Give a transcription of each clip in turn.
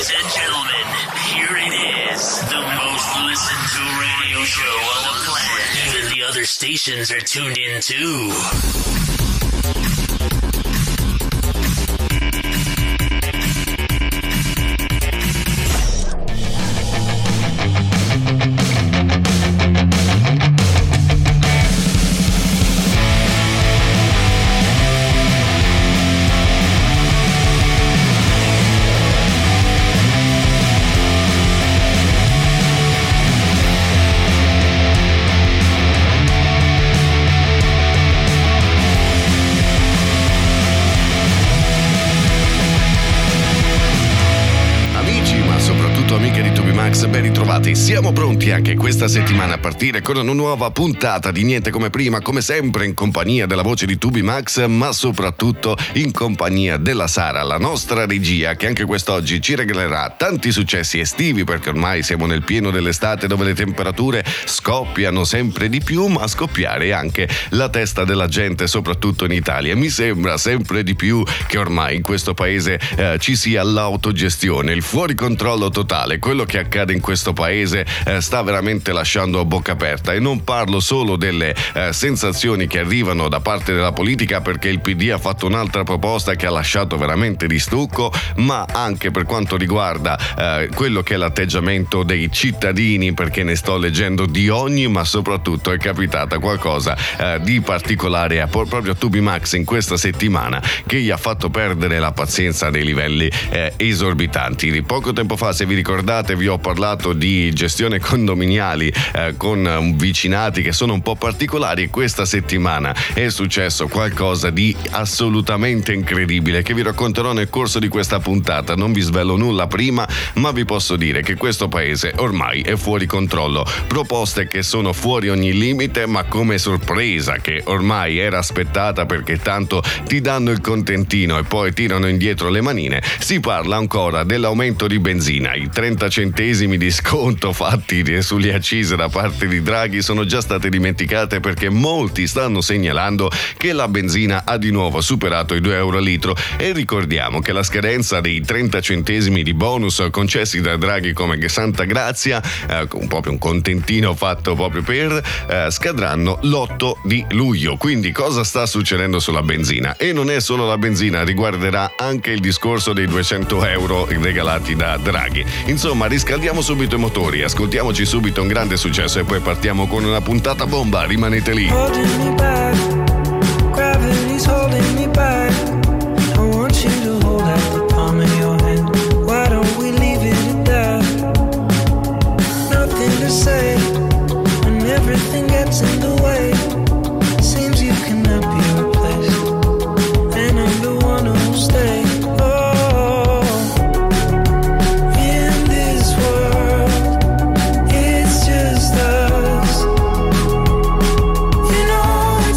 Ladies and gentlemen, here it is, the most listened to radio show on the planet. Even the other stations are tuned in too. Ben ritrovati, siamo pronti anche questa settimana a partire con una nuova puntata di Niente Come Prima, come sempre in compagnia della voce di Tubi Max, ma soprattutto in compagnia della Sara, la nostra regia, che anche quest'oggi ci regalerà tanti successi estivi, perché ormai siamo nel pieno dell'estate dove le temperature scoppiano sempre di più, ma a scoppiare anche la testa della gente, soprattutto in Italia. Mi sembra sempre di più che ormai in questo paese ci sia l'autogestione, il fuori controllo totale. Quello che accade in questo paese sta veramente lasciando a bocca aperta, e non parlo solo delle sensazioni che arrivano da parte della politica, perché il PD ha fatto un'altra proposta che ha lasciato veramente di stucco, ma anche per quanto riguarda quello che è l'atteggiamento dei cittadini, perché ne sto leggendo di ogni, ma soprattutto è capitata qualcosa di particolare proprio a Tubi Max in questa settimana, che gli ha fatto perdere la pazienza dei livelli esorbitanti. Di poco tempo fa, se vi ricordate, vi ho parlato di gestione condominiali con vicinati che sono un po' particolari, e questa settimana è successo qualcosa di assolutamente incredibile che vi racconterò nel corso di questa puntata. Non vi svelo nulla prima, ma vi posso dire che questo paese ormai è fuori controllo. Proposte che sono fuori ogni limite, ma come sorpresa che ormai era aspettata, perché tanto ti danno il contentino e poi tirano indietro le manine. Si parla ancora dell'aumento di benzina. I 30 centesimi di sconto fatti sulle accise da parte di Draghi sono già state dimenticate, perché molti stanno segnalando che la benzina ha di nuovo superato i 2 euro al litro, e ricordiamo che la scadenza dei 30 centesimi di bonus concessi da Draghi come Santa Grazia, proprio un contentino fatto proprio per, scadranno l'8 di luglio. Quindi cosa sta succedendo sulla benzina? E non è solo la benzina, riguarderà anche il discorso dei 200 euro regalati da Draghi. Insomma, riscaldiamo subito i motori, ascoltiamoci subito un grande successo e poi partiamo con una puntata bomba. Rimanete lì. You know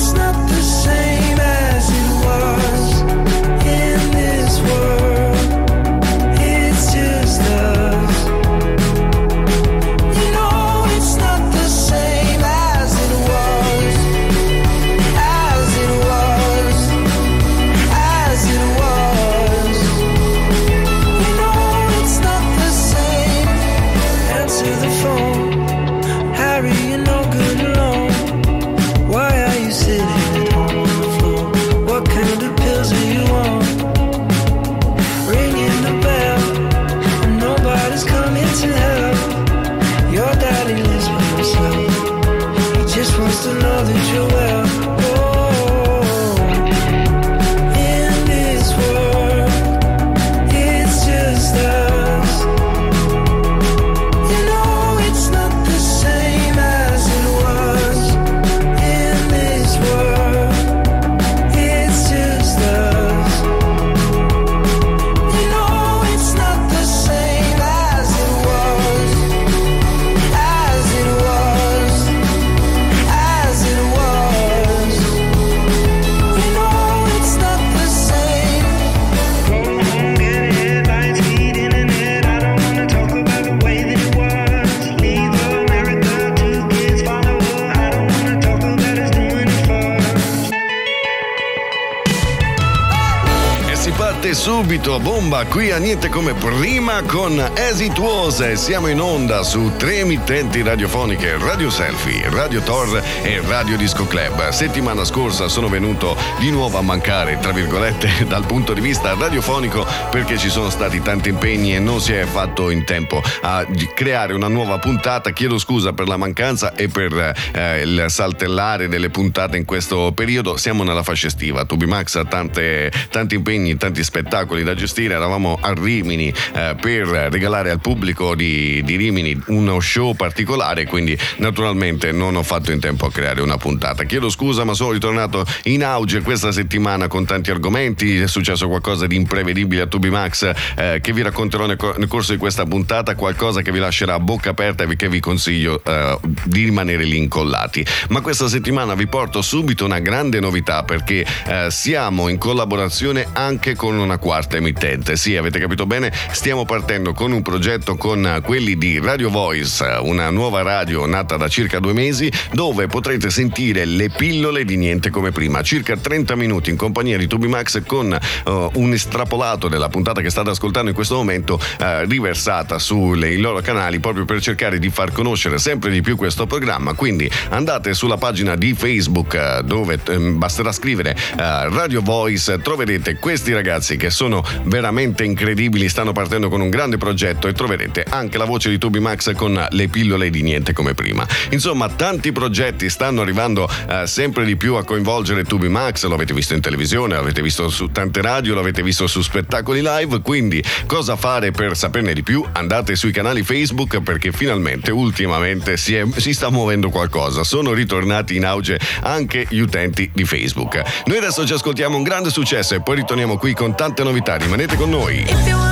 subito bomba qui a Niente Come Prima con As It Was. Siamo in onda su 3 emittenti radiofoniche: Radio Selfie, Radio Tor e Radio Disco Club. Settimana scorsa sono venuto di nuovo a mancare, tra virgolette, dal punto di vista radiofonico, perché ci sono stati tanti impegni e non si è fatto in tempo a creare una nuova puntata. Chiedo scusa per la mancanza e per il saltellare delle puntate in questo periodo. Siamo nella fascia estiva, Tubi Max ha tanti impegni, tanti spettacoli da gestire. Eravamo a Rimini per regalare al pubblico di Rimini uno show particolare, quindi naturalmente non ho fatto in tempo a creare una puntata. Chiedo scusa, ma sono ritornato in auge questa settimana con tanti argomenti. È successo qualcosa di imprevedibile a Tubi Max che vi racconterò nel corso di questa puntata, qualcosa che vi lascerà a bocca aperta e che vi consiglio di rimanere lì incollati. Ma questa settimana vi porto subito una grande novità, perché siamo in collaborazione anche con una quarta emittente. Sì, avete capito bene, stiamo partendo con un progetto con quelli di Radio Voice, una nuova radio nata da circa 2 mesi, dove potrete sentire le pillole di Niente Come Prima, circa 30 minuti in compagnia di Tubi Max, con un estrapolato della puntata che state ascoltando in questo momento, riversata sui loro canali, proprio per cercare di far conoscere sempre di più questo programma. Quindi andate sulla pagina di Facebook, dove basterà scrivere Radio Voice, troverete questi ragazzi che sono veramente incredibili, stanno partendo con un grande progetto, e troverete anche la voce di Tubi Max con le pillole di Niente Come Prima. Insomma, tanti progetti stanno arrivando sempre di più a coinvolgere Tubi Max. Lo avete visto in televisione, l'avete visto su tante radio, lo avete visto su spettacoli live. Quindi cosa fare per saperne di più? Andate sui canali Facebook, perché finalmente ultimamente si sta muovendo qualcosa, sono ritornati in auge anche gli utenti di Facebook. Noi adesso ci ascoltiamo un grande successo e poi ritorniamo qui con tante novità. Rimanete con noi.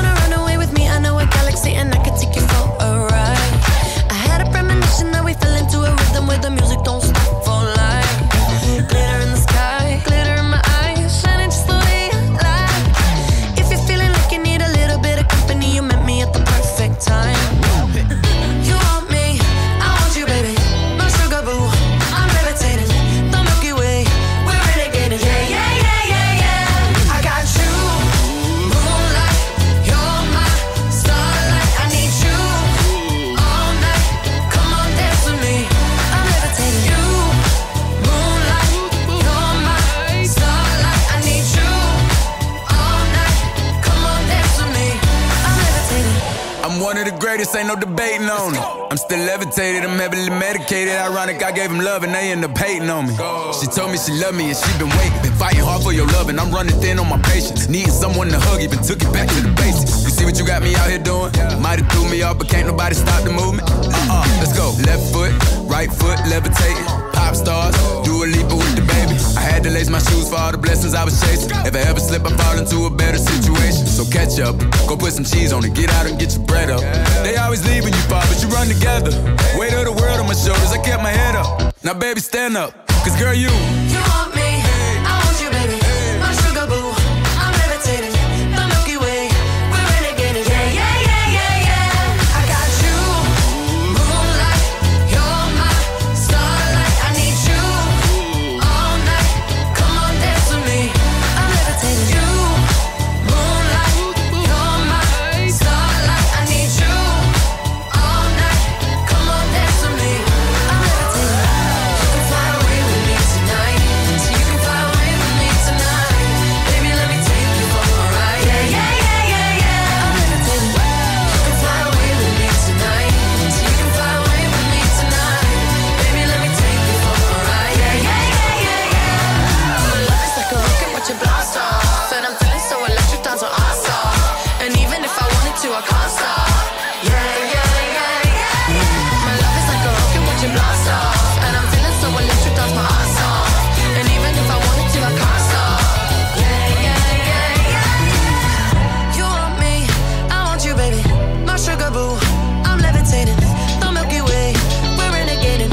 This ain't no debating on it. I'm still levitated, I'm heavily medicated. Ironic, I gave him love and they end up hating on me. She told me she loved me and she been waiting. Been fighting hard for your love and I'm running thin on my patience. Needing someone to hug, even took it back to the basics. You see what you got me out here doing? Might have threw me off, but can't nobody stop the movement. Let's go. Left foot, right foot, levitating. Pop stars, do a leap with the baby. I had to lace my shoes for all the blessings I was chasing. If I ever slip, I fall into a better situation. So catch up, go put some cheese on it, get out and get your bread up. They always leave when you fall, but you run together. Weight of the world on my shoulders, I kept my head up. Now baby, stand up, cause girl, you want me, I want you, baby. My sugar boo, I'm levitating. The Milky Way, we're renegading. Yeah, yeah, yeah, yeah, yeah. I got you, moonlight, you're my starlight. I need you all night. Come on, dance with me. I'm levitating. You, moonlight, you're my starlight. I need you all night. Come on, dance with me. I'm levitating. You can fly away with me tonight. So you can fly away with me tonight. Baby, let me take you for a ride. Yeah, yeah, yeah, yeah, yeah. I'm levitating. You can fly away with me tonight. So you can fly away with me tonight. Baby, let me take you for a ride. Yeah, yeah, yeah, yeah, yeah. My love is like a rocket, watch it blast off. And I'm feeling so electric, dance on our off. And even if I wanted to, I can't stop. Yeah, yeah, yeah, yeah. My love is like a rocket, watch it blast off. And I'm feeling so electric, dance my ass off. And even if I wanted to, I can't stop. Yeah, yeah, yeah, yeah. You want me, I want you, baby. My sugar boo, I'm levitating. The Milky Way, we're renegading.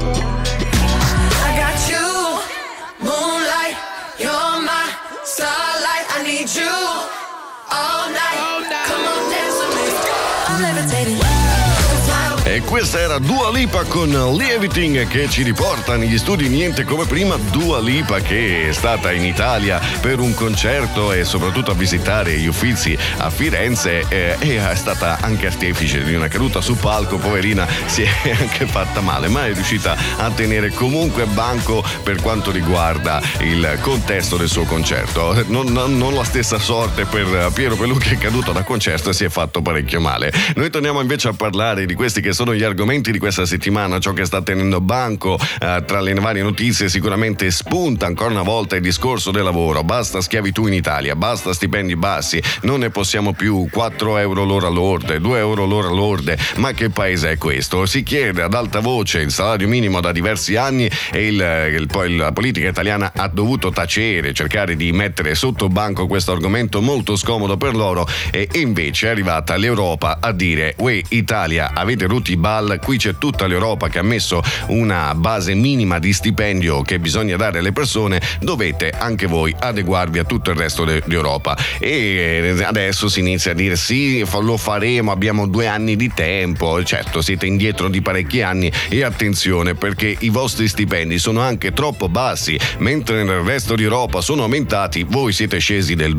I got you, moonlight, you're my starlight. I need you all night. Come on, dance with me. I'm levitating. You can fly away. E questa era Dua Lipa con Levitating, che ci riporta negli studi niente come prima. Dua Lipa che è stata in Italia per un concerto e soprattutto a visitare gli Uffizi a Firenze e è stata anche artefice di una caduta su palco, poverina, si è anche fatta male, ma è riuscita a tenere comunque banco per quanto riguarda il contesto del suo concerto. Non la stessa sorte per Piero Pelù, che è caduto da concerto e si è fatto parecchio male. Noi torniamo invece a parlare di questi che sono gli argomenti di questa settimana, ciò che sta tenendo banco tra le varie notizie. Sicuramente spunta ancora una volta il discorso del lavoro. Basta schiavitù in Italia, basta stipendi bassi, non ne possiamo più. 4 euro l'ora lorde, 2 euro l'ora lorde, ma che paese è questo? Si chiede ad alta voce il salario minimo da diversi anni e poi la politica italiana ha dovuto tacere, cercare di mettere sotto banco questo argomento molto scomodo per loro, e invece è arrivata l'Europa a dire: uè, Italia, avete rotto i ball, qui c'è tutta l'Europa che ha messo una base minima di stipendio che bisogna dare alle persone, dovete anche voi adeguarvi a tutto il resto d'Europa. E adesso si inizia a dire sì, lo faremo, abbiamo 2 anni di tempo. Certo, siete indietro di parecchi anni, e attenzione, perché i vostri stipendi sono anche troppo bassi. Mentre nel resto d'Europa sono aumentati, voi siete scesi del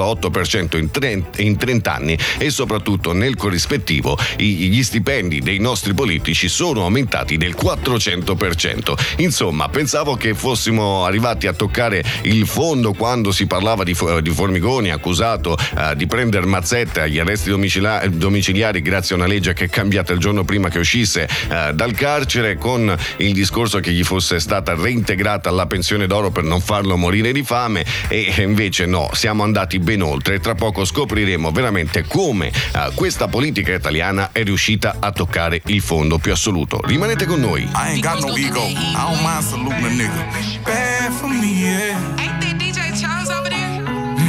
2,8% in 30 anni, e soprattutto nel corrispettivo gli stipendi dei nostri politici sono aumentati del 400%. Insomma, pensavo che fossimo arrivati a toccare il fondo quando si parlava di Formigoni, accusato di prendere mazzette agli arresti domiciliari grazie a una legge che è cambiata il giorno prima che uscisse dal carcere, con il discorso che gli fosse stata reintegrata la pensione d'oro per non farlo morire di fame. E invece no, siamo andati ben oltre, e tra poco scopriremo veramente come questa politica italiana è riuscita a toccare il fondo più assoluto. Rimanete con noi. I ain't got no ego. I don't mind saluting a nigga. Bad for me, yeah. Ain't that DJ Charles over there?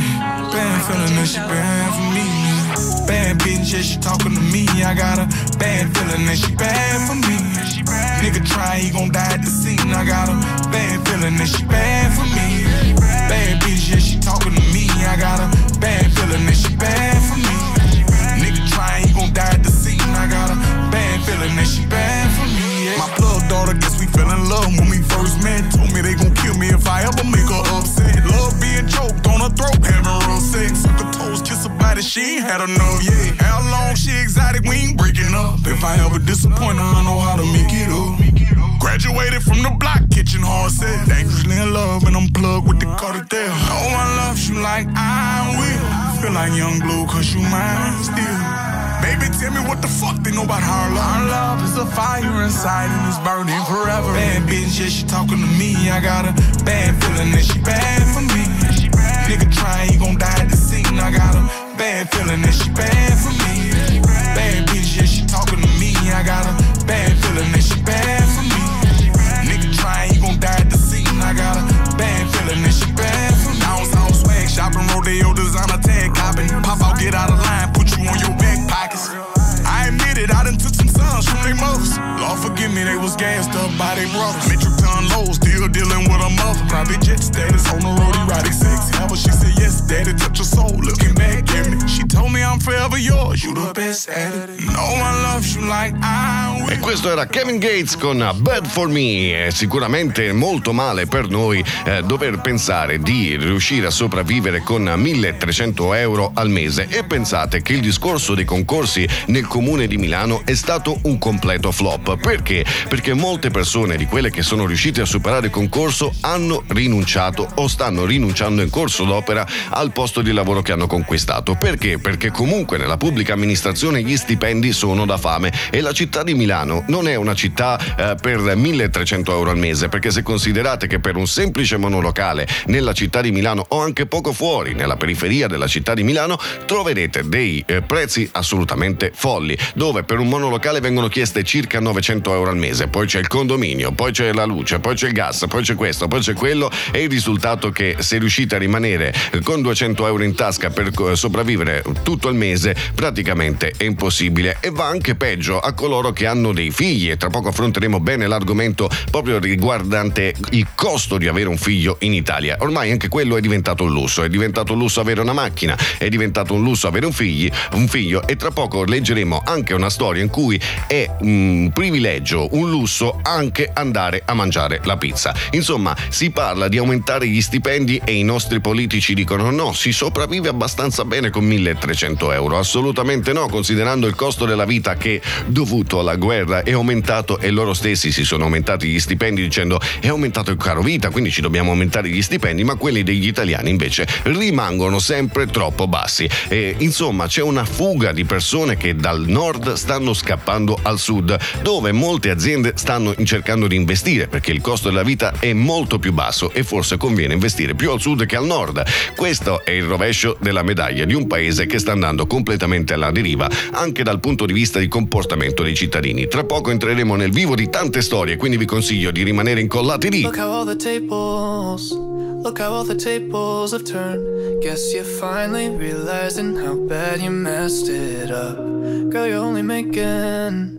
Bad feeling that she bad for me. Bad bitch, yeah, she talking to me. I got a bad feeling that she bad for me. Nigga try, he gon' die at the scene. I got a bad feeling that she bad for me. Bad bitch, yeah, she talking to me. I got a bad feeling that she bad for me. Nigga try, he gon' die at the scene. I got a bad feeling that she bad for me. Yeah. My plug daughter, guess we fell in love when we first met. Told me they gon' kill me if I ever make her upset. Love being choked on her throat, having real sex. Suck her toes, kiss her body, she ain't had enough yet. How long she exotic, we ain't breaking up. If I ever disappoint her, I know how to make it up. Graduated from the block, kitchen hard set. Dangerously in love, and I'm plugged with the cartel. No one loves you like I will. Feel like young blue, cause you mine still. Baby, tell me what the fuck they know about our love. Our love is a fire inside and it's burning forever. Bad bitch, yeah, she talking to me. I got a bad feeling that she bad for me. Nigga try, he gon' die at the scene. I got a bad feeling that she bad for me. Bad bitch, yeah, she talking to me. I got a bad feeling that she bad for me. Nigga try, he gon' die at the scene. I got a bad feeling that she bad for me. Down south swag, shopping, rodeo, designer, tag, copping. Pop out, get out of line, put you on your back pockets. I admit it, I done took some sons from they mothers. Lord forgive me, they was gassed up by they brothers. Metric ton low, still dealing with a mother. Private jet status on the road, erotic sex. Ever she said yes, daddy, touch her soul. Looking back at me, she told me I'm forever yours. You the best at it. No one loves you like I will. E questo era Kevin Gates con Bad For Me. È sicuramente molto male per noi dover pensare di riuscire a sopravvivere con 1.300 euro al mese. E pensate che il discorso dei concorsi nel comune di Milano è stato un completo flop. Perché? Perché molte persone di quelle che sono riuscite a superare il concorso hanno rinunciato o stanno rinunciando in corso d'opera al posto di lavoro che hanno conquistato. Perché? Perché comunque nella pubblica amministrazione gli stipendi sono da fame, e la città di Milano non è una città per 1.300 euro al mese, perché se considerate che per un semplice monolocale nella città di Milano o anche poco fuori nella periferia della città di Milano troverete dei prezzi assolutamente folli, dove per un monolocale vengono chieste circa 900 euro al mese, poi c'è il condominio, poi c'è la luce, poi c'è il gas, poi c'è questo, poi c'è quello, e il risultato che se riuscite a rimanere con 200 euro in tasca per sopravvivere tutto il mese praticamente è impossibile, e va anche peggio a coloro che hanno dei figli, e tra poco affronteremo bene l'argomento proprio riguardante il costo di avere un figlio in Italia. Ormai anche quello è diventato un lusso, è diventato un lusso avere una macchina, è diventato un lusso avere un figlio, e tra poco leggeremo anche una storia in cui è un privilegio, un lusso anche andare a mangiare la pizza. Insomma, si parla di aumentare gli stipendi e i nostri politici dicono no, si sopravvive abbastanza bene con 1.300 euro. Assolutamente no, considerando il costo della vita che dovuto alla guerra è aumentato, e loro stessi si sono aumentati gli stipendi dicendo è aumentato il caro vita, quindi ci dobbiamo aumentare gli stipendi, ma quelli degli italiani invece rimangono sempre troppo bassi. E insomma c'è una fuga di persone che dal nord stanno scappando al sud, dove molte aziende stanno cercando di investire perché il costo della vita è molto più basso e forse conviene investire più al sud che al nord. Questo è il rovescio della medaglia di un paese che sta andando completamente alla deriva anche dal punto di vista di comportamento dei cittadini. Tra poco entreremo nel vivo di tante storie, quindi vi consiglio di rimanere incollati lì. Look how all the tables have turned. Guess you're finally realizing how bad you messed it up. Girl, you're only making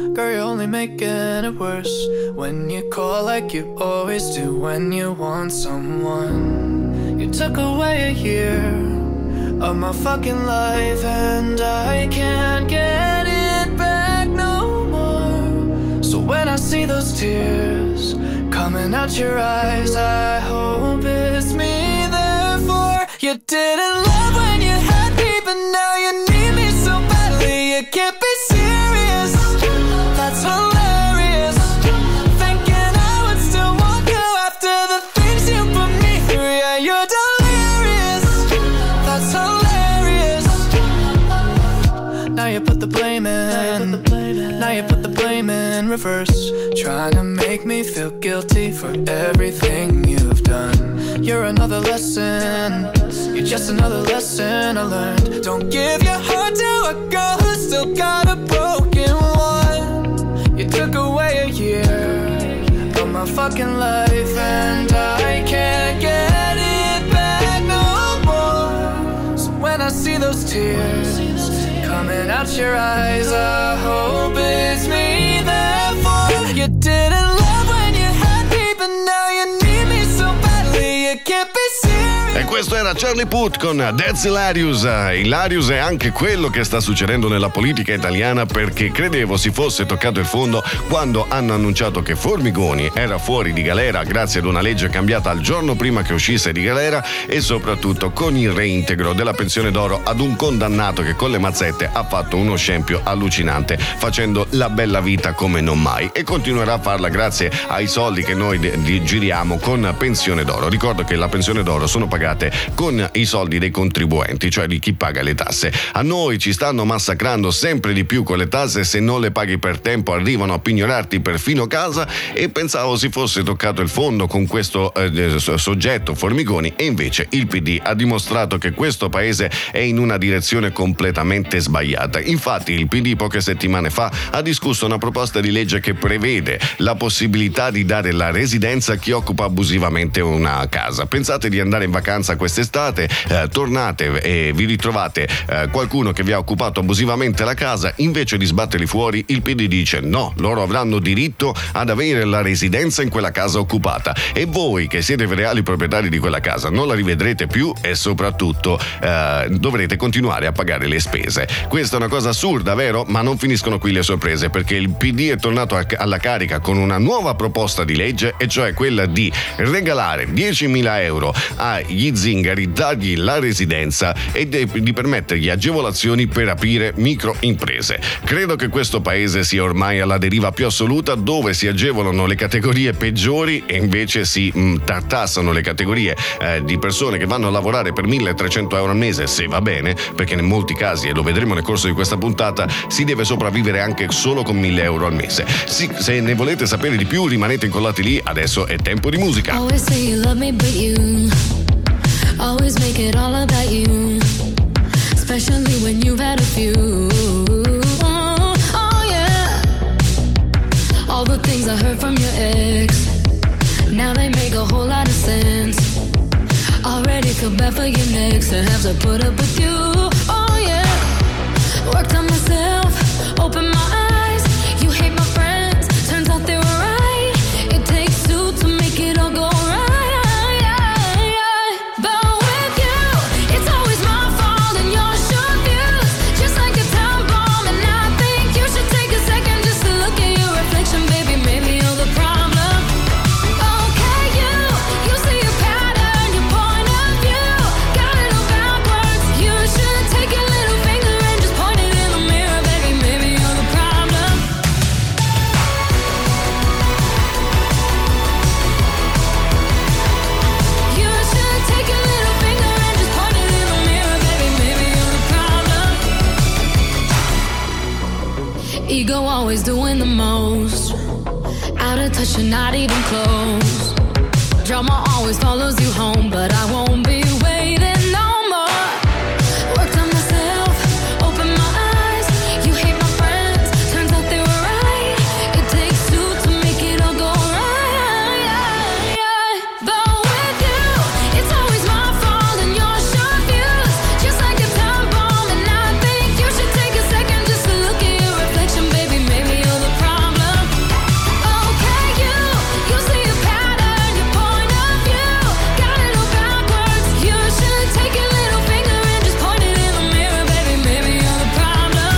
it worse when you call like you always do when you want someone. You took away a year of my fucking life and I can't get it back no more. So when I see those tears coming out your eyes, I hope it's me, therefore you didn't love when you had me, but now you need me so badly. You can't be serious, that's hilarious. Thinking I would still want you after the things you put me through. Yeah, you're delirious, that's hilarious. Now you put the blame in, now you put the blame in reverse, trying to make me feel guilty for everything you've done. You're another lesson, you're just another lesson I learned. Don't give your heart to a girl who's still got a broken one. You took away a year of my fucking life and I can't get it back no more. So when I see those tears coming out your eyes, I hope it's me, therefore you didn't love when you had me, but now you need me so badly. You can't be serious. E questo era Charlie Puth con That's Hilarious. Hilarious è anche quello che sta succedendo nella politica italiana, perché credevo si fosse toccato il fondo quando hanno annunciato che Formigoni era fuori di galera grazie ad una legge cambiata al giorno prima che uscisse di galera, e soprattutto con il reintegro della pensione d'oro ad un condannato che con le mazzette ha fatto uno scempio allucinante, facendo la bella vita come non mai, e continuerà a farla grazie ai soldi che noi giriamo con pensione d'oro. Ricordo che la pensione d'oro sono pagate con i soldi dei contribuenti, cioè di chi paga le tasse. A noi ci stanno massacrando sempre di più con le tasse, se non le paghi per tempo arrivano a pignorarti perfino casa, e pensavo si fosse toccato il fondo con questo soggetto Formigoni, e invece il PD ha dimostrato che questo paese è in una direzione completamente sbagliata. Infatti il PD poche settimane fa ha discusso una proposta di legge che prevede la possibilità di dare la residenza a chi occupa abusivamente una casa. Pensate di andare in vacanza quest'estate, tornate e vi ritrovate qualcuno che vi ha occupato abusivamente la casa, invece di sbatterli fuori il PD dice no, loro avranno diritto ad avere la residenza in quella casa occupata, e voi che siete reali proprietari di quella casa non la rivedrete più, e soprattutto dovrete continuare a pagare le spese. Questa è una cosa assurda, vero? Ma non finiscono qui le sorprese, perché il PD è tornato alla carica con una nuova proposta di legge, e cioè quella di regalare 10.000 euro agli zingari, dargli la residenza e di permettergli agevolazioni per aprire microimprese. Credo che questo paese sia ormai alla deriva più assoluta, dove si agevolano le categorie peggiori e invece si tartassano le categorie di persone che vanno a lavorare per 1.300 euro al mese, se va bene, perché in molti casi, e lo vedremo nel corso di questa puntata, si deve sopravvivere anche solo con 1.000 euro al mese. Sì, se ne volete sapere di più rimanete incollati lì, adesso è tempo di musica. Always say you love me, but you always make it all about you, especially when you've had a few. Oh yeah, all the things I heard from your ex, now they make a whole lot of sense. Already feel bad for your next to have to put up with you. Oh yeah, Ego always doing the most. Out of touch and not even close. Drama always follows you home, but I won't be waiting no more. Worked on myself, open my eyes. You hate my friends, turns out they were right. It takes two to make it all go right. But with you, it's always my fault and your short views. Just like a time bomb, and I think you should take a second just to look at your reflection, baby. Maybe you're the problem. Okay, you see a pattern, your point of view. Got it all backwards. You should take your little finger and just point it in the mirror, baby. Maybe you're the problem.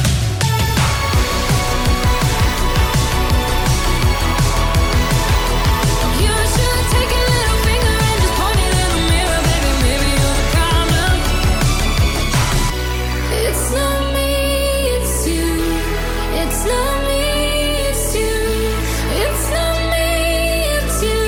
You should take your little finger and just point it in the mirror, baby. Maybe you're the problem. It's not me, it's you. It's not me, it's you. It's not me, it's you.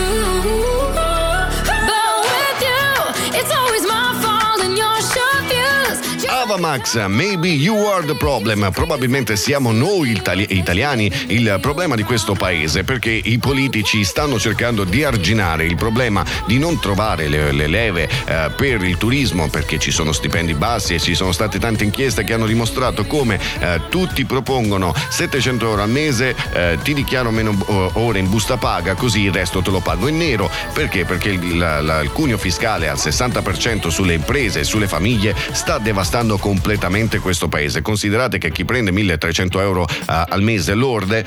But with you, it's always my fault and your short views. Ava Max, Maybe You Are the Problem. Probabilmente siamo noi italiani il problema di questo paese, perché i politici stanno cercando di arginare il problema di non trovare le leve per il turismo, perché ci sono stipendi bassi e ci sono state tante inchieste che hanno dimostrato come tutti propongono 700 euro al mese, ti dichiaro meno ore in busta paga, così il resto te lo pago in nero. Perché? Perché il cuneo fiscale al 60% sulle imprese e sulle famiglie sta devastando completamente questo paese. Considerate che chi prende 1.300 euro al mese lorde,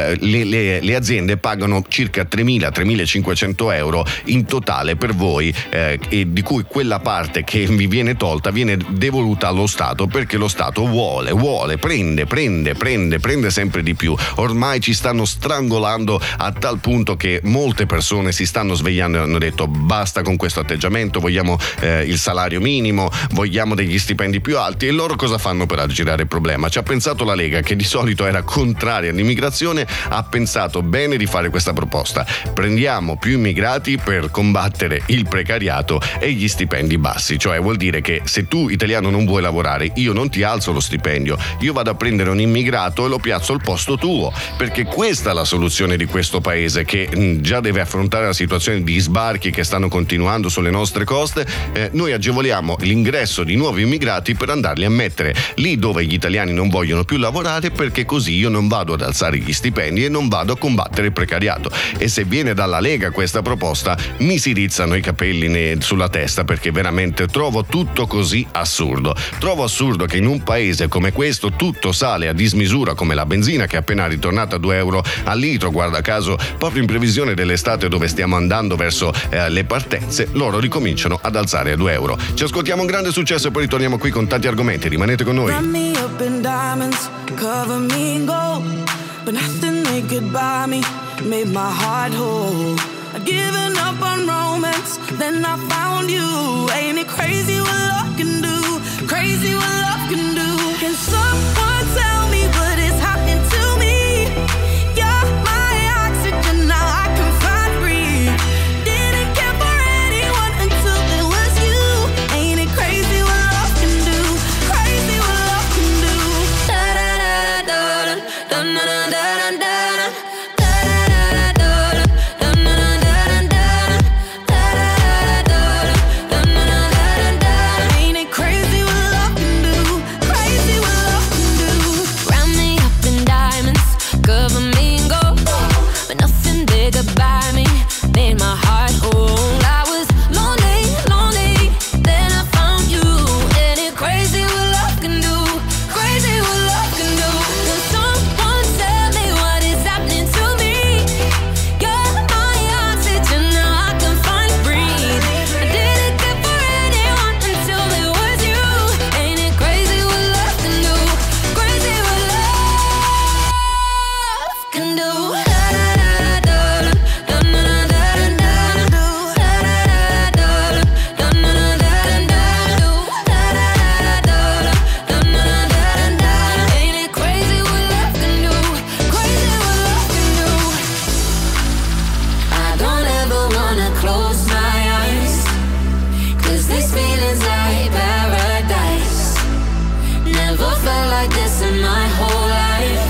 le aziende pagano circa 3.000-3.500 euro in totale per voi, e di cui quella parte che vi viene tolta viene devoluta allo Stato, perché lo Stato vuole, prende sempre di più. Ormai ci stanno strangolando a tal punto che molte persone si stanno svegliando e hanno detto basta con questo atteggiamento, vogliamo il salario minimo, vogliamo degli stipendi più alti. E loro cosa fanno per aggirare il problema? Ci ha pensato la Lega, che di solito era contraria all'immigrazione, ha pensato bene di fare questa proposta: prendiamo più immigrati per combattere il precariato e gli stipendi bassi. Cioè vuol dire che se tu italiano non vuoi lavorare, io non ti alzo lo stipendio, io vado a prendere un immigrato e lo piazzo al posto tuo, perché questa è la soluzione di questo paese, che già deve affrontare la situazione di sbarchi che stanno continuando sulle nostre coste. Noi agevoliamo l'ingresso di nuovi immigrati per andarli a mettere lì dove gli italiani non vogliono più lavorare, perché così io non vado ad alzare gli stipendi e non vado a combattere il precariato. E se viene dalla Lega questa proposta, mi si rizzano i capelli sulla testa, perché veramente trovo tutto così assurdo. Trovo assurdo che in un paese come questo tutto sale a dismisura, come la benzina, che è appena ritornata a 2 euro al litro, guarda caso proprio in previsione dell'estate dove stiamo andando verso le partenze, loro ricominciano ad alzare a 2 euro. Ci ascoltiamo un grande successo e poi ritorniamo qui con tanti argomenti. Rimanete con noi. Wrap me up in diamonds, cover me in gold, but nothing they could buy me made my heart whole. I'd given up on romance, then I found you. Ain't it crazy what love can do? Crazy what love can do. Can someone tell me what is happening to me? You're my oxygen, now I can find breathe. Didn't care for anyone until it was you. Ain't it crazy what love can do? Crazy what love can do. Da da da da da da da da da. like this in my whole life.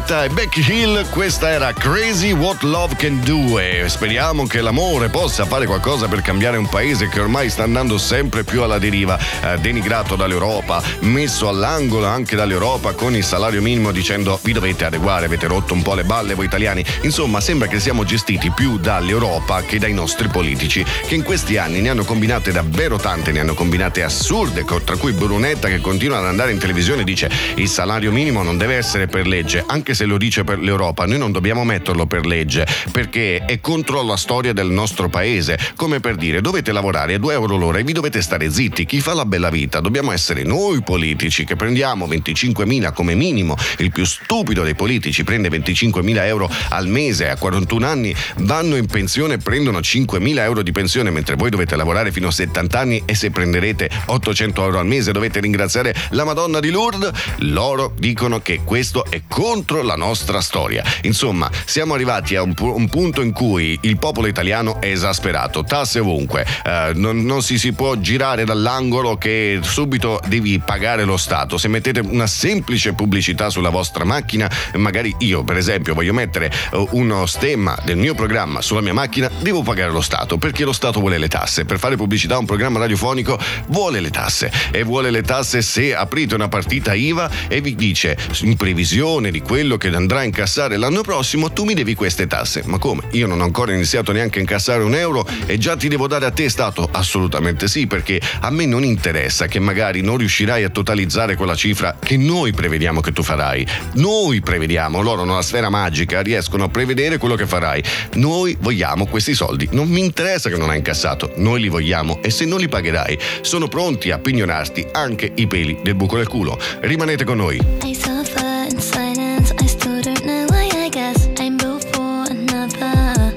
Guetta e Becky Hill, questa era Crazy What Love Can Do, e speriamo che l'amore possa fare qualcosa per cambiare un paese che ormai sta andando sempre più alla deriva, denigrato dall'Europa, messo all'angolo anche dall'Europa con il salario minimo dicendo vi dovete adeguare, avete rotto un po' le balle voi italiani. Insomma, sembra che siamo gestiti più dall'Europa che dai nostri politici, che in questi anni ne hanno combinate davvero tante, ne hanno combinate assurde, tra cui Brunetta che continua ad andare in televisione e dice il salario minimo non deve essere per legge, anche se lo dice per l'Europa, noi non dobbiamo metterlo per legge perché è contro la storia del nostro paese, come per dire dovete lavorare a 2 euro l'ora e vi dovete stare zitti, chi fa la bella vita? Dobbiamo essere noi politici che prendiamo 25.000 come minimo, il più stupido dei politici prende 25.000 euro al mese, a 41 anni vanno in pensione e prendono 5.000 euro di pensione, mentre voi dovete lavorare fino a 70 anni e se prenderete 800 euro al mese dovete ringraziare la Madonna di Lourdes. Loro dicono che questo è contro la nostra storia. Insomma, siamo arrivati a un punto in cui il popolo italiano è esasperato, tasse ovunque, non si può girare dall'angolo che subito devi pagare lo Stato. Se mettete una semplice pubblicità sulla vostra macchina, magari io per esempio voglio mettere uno stemma del mio programma sulla mia macchina, devo pagare lo Stato perché lo Stato vuole le tasse. Per fare pubblicità a un programma radiofonico vuole le tasse, e vuole le tasse se aprite una partita IVA e vi dice in previsione di quello che andrà a incassare l'anno prossimo tu mi devi queste tasse. Ma come? Io non ho ancora iniziato neanche a incassare un euro e già ti devo dare a te Stato? Assolutamente sì, perché a me non interessa che magari non riuscirai a totalizzare quella cifra che noi prevediamo che tu farai. Noi prevediamo, loro nella sfera magica riescono a prevedere quello che farai. Noi vogliamo questi soldi, non mi interessa che non hai incassato, noi li vogliamo e se non li pagherai sono pronti a pignorarti anche i peli del buco del culo. Rimanete con noi. I suffer in silence, I still don't know why, I guess I'm built for another.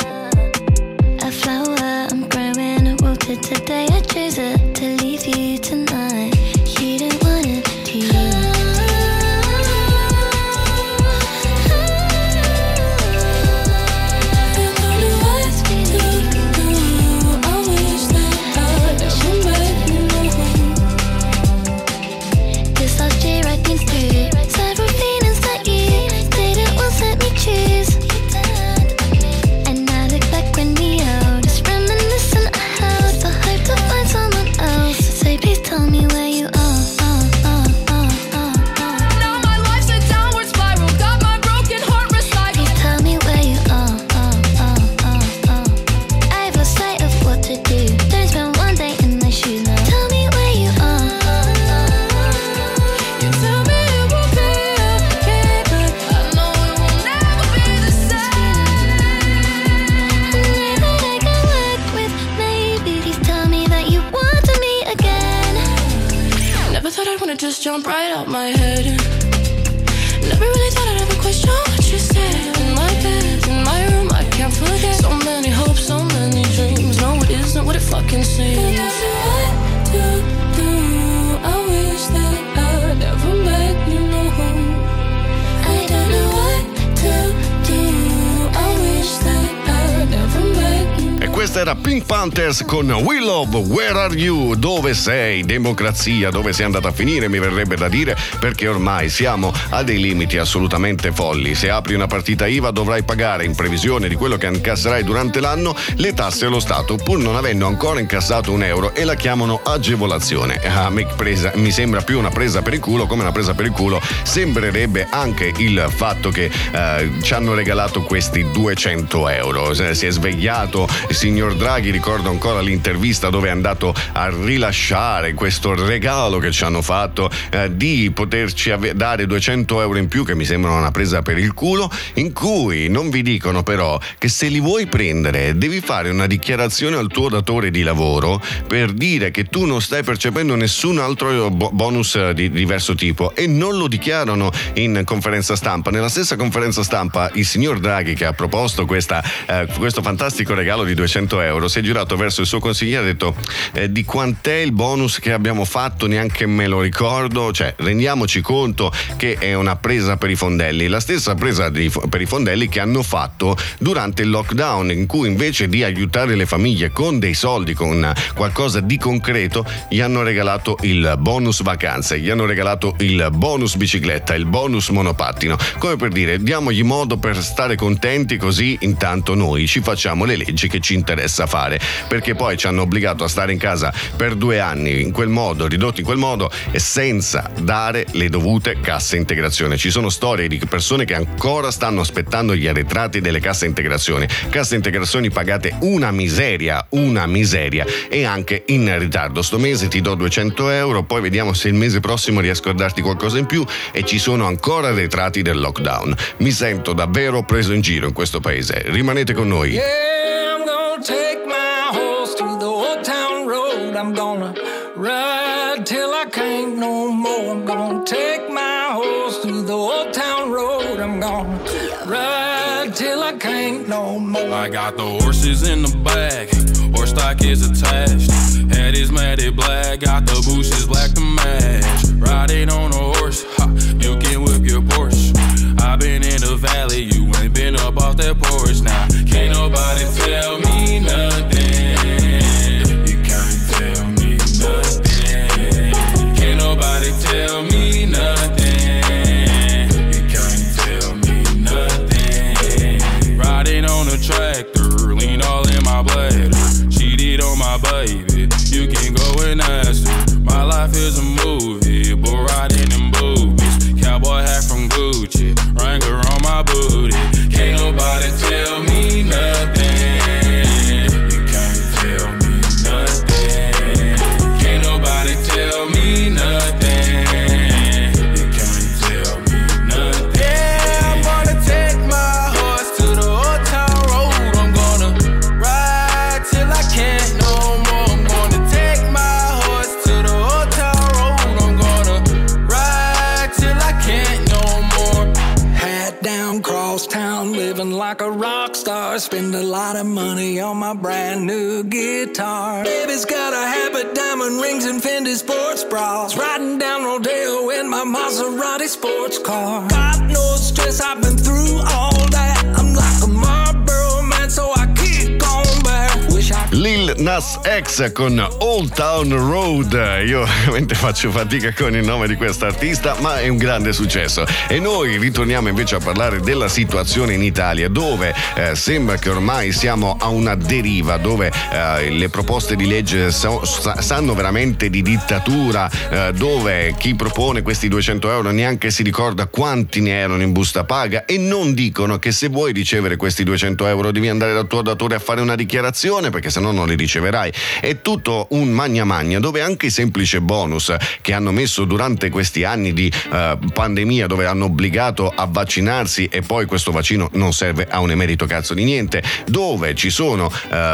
A flower I'm growing, I wilted today, I chose it to leave you tonight. You don't want it, do you? Several feelings that you didn't once let me choose. And now look back when we held, just reminiscent I held the hope to find someone else. So please tell me where you are. Now my life's a downward spiral, got my broken heart recycled. Please tell me where you are. I've lost sight of what to do. Don't spend one day in my shoes now. Tell me where you are. You tell me it will be okay, but I know it will never be the same. I know that I can work with maybe. Please tell me that you want me again. Never thought I'd wanna just jump right out my head. Never really thought I'd ever question what you said. In my bed, in my room, I can't forget. So many hopes, so many dreams. No, it isn't what it fucking seems. What to do? I wish that I never met you, no. I don't know what to do. I wish that I never met you. E questa era Pink Panthers con We Love, Where Are You? Dove sei, democrazia? Dove sei andata a finire, mi verrebbe da dire, perché ormai siamo a dei limiti assolutamente folli. Se apri una partita IVA dovrai pagare, in previsione di quello che incasserai durante l'anno, le tasse allo Stato, pur non avendo ancora incassato un euro, e la chiamano agevolazione. A me mi sembra più una presa per il culo. Come una presa per il culo sembrerebbe anche il fatto che ci hanno regalato questi 200 euro. Si è svegliato il signor Draghi, ricordo ancora l'intervista dove è andato a rilasciare questo regalo che ci hanno fatto, di poterci dare 200 euro in più, che mi sembrano una presa per il culo, in cui non vi dicono però che se li vuoi prendere devi fare una dichiarazione al tuo datore di lavoro per dire che tu non stai percependo nessun altro bonus di diverso tipo, e non lo dichiarano in conferenza stampa. Nella stessa conferenza stampa il signor Draghi, che ha proposto questo fantastico regalo di 200 €200. Si è girato verso il suo consigliere e ha detto di quant'è il bonus che abbiamo fatto, neanche me lo ricordo, cioè rendiamoci conto che è una presa per i fondelli, la stessa presa per i fondelli che hanno fatto durante il lockdown, in cui invece di aiutare le famiglie con dei soldi, con qualcosa di concreto, gli hanno regalato il bonus vacanze, gli hanno regalato il bonus bicicletta, il bonus monopattino, come per dire diamogli modo per stare contenti, così intanto noi ci facciamo le leggi che ci interessa fare, perché poi ci hanno obbligato a stare in casa per 2 anni in quel modo, ridotti in quel modo, e senza dare le dovute casse integrazione. Ci sono storie di persone che ancora stanno aspettando gli arretrati delle casse integrazioni pagate una miseria e anche in ritardo. Sto mese ti do €200, poi vediamo se il mese prossimo riesco a darti qualcosa in più, e ci sono ancora arretrati del lockdown. Mi sento davvero preso in giro in questo paese. Rimanete con noi. Yeah, I'm gonna take my horse to the old town road. I'm gonna ride till I can't no more. I'm gonna take my horse to the old town road. I'm gonna ride till I can't no more. I got the horses in the back, horse stock is attached. Head is matted black, got the bushes black to match. Riding on a horse, ha, you can whip your Porsche. I've been in the valley, you ain't been up off that porch. Now, can't nobody tell me nothing. You can't tell me nothing. Can't nobody tell me nothing. You can't tell me nothing. Riding on a tractor, lean all in my bladder. Cheated on my baby, you can go and ask her. My life is a movie, but riding in boobies. Cowboy hat from Gucci, Wrangler on my booty. Can't nobody tell me nothing. You can't tell me nothing. Can't nobody tell me nothing. You can't tell me nothing. Yeah, I'm gonna take my horse to the old town road. I'm gonna ride till I can't no more. I'm gonna take my horse to the old town road. I'm gonna ride till I can't no more. Hat down, cross town, living like a rock star. Spend a lot of money on my brand new guitar. Baby's got a habit, diamond rings and Fendi sports bras. Riding down Rodeo in my Maserati sports car. Got no stress, I've been through all that. I'm like a Marlboro man, so I keep going back. Wish I Lil Nas X con Old Town Road. Io veramente faccio fatica con il nome di quest'artista, ma è un grande successo. E noi ritorniamo invece a parlare della situazione in Italia, dove sembra che ormai siamo a una deriva, dove le proposte di legge sanno veramente di dittatura, dove chi propone questi €200 neanche si ricorda quanti ne erano in busta paga, e non dicono che se vuoi ricevere questi €200 devi andare dal tuo datore a fare una dichiarazione, perché sennò non li riceverai. È tutto un magna magna, dove anche i semplici bonus che hanno messo durante questi anni di pandemia, dove hanno obbligato a vaccinarsi e poi questo vaccino non serve a un emerito cazzo di niente, dove ci sono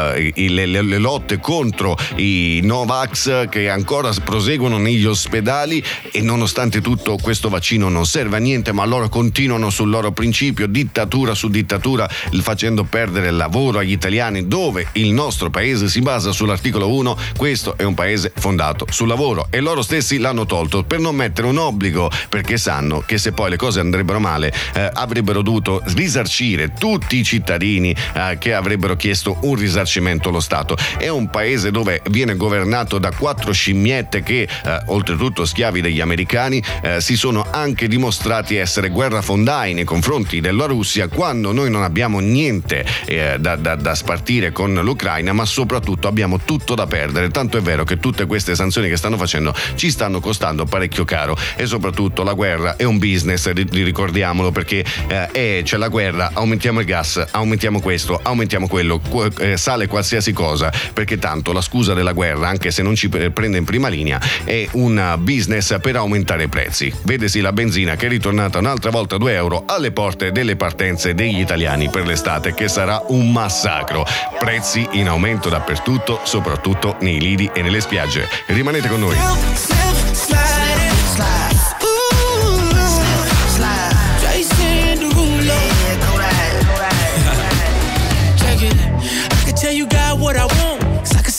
le lotte contro i Novax che ancora proseguono negli ospedali, e nonostante tutto questo vaccino non serve a niente, ma loro continuano sul loro principio, dittatura su dittatura, facendo perdere il lavoro agli italiani, dove il nostro paese si basa sull'articolo 1. Questo è un paese fondato sul lavoro, e loro stessi l'hanno tolto per non mettere un obbligo, perché sanno che se poi le cose andrebbero male avrebbero dovuto risarcire tutti i cittadini che avrebbero chiesto un risarcimento allo Stato. È un paese dove viene governato da 4 scimmiette che oltretutto schiavi degli americani, si sono anche dimostrati essere guerrafondai nei confronti della Russia, quando noi non abbiamo niente da spartire con l'Ucraina, ma soprattutto abbiamo tutto da perdere, tanto è vero che tutte queste sanzioni che stanno facendo ci stanno costando parecchio caro. E soprattutto la guerra è un business, ricordiamolo, perché c'è la guerra, aumentiamo il gas, aumentiamo questo, aumentiamo quello, sale qualsiasi cosa, perché tanto la scusa della guerra, anche se non ci prende in prima linea, è un business per aumentare i prezzi. Vedesi la benzina che è ritornata un'altra volta a €2 alle porte delle partenze degli italiani per l'estate, che sarà un massacro. Prezzi in aumento dappertutto, soprattutto nei lidi e nelle spiagge. Rimanete con noi. tell you got what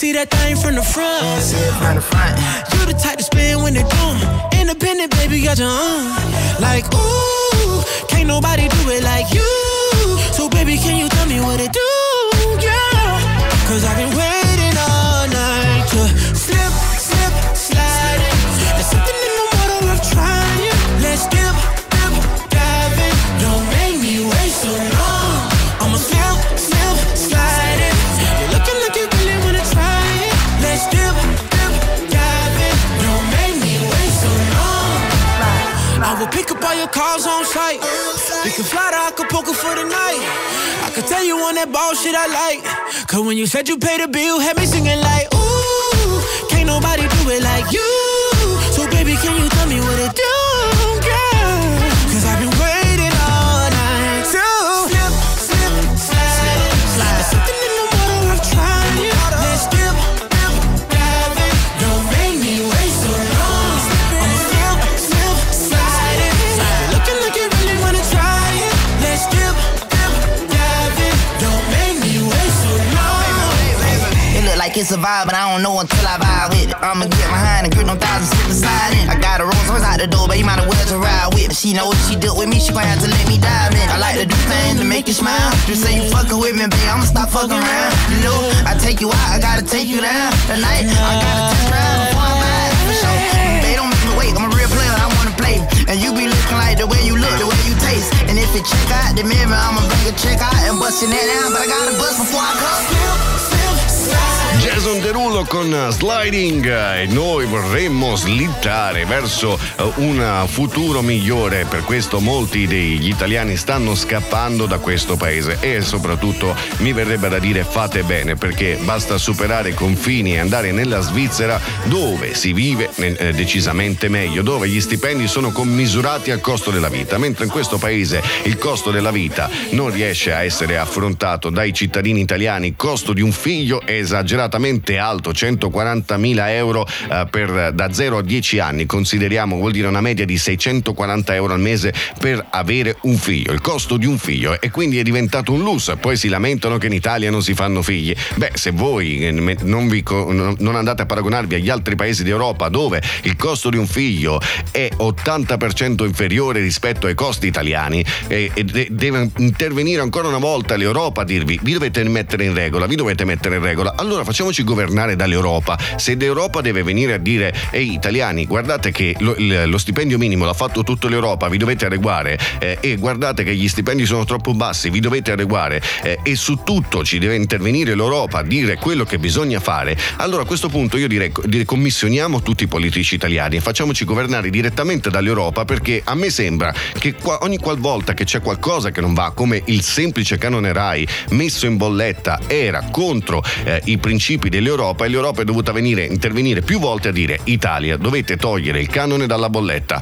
see that thing from the front. Yeah, see it from the front. You the type to spin when they doing. Independent, baby, got your own. Like, ooh, can't nobody do it like you. So, baby, can you tell me what it do, girl? Cause I've been waiting all night to slip, slip, slide. There's something in the water worth trying. Let's dip, dip, dive in. Don't make me wait so long. I'ma slip, slip, slide it. You're looking like you really wanna try it. Let's dip, dip, dive in. Don't make me wait so long. I will pick up all your calls on site. We can fly to Acapulco for the night. I could tell you on that ball shit I like. Cause when you said you paid the bill, had me singing like, ooh, can't nobody do it like you. So baby, can you tell me what it do, girl? Cause I've been waiting all night to slip, slip, slide. There's something in the water worth trying. Let's dip, dip, dive in. Don't make me wait so long. I'ma slip, slip, slide it. You're looking like you really wanna try it. Let's dip, dip, dive in. Don't make me wait so long. It look like it's a vibe, but I don't know until I vibe with it. I'ma get behind and grip them thighs and slip beside it. I got a Rolls Royce out the door, but you might as well to ride with it. She know what she do with me, she gon' have to let me dive in. I like to do things to make you smile. Just say you fucking with me, babe, I'ma stop fucking around. You know, I take you out, I gotta take you down. Tonight, I gotta test drive before I buy it, for sure. They don't make me wait, I'm a real player, I wanna play. And you be looking like the way you look, the way you taste. And if it check out the mirror, I'ma bring a check out and bustin' that down. But I gotta bust before I come. Jason Derulo con Sliding, e noi vorremmo slittare verso un futuro migliore. Per questo molti degli italiani stanno scappando da questo paese e soprattutto mi verrebbe da dire fate bene, perché basta superare i confini e andare nella Svizzera, dove si vive decisamente meglio, dove gli stipendi sono commisurati al costo della vita, mentre in questo paese il costo della vita non riesce a essere affrontato dai cittadini italiani. Il costo di un figlio è esageratamente alto, 140.000 euro da 0 a 10 anni, consideriamo, vuol dire una media di 640 euro al mese per avere un figlio, il costo di un figlio, e quindi è diventato un lusso. Poi si lamentano che in Italia non si fanno figli. Beh, se voi non andate a paragonarvi agli altri paesi d'Europa, dove il costo di un figlio è 80% inferiore rispetto ai costi italiani, e deve intervenire ancora una volta l'Europa a dirvi vi dovete mettere in regola, allora facciamoci governare dall'Europa. Se l'Europa deve venire a dire ehi italiani, guardate che lo stipendio minimo l'ha fatto tutta l'Europa, vi dovete adeguare, e guardate che gli stipendi sono troppo bassi, vi dovete adeguare, e su tutto ci deve intervenire l'Europa a dire quello che bisogna fare, allora a questo punto io direi commissioniamo tutti i politici italiani e facciamoci governare direttamente dall'Europa, perché a me sembra che ogni qualvolta che c'è qualcosa che non va, come il semplice canone Rai messo in bolletta era contro i principi dell'Europa, e l'Europa è dovuta intervenire più volte a dire Italia, dovete togliere il canone dalla bolletta,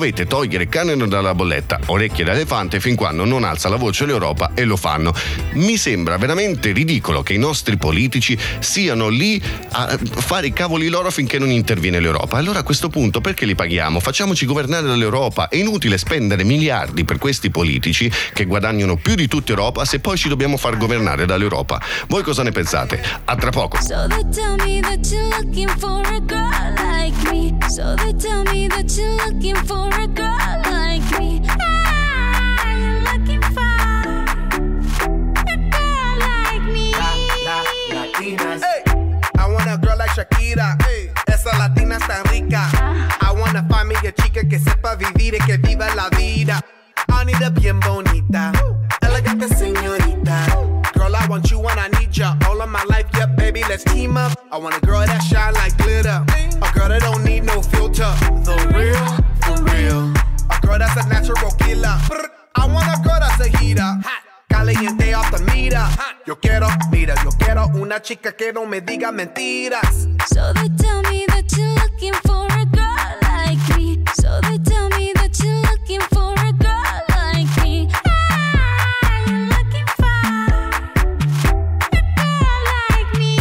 orecchie da elefante, fin quando non alza la voce l'Europa, e lo fanno. Mi sembra veramente ridicolo che i nostri politici siano lì a fare i cavoli loro finché non interviene l'Europa. Allora a questo punto perché li paghiamo? Facciamoci governare dall'Europa. È inutile spendere miliardi per questi politici che guadagnano più di tutta Europa se poi ci dobbiamo far governare dall'Europa. Voi cosa ne pensate? A tra poco. So they tell me that you're looking for a girl like me. So they tell me that you're looking for a girl like me. I'm looking for a girl like me. Latinas. Hey, I want a girl like Shakira. Hey, esa latina está rica. I wanna find me a chica que sepa vivir y que viva la vida. I need a bien bonita, elegante señorita. Girl, I want you and I need ya all of my life, yeah, baby, let's team up. I want a girl that shine like glitter, a girl that don't need no filter. The real, for real. A girl that's a natural killer. I want a girl that's a heater, caliente off the meter. Yo quiero una chica que no me diga mentiras. So they tell me that you're looking for a girl like me. So they tell me that you're looking for a girl like me. I'm looking for a girl like me.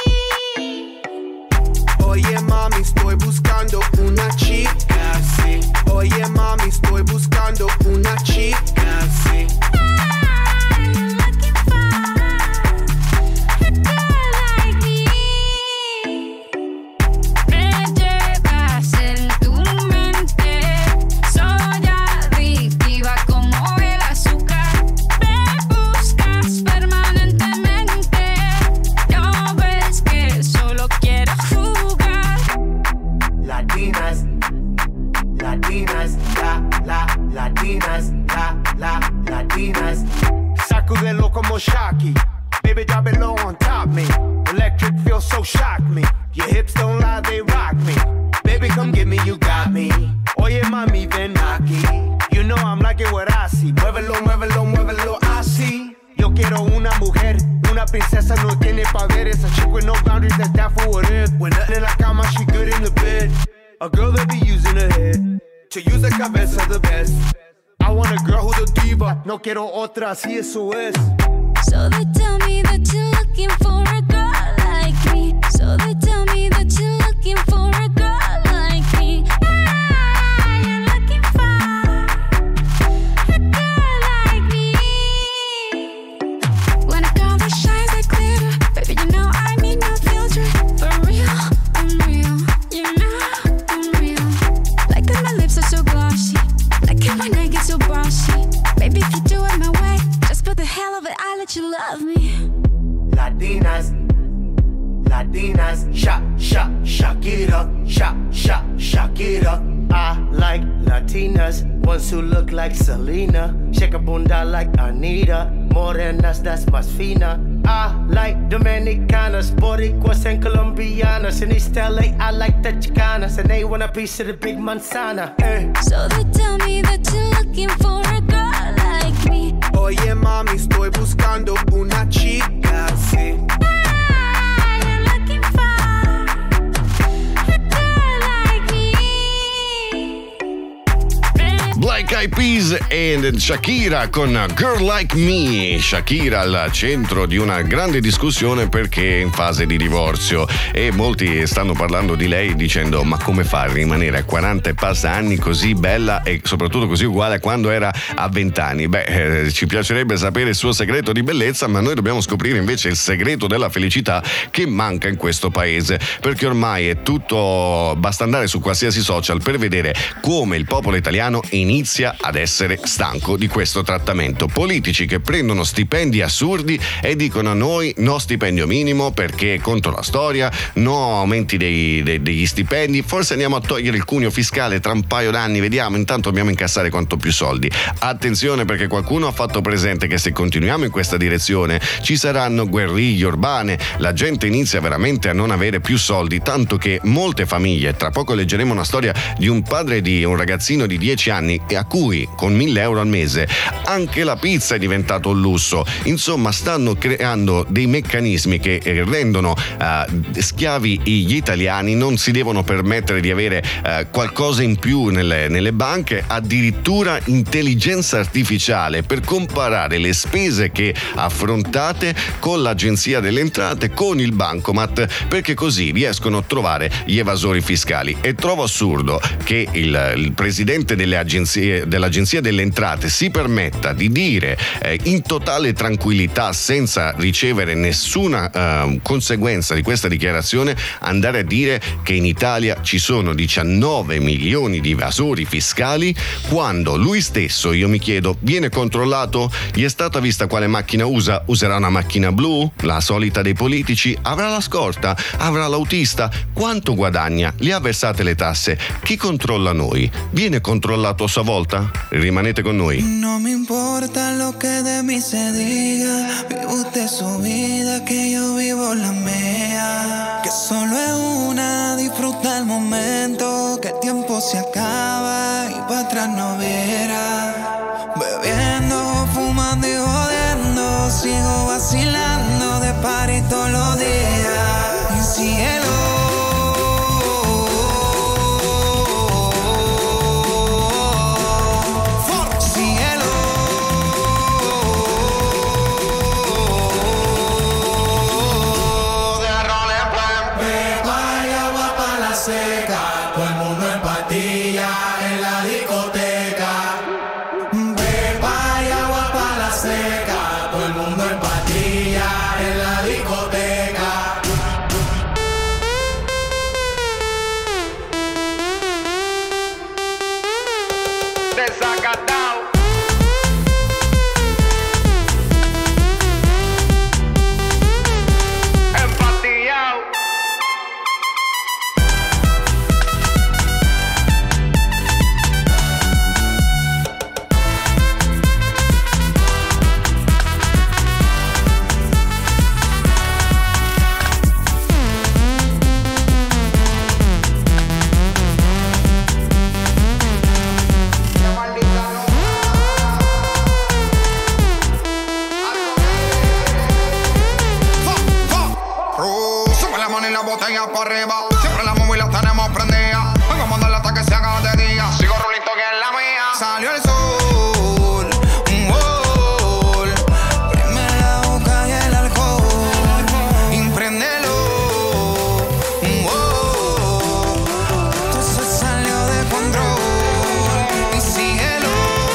Oye mami, estoy buscando una chica, sí. Oye mami, estoy buscando una chica, sí. Your hips don't lie, they rock me. Baby, come get me, you got me. Oye, mami, ven aquí. You know I'm liking what I see. Muévelo, muévelo, muévelo, así. Yo quiero una mujer, una princesa, no tiene poderes. A chick with no boundaries, that's down for what if. When nothing in la cama, she good in the bed. A girl that be using her head to use the cabeza the best. I want a girl who's a diva, no quiero otra, así eso es. So they tell me that you're looking for a girl like me. So they tell me that you're looking for a girl like me. Ah, you're looking for a girl like me. When a girl that shines like glitter, baby, you know I need no filter. For real, I'm real. You know I'm real. Like that my lips are so glossy. Like it when I get so bossy. Baby, if you do it my way, just for the hell of it, I let you love me. Latinas, Latinas, Shakira, Shakira. I like Latinas, ones who look like Selena, shake a bunda like Anita, morenas that's más fina. I like Dominicanas, Boricuas and Colombianas. In East LA, I like the Chicanas, and they want a piece of the big manzana. So they tell me that you're looking for a girl like me. Oye mami, estoy buscando una chica así. Ah, you're looking for a girl like me. Black Eyed Peas e Shakira con Girl Like Me. Shakira al centro di una grande discussione perché è in fase di divorzio e molti stanno parlando di lei dicendo: ma come fa a rimanere a 40 e passa anni così bella e soprattutto così uguale a quando era a 20 anni? Ci piacerebbe sapere il suo segreto di bellezza, ma noi dobbiamo scoprire invece il segreto della felicità che manca in questo paese, perché ormai è tutto, basta andare su qualsiasi social per vedere come il popolo italiano inizia ad essere stanco di questo trattamento. Politici che prendono stipendi assurdi e dicono: a noi no stipendio minimo perché è contro la storia, no aumenti degli stipendi, forse andiamo a togliere il cuneo fiscale tra un paio d'anni, vediamo, intanto dobbiamo incassare quanto più soldi. Attenzione, perché qualcuno ha fatto presente che se continuiamo in questa direzione ci saranno guerriglie urbane, la gente inizia veramente a non avere più soldi, tanto che molte famiglie, tra poco leggeremo una storia di un padre di un ragazzino di 10 anni a cui con 1.000 euro al mese anche la pizza è diventato un lusso. Insomma, stanno creando dei meccanismi che rendono schiavi gli italiani, non si devono permettere di avere qualcosa in più nelle banche, addirittura intelligenza artificiale per comparare le spese che affrontate con l'agenzia delle entrate, con il bancomat, perché così riescono a trovare gli evasori fiscali. E trovo assurdo che il presidente dell'agenzia delle entrate si permetta di dire in totale tranquillità, senza ricevere nessuna conseguenza di questa dichiarazione, andare a dire che in Italia ci sono 19 milioni di evasori fiscali, quando lui stesso, io mi chiedo, viene controllato? Gli è stata vista quale macchina usa? Userà una macchina blu? La solita dei politici? Avrà la scorta? Avrà l'autista? Quanto guadagna? Le ha versate le tasse? Chi controlla noi? Viene controllato a sua volta? Rimanete con noi. No me importa lo que de mí se diga, vive usted su vida, que yo vivo la mía, que solo es una, disfruta el momento, que el tiempo se acaba y para atrás no viera, bebiendo, fumando y jodiendo, sigo vacilando de party todos los días, mi cielo. Siempre la móvil la tenemos prendida. Vengo a mandarle hasta que se haga de día. Sigo rulito que es la mía. Salió el sol, un gol. Prime la boca y el alcohol. Impréndelo, un gol. Esto se salió de control. Y síguelo.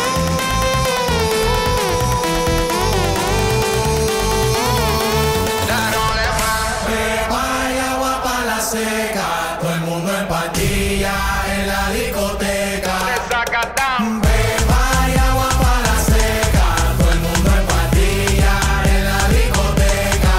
Beba y agua pa' la seca. Todo el mundo en patilla en la discoteca. Beba y agua pa' la seca. Todo el mundo en patilla en la discoteca.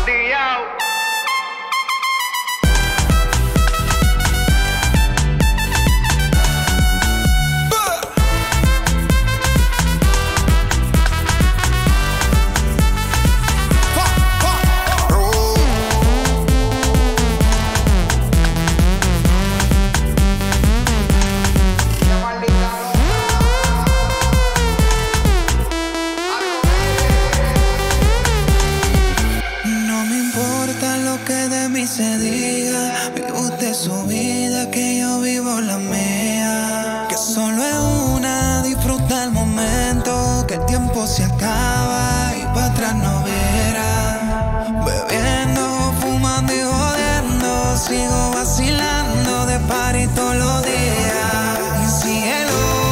No me importa lo que de mí se diga. Vive usted su vida, que yo vivo la mía. Que solo es una, disfruta el momento. Que el tiempo se acaba y para atrás no verá. Bebiendo, fumando y jodiendo. Sigo vacilando de party todos los días. Y síguelo.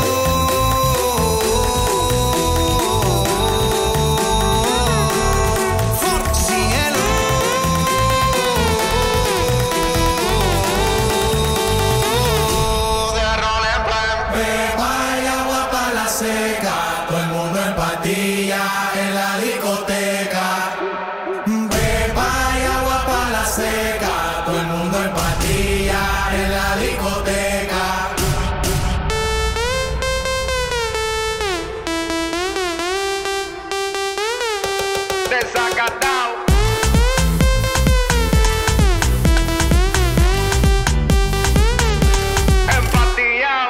Beba y agua pa' la seca. Todo el mundo en patilla en la discoteca. Beba y agua pa' la seca. Todo el mundo en patilla en la discoteca. Desacatao. Empatillao.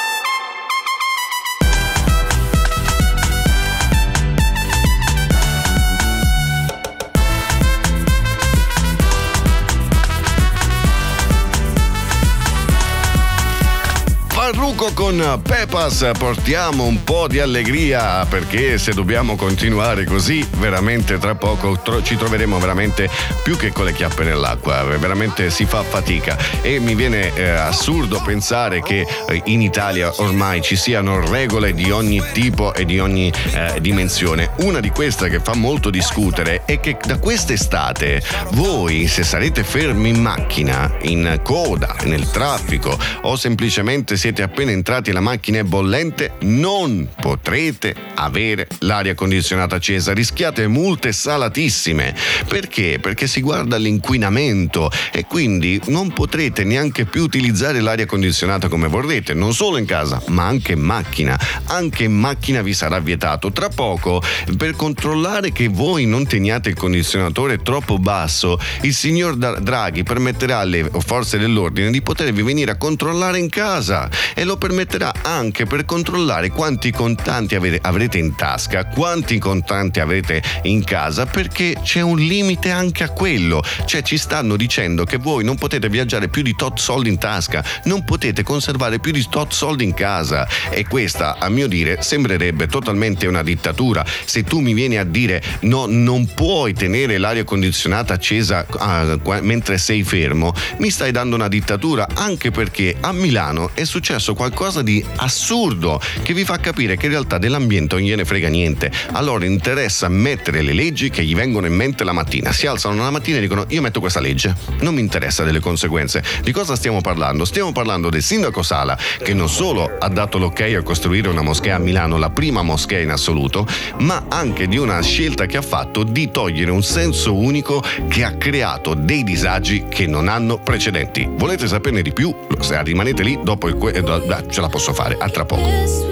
Farruko con Pepas, portiamo un po' di allegria, perché se dobbiamo continuare così veramente tra poco ci troveremo veramente più che con le chiappe nell'acqua, veramente si fa fatica e mi viene assurdo pensare che in Italia ormai ci siano regole di ogni tipo e di ogni dimensione. Una di queste che fa molto discutere è che da quest'estate voi, se sarete fermi in macchina, in coda, nel traffico o semplicemente siete appena entrati e la macchina è bollente, non potrete avere l'aria condizionata accesa, rischiate multe salatissime. Perché? Perché si guarda l'inquinamento e quindi non potrete neanche più utilizzare l'aria condizionata come vorrete, non solo in casa ma anche in macchina. Anche in macchina vi sarà vietato. Tra poco, per controllare che voi non teniate il condizionatore troppo basso, il signor Draghi permetterà alle forze dell'ordine di potervi venire a controllare in casa e lo permetterà anche per controllare quanti contanti avrete in tasca, quanti contanti avrete in casa, perché c'è un limite anche a quello. Cioè ci stanno dicendo che voi non potete viaggiare più di tot soldi in tasca, non potete conservare più di tot soldi in casa, e questa a mio dire sembrerebbe totalmente una dittatura. Se tu mi vieni a dire no, non puoi tenere l'aria condizionata accesa mentre sei fermo, mi stai dando una dittatura, anche perché a Milano è successo qualcosa di assurdo che vi fa capire che in realtà dell'ambiente non gliene frega niente. Allora interessa mettere le leggi che gli vengono in mente la mattina, si alzano la mattina e dicono io metto questa legge, non mi interessa delle conseguenze. Di cosa stiamo parlando? Stiamo parlando del sindaco Sala, che non solo ha dato l'ok a costruire una moschea a Milano, la prima moschea in assoluto, ma anche di una scelta che ha fatto di togliere un senso unico che ha creato dei disagi che non hanno precedenti. Volete saperne di più? Se rimanete lì, dopo ce la posso fare, a tra poco.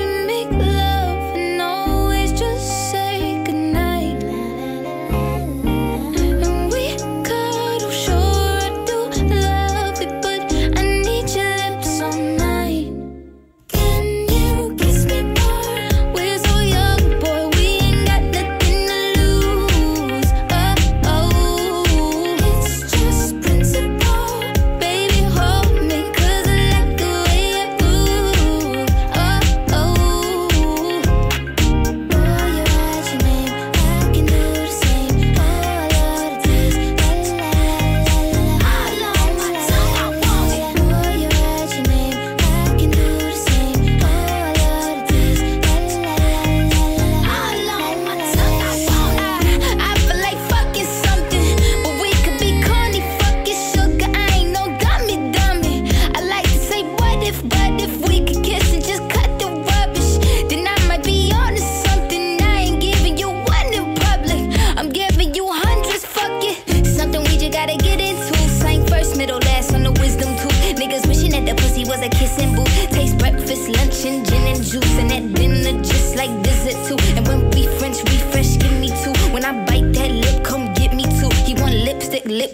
Baby,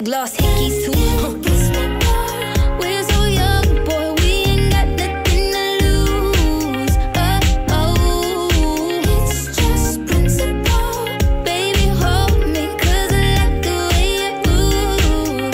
gloss hickeys too. We're so young, boy, we ain't got nothing to lose. It's just principle. Baby, hold me, 'cause I like the way you move.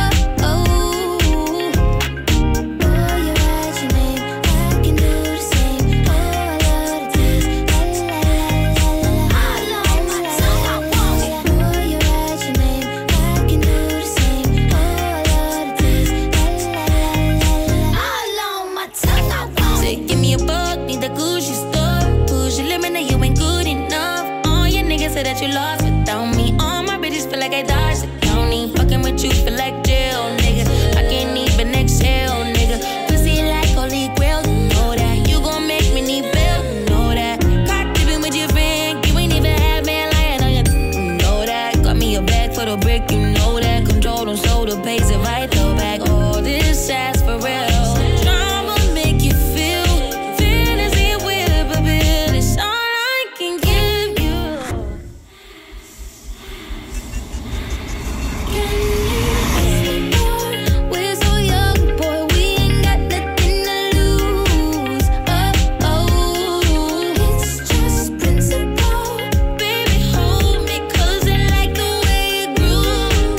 Boy, you write your name, I can do the same. Oh, I love the taste. La la la la la. I love my tongue, I want it. Boy, you write your name, I can do the same. Oh, I love the taste. La la la la la. I love my tongue, I want it. Say, give me a buck, need the Gucci store. Push your limit, now you ain't good enough. All your niggas say that you lost without me. All my bitches feel like I dodged the county. Fucking with you feel like jail, nigga. I can't even exhale, nigga. Pussy like holy grail, you know that. You gon' make me need bail, you know that. Caught dipping with your friend, you ain't even had man lying on you know that. Got me a bag for the brick, you know that. Control them shoulder, pays it right though back. All this ass for real. Drama make you feel fantasy with a bill. It's all I can give you. We're so young, boy, we ain't got nothing to lose. It's just principle. Baby, hold me, 'cause I like the way you groove.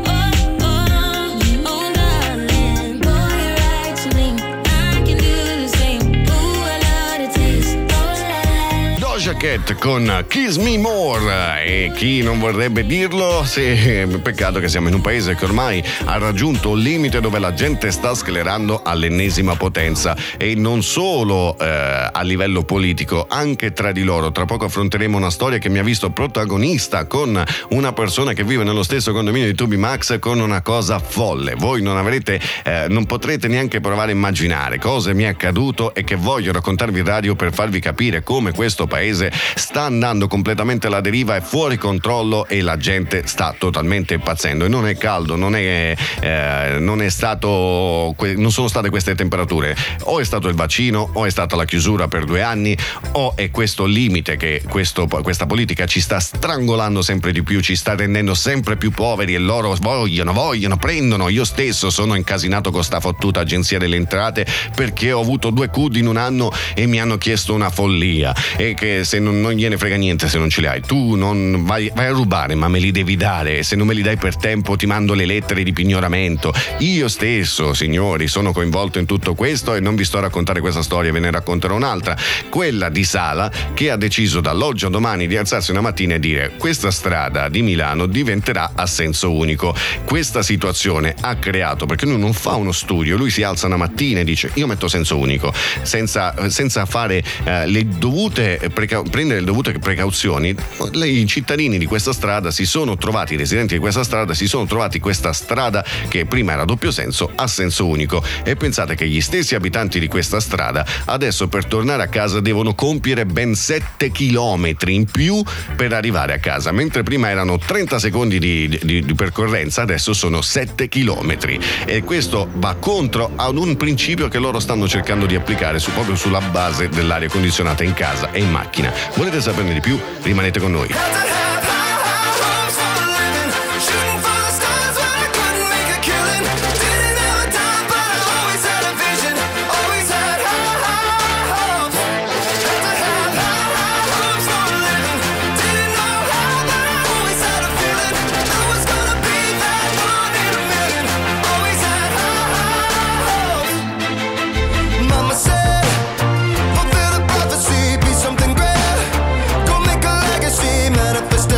Darling, boy, you're right to me. I can do the same. Ooh, I love the taste. Oh, la la. Doja Cat con Kiss Me More, e chi non vorrebbe dirlo, sì, peccato che siamo in un paese che ormai ha raggiunto un limite dove la gente sta sclerando all'ennesima potenza, e non solo a livello politico, anche tra di loro. Tra poco affronteremo una storia che mi ha visto protagonista con una persona che vive nello stesso condominio di Tubi Max, con una cosa folle. Voi non potrete neanche provare a immaginare cosa mi è accaduto e che voglio raccontarvi in radio per farvi capire come questo paese sta andando completamente alla deriva, è fuori controllo e la gente sta totalmente impazzendo. E non è caldo, non sono state queste temperature, o è stato il vaccino, o è stata la chiusura per 2 anni, o è questo limite che questa politica ci sta strangolando sempre di più, ci sta rendendo sempre più poveri, e loro vogliono, prendono. Io stesso sono incasinato con sta fottuta agenzia delle entrate perché ho avuto 2 CUD in un anno e mi hanno chiesto una follia, e che se non gliene frega niente se non ce li hai. Tu non vai a rubare, ma me li devi dare. Se non me li dai per tempo ti mando le lettere di pignoramento. Io stesso, signori, sono coinvolto in tutto questo, e non vi sto a raccontare questa storia, ve ne racconterò un'altra, quella di Sala, che ha deciso dall'oggi a domani di alzarsi una mattina e dire: questa strada di Milano diventerà a senso unico. Questa situazione ha creato, perché lui non fa uno studio, lui si alza una mattina e dice: io metto senso unico, senza fare prendere le dovute precauzioni. I cittadini di questa strada si sono trovati, i residenti di questa strada si sono trovati questa strada che prima era a doppio senso a senso unico, e pensate che gli stessi abitanti di questa strada adesso per tornare a casa devono compiere ben 7 chilometri in più per arrivare a casa, mentre prima erano 30 secondi di percorrenza, adesso sono 7 chilometri, e questo va contro ad un principio che loro stanno cercando di applicare proprio sulla base dell'aria condizionata in casa e in macchina. Volete saperne di più? Rimanete con noi. Mama said, fulfill the prophecy, be something great. Go make a legacy, manifest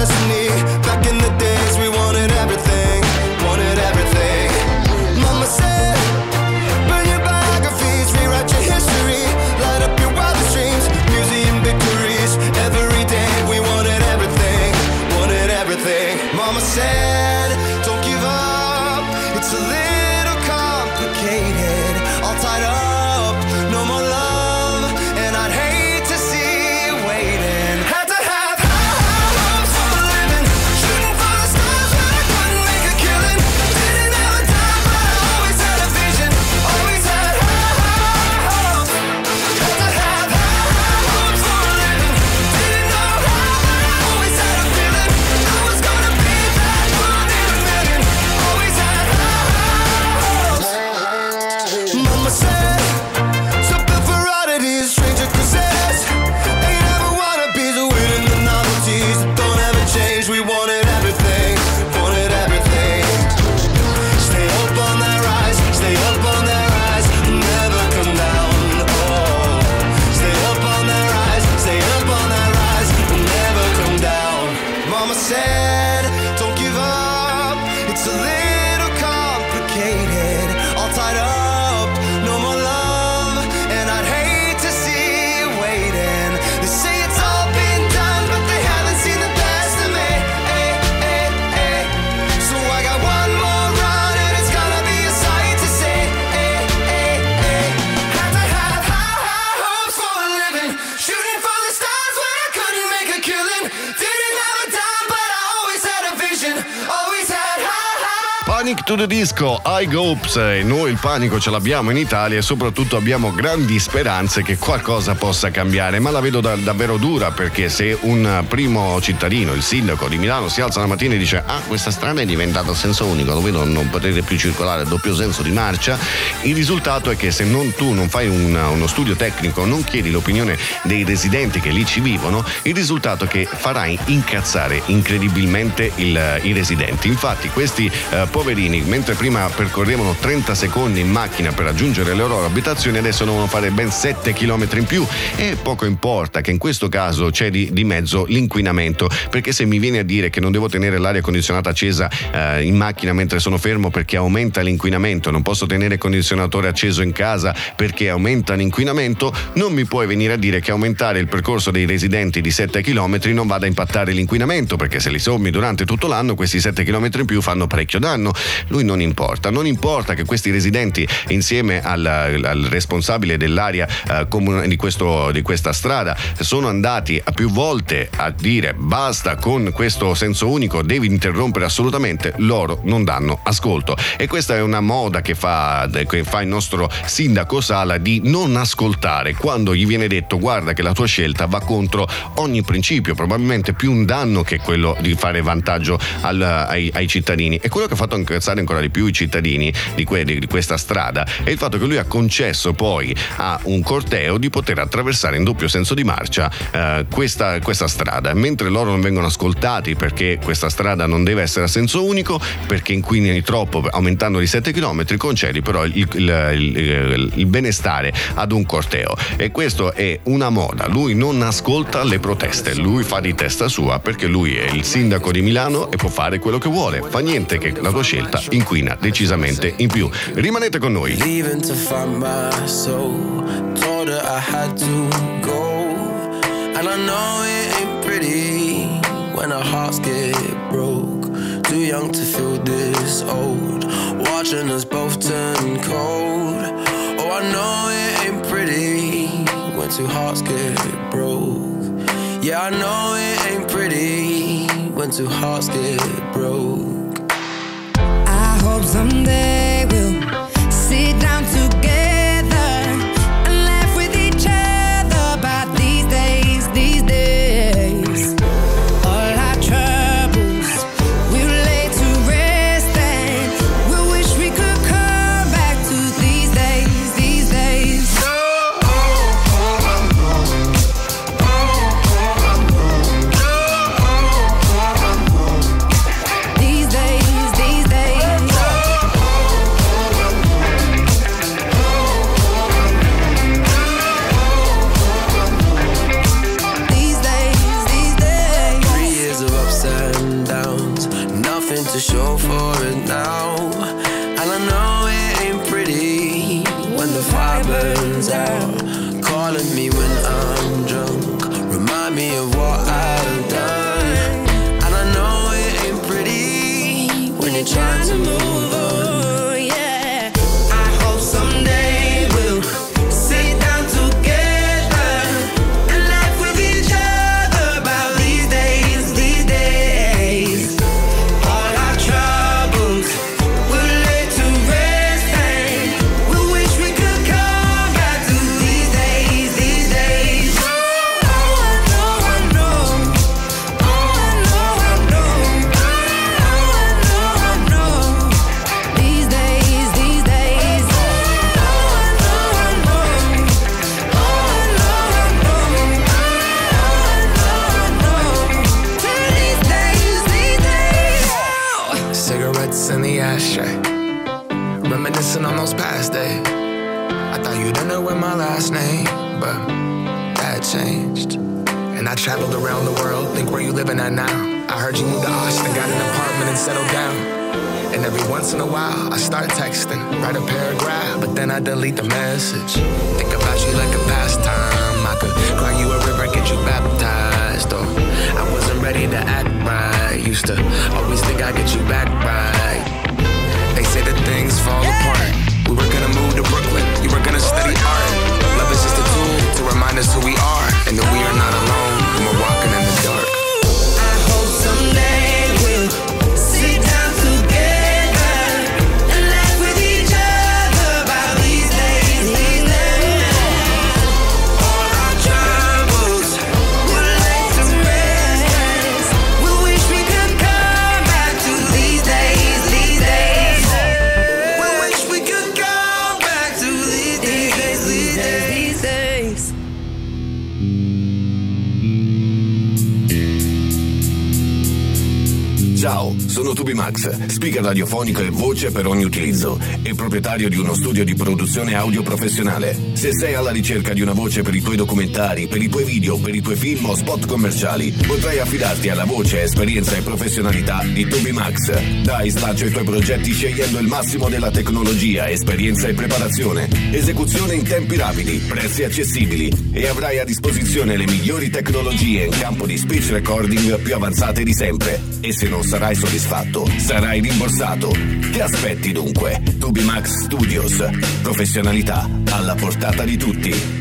Panic to the Disco, High Hopes. E noi il panico ce l'abbiamo in Italia e soprattutto abbiamo grandi speranze che qualcosa possa cambiare, ma la vedo davvero dura, perché se un primo cittadino, il sindaco di Milano, si alza la mattina e dice questa strada è diventata a senso unico, dove non potete più circolare a doppio senso di marcia, il risultato è che se tu non fai uno studio tecnico, non chiedi l'opinione dei residenti che lì ci vivono, il risultato è che farai incazzare incredibilmente i residenti. Infatti questi poverini, mentre prima percorrevano 30 secondi in macchina per raggiungere le loro abitazioni, adesso devono fare ben 7 km in più, e poco importa che in questo caso c'è di mezzo l'inquinamento, perché se mi viene a dire che non devo tenere l'aria condizionata accesa in macchina mentre sono fermo perché aumenta l'inquinamento, non posso tenere il condizionatore acceso in casa perché aumenta l'inquinamento, non mi puoi venire a dire che aumentare il percorso dei residenti di 7 km non vada a impattare l'inquinamento, perché se li sommi durante tutto l'anno questi 7 km in più fanno parecchio danno. Lui non importa che questi residenti, insieme al responsabile dell'area di questa strada, sono andati a più volte a dire basta con questo senso unico, devi interrompere assolutamente, loro non danno ascolto. E questa è una moda che fa il nostro sindaco Sala, di non ascoltare quando gli viene detto guarda che la tua scelta va contro ogni principio, probabilmente più un danno che quello di fare vantaggio ai cittadini. E quello che ha fatto incazzare ancora di più i cittadini di questa strada è il fatto che lui ha concesso poi a un corteo di poter attraversare in doppio senso di marcia questa strada, mentre loro non vengono ascoltati perché questa strada non deve essere a senso unico, perché inquini troppo aumentando di 7 km, concedi però il benestare ad un corteo. E questo è una moda, lui non ascolta le proteste, lui fa di testa sua perché lui è il sindaco di Milano e può fare quello che vuole, fa niente che la tua scelta inquina decisamente in più. Rimanete con noi. Leaving to find my soul, told her I had to go, and I know it ain't pretty when our hearts get broke. Too young to feel this old, watching us both turn cold. Oh, I know it ain't pretty when two hearts get broke. Yeah, I know it ain't pretty when two hearts get broke. I hope someday we'll sit down together and laugh with each other about these days, these days. All our troubles we'll lay to rest, and we wish we could come back to these days, these days. These days, these days. These days, these days. 3 years of ups and downs, nothing to show for it now. And I know it ain't pretty when the fire burns out. Calling me when I'm drunk, remind me of what I've done. And I know it ain't pretty when you're trying to move on. Yeah, I hope someday we'll sit down together and laugh with each other about these days, these days. All our troubles we'll lay to rest, and we wish we could come back to these days, these days. Oh, I know, I know. Oh, I know, I know. Oh, I know, I know. These days, these days. Oh, I know, I know. Oh, I know, I know. Oh, I know, I know. These days, these days. Cigarettes in the ashtray, reminiscing on those past days. I thought you'd end up with my last name, but that changed. And I traveled around the world, think where you living at now. I heard you moved to Austin, got an apartment and settled down. And every once in a while, I start texting, write a paragraph, but then I delete the message. Think about you like a pastime. I could cry you a river, get you baptized. Or I wasn't ready to act right. Used to always think I'd get you back right. They say that things fall apart. We were gonna move to Brooklyn, you were gonna study art. Love is just a tool to remind us who we are, and that we are not alone when we're walking in the dark. I hope someday we'll sit down together Ciao, sono Tubi Max, speaker radiofonico e voce per ogni utilizzo e proprietario di uno studio di produzione audio professionale. Se sei alla ricerca di una voce per i tuoi documentari, per i tuoi video, per i tuoi film o spot commerciali, potrai affidarti alla voce, esperienza e professionalità di Tubi Max. Dai spazio ai tuoi progetti scegliendo il massimo della tecnologia, esperienza e preparazione. Esecuzione in tempi rapidi, prezzi accessibili e avrai a disposizione le migliori tecnologie in campo di speech recording più avanzate di sempre. E se non sarai soddisfatto, sarai rimborsato. Che aspetti dunque? Tubi Max Studios. Professionalità alla portata di tutti.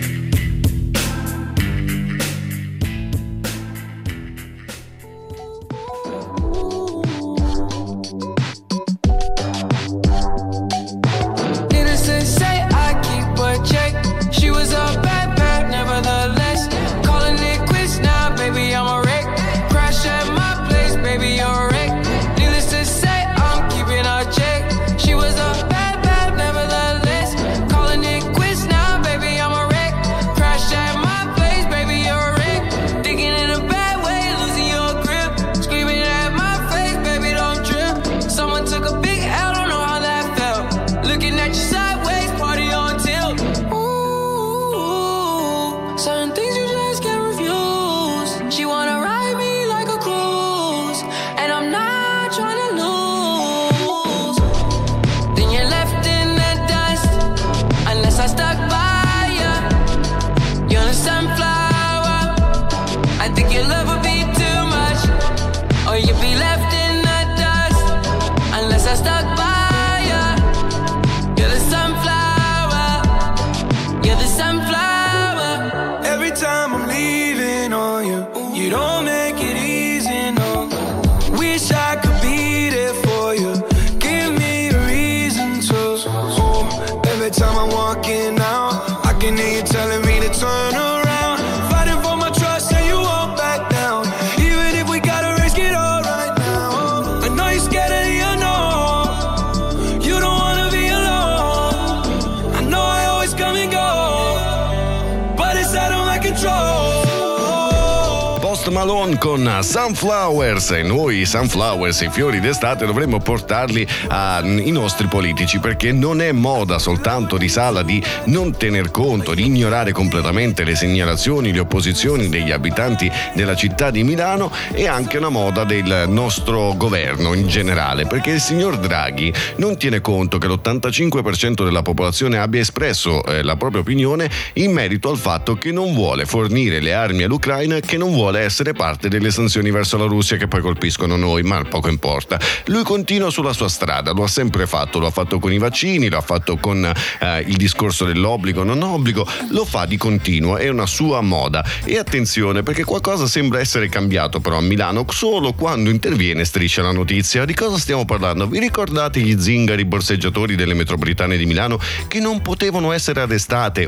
Malone con Sunflowers, e noi Sunflowers, i fiori d'estate, dovremmo portarli ai nostri politici, perché non è moda soltanto di sala di non tener conto, di ignorare completamente le segnalazioni, le opposizioni degli abitanti della città di Milano, è anche una moda del nostro governo in generale, perché il signor Draghi non tiene conto che l'85% della popolazione abbia espresso la propria opinione in merito al fatto che non vuole fornire le armi all'Ucraina, che non vuole essere parte delle sanzioni verso la Russia che poi colpiscono noi, ma poco importa. Lui continua sulla sua strada, lo ha sempre fatto, lo ha fatto con i vaccini, lo ha fatto con il discorso dell'obbligo, non obbligo, lo fa di continuo, è una sua moda. E attenzione, perché qualcosa sembra essere cambiato però a Milano solo quando interviene Striscia la Notizia. Di cosa stiamo parlando? Vi ricordate gli zingari borseggiatori delle metropolitane di Milano che non potevano essere arrestati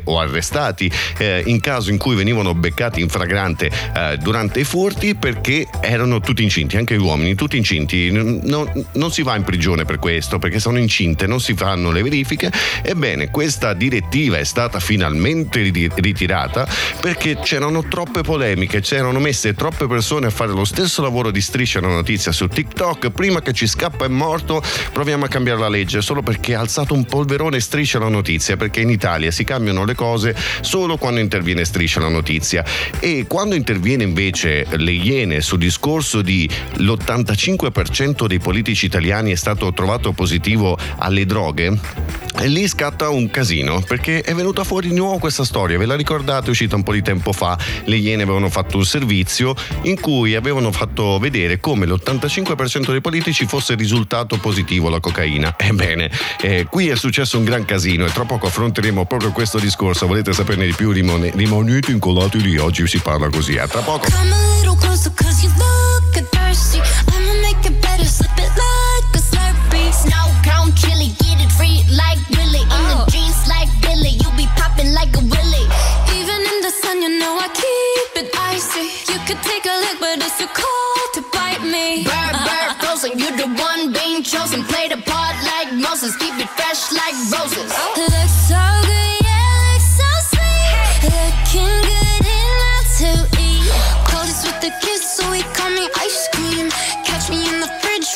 in caso in cui venivano beccati in flagrante durante i furti, perché erano tutti incinti, anche gli uomini tutti incinti? Non si va in prigione per questo, perché sono incinte, non si fanno le verifiche. Ebbene, questa direttiva è stata finalmente ritirata perché c'erano troppe polemiche, c'erano messe troppe persone a fare lo stesso lavoro di Striscia la Notizia su TikTok. Prima che ci scappa è morto, proviamo a cambiare la legge, solo perché ha alzato un polverone Striscia la Notizia, perché in Italia si cambiano le cose solo quando interviene Striscia la Notizia. E quando interviene invece le Iene sul discorso di l'85% dei politici italiani è stato trovato positivo alle droghe, e lì scatta un casino, perché è venuta fuori di nuovo questa storia. Ve la ricordate? È uscita un po' di tempo fa. Le Iene avevano fatto un servizio in cui avevano fatto vedere come l'85% dei politici fosse risultato positivo alla cocaina. Ebbene, qui è successo un gran casino e tra poco affronteremo proprio questo discorso. Volete saperne di più? Rimanete incollati lì, oggi si parla così. A tra poco. Cause you look thirsty, I'ma make it better, slip it like a Slurpee. Snow cone chili, get it free like Willy. In the jeans like Billy, you be popping like a Willy. Even in the sun, you know I keep it icy. You could take a look, but it's too cold to bite me. Bird, frozen, you the one being chosen. Play the part like Moses, keep it fresh like roses. Looks so good, yeah, looks so sweet. Looking good enough to eat. Coldest with the kiss, so he call me ice cream. Catch me in the fridge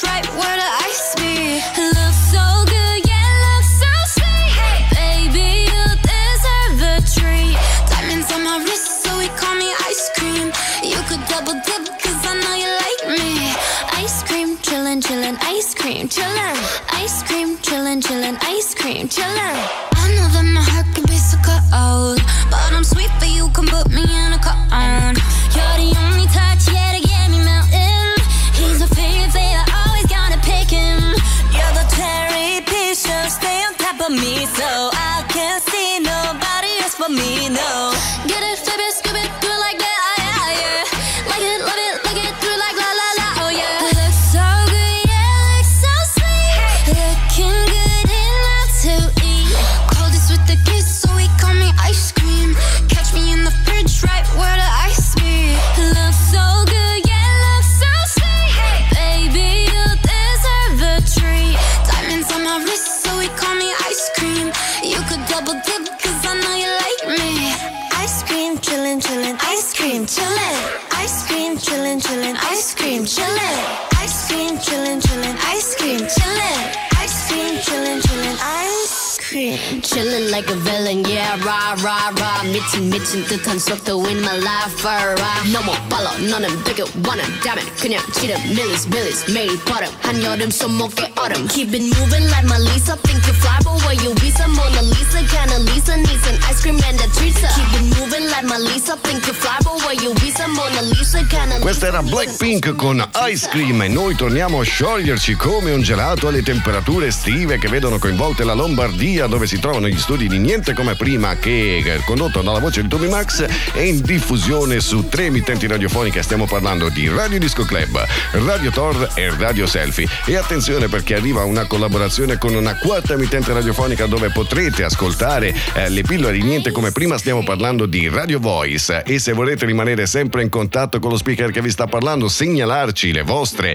can't see nobody else but me, no. Get it, flip it, scoop it, do it like that, yeah, yeah. Like it, love it, like it, do it like la la la, oh yeah. Looks so good, yeah, looks so sweet. Looking good enough to eat. Coldest with the kiss, so he call me ice cream. Catch me in the fridge, right where the ice be. Looks so good, yeah, looks so sweet. Baby, you deserve a treat. Diamonds on my wrist, so he call me ice cream. You could double dip, cause I know you like me. Ice cream, chillin', chillin', ice cream, chillin'. Ice cream, chillin', chillin', ice cream, chillin'. Ice cream, chillin', chillin', ice cream, chillin'. Ice cream, chillin', chillin', ice cream. Chillin' like a villain, yeah, rah, rah, rah. 미친 듯한 속도 in my life, rah. 너무 빨라, 너는 되게 원한 다면 그냥 지름 millies, 매일 버릇 한여름 손목에 얼음. Keep it moving like my Lisa, think you fly, but where you visa? Mona Lisa, kinda Lisa, needs an ice cream and a treatza. Keep it moving like my Lisa, think you fly, but where you visa? Mona Lisa, kinda Lisa. Questa era Blackpink con Ice Cream e noi torniamo a scioglierci come un gelato alle temperature estive che vedono coinvolte la Lombardia, dove si trovano gli studi di Niente Come Prima, che è condotto dalla voce di Toby Max e in diffusione su 3 emittenti radiofoniche. Stiamo parlando di Radio Disco Club, Radio Tor e Radio Selfie. E attenzione, perché arriva una collaborazione con una quarta emittente radiofonica dove potrete ascoltare le pillole di Niente Come Prima. Stiamo parlando di Radio Voice, e se volete rimanere sempre in contatto con lo speaker che vi sta parlando, segnalarci le vostre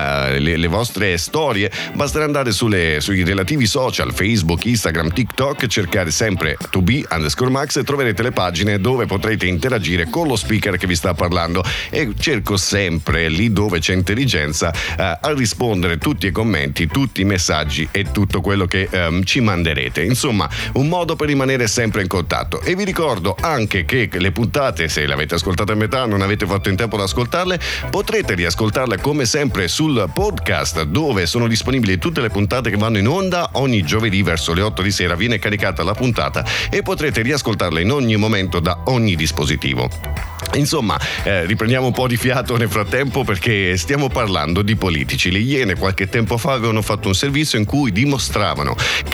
storie, basterà andare sui relativi social, Facebook, Instagram, TikTok, cercare sempre @2b_max e troverete le pagine dove potrete interagire con lo speaker che vi sta parlando. E cerco sempre, lì dove c'è intelligenza, a rispondere tutti i commenti, tutti i messaggi e tutto quello che ci manderete. Insomma, un modo per rimanere sempre in contatto. E vi ricordo anche che le puntate, se le avete ascoltate a metà, non avete fatto in tempo ad ascoltarle, potrete riascoltarle come sempre sul podcast, dove sono disponibili tutte le puntate che vanno in onda. Ogni giovedì verso le 8 di sera viene caricata la puntata e potrete riascoltarla in ogni momento da ogni dispositivo. Insomma, riprendiamo un po' di fiato nel frattempo, perché stiamo parlando di politici. Le Iene qualche tempo fa avevano fatto un servizio in cui dimostravano che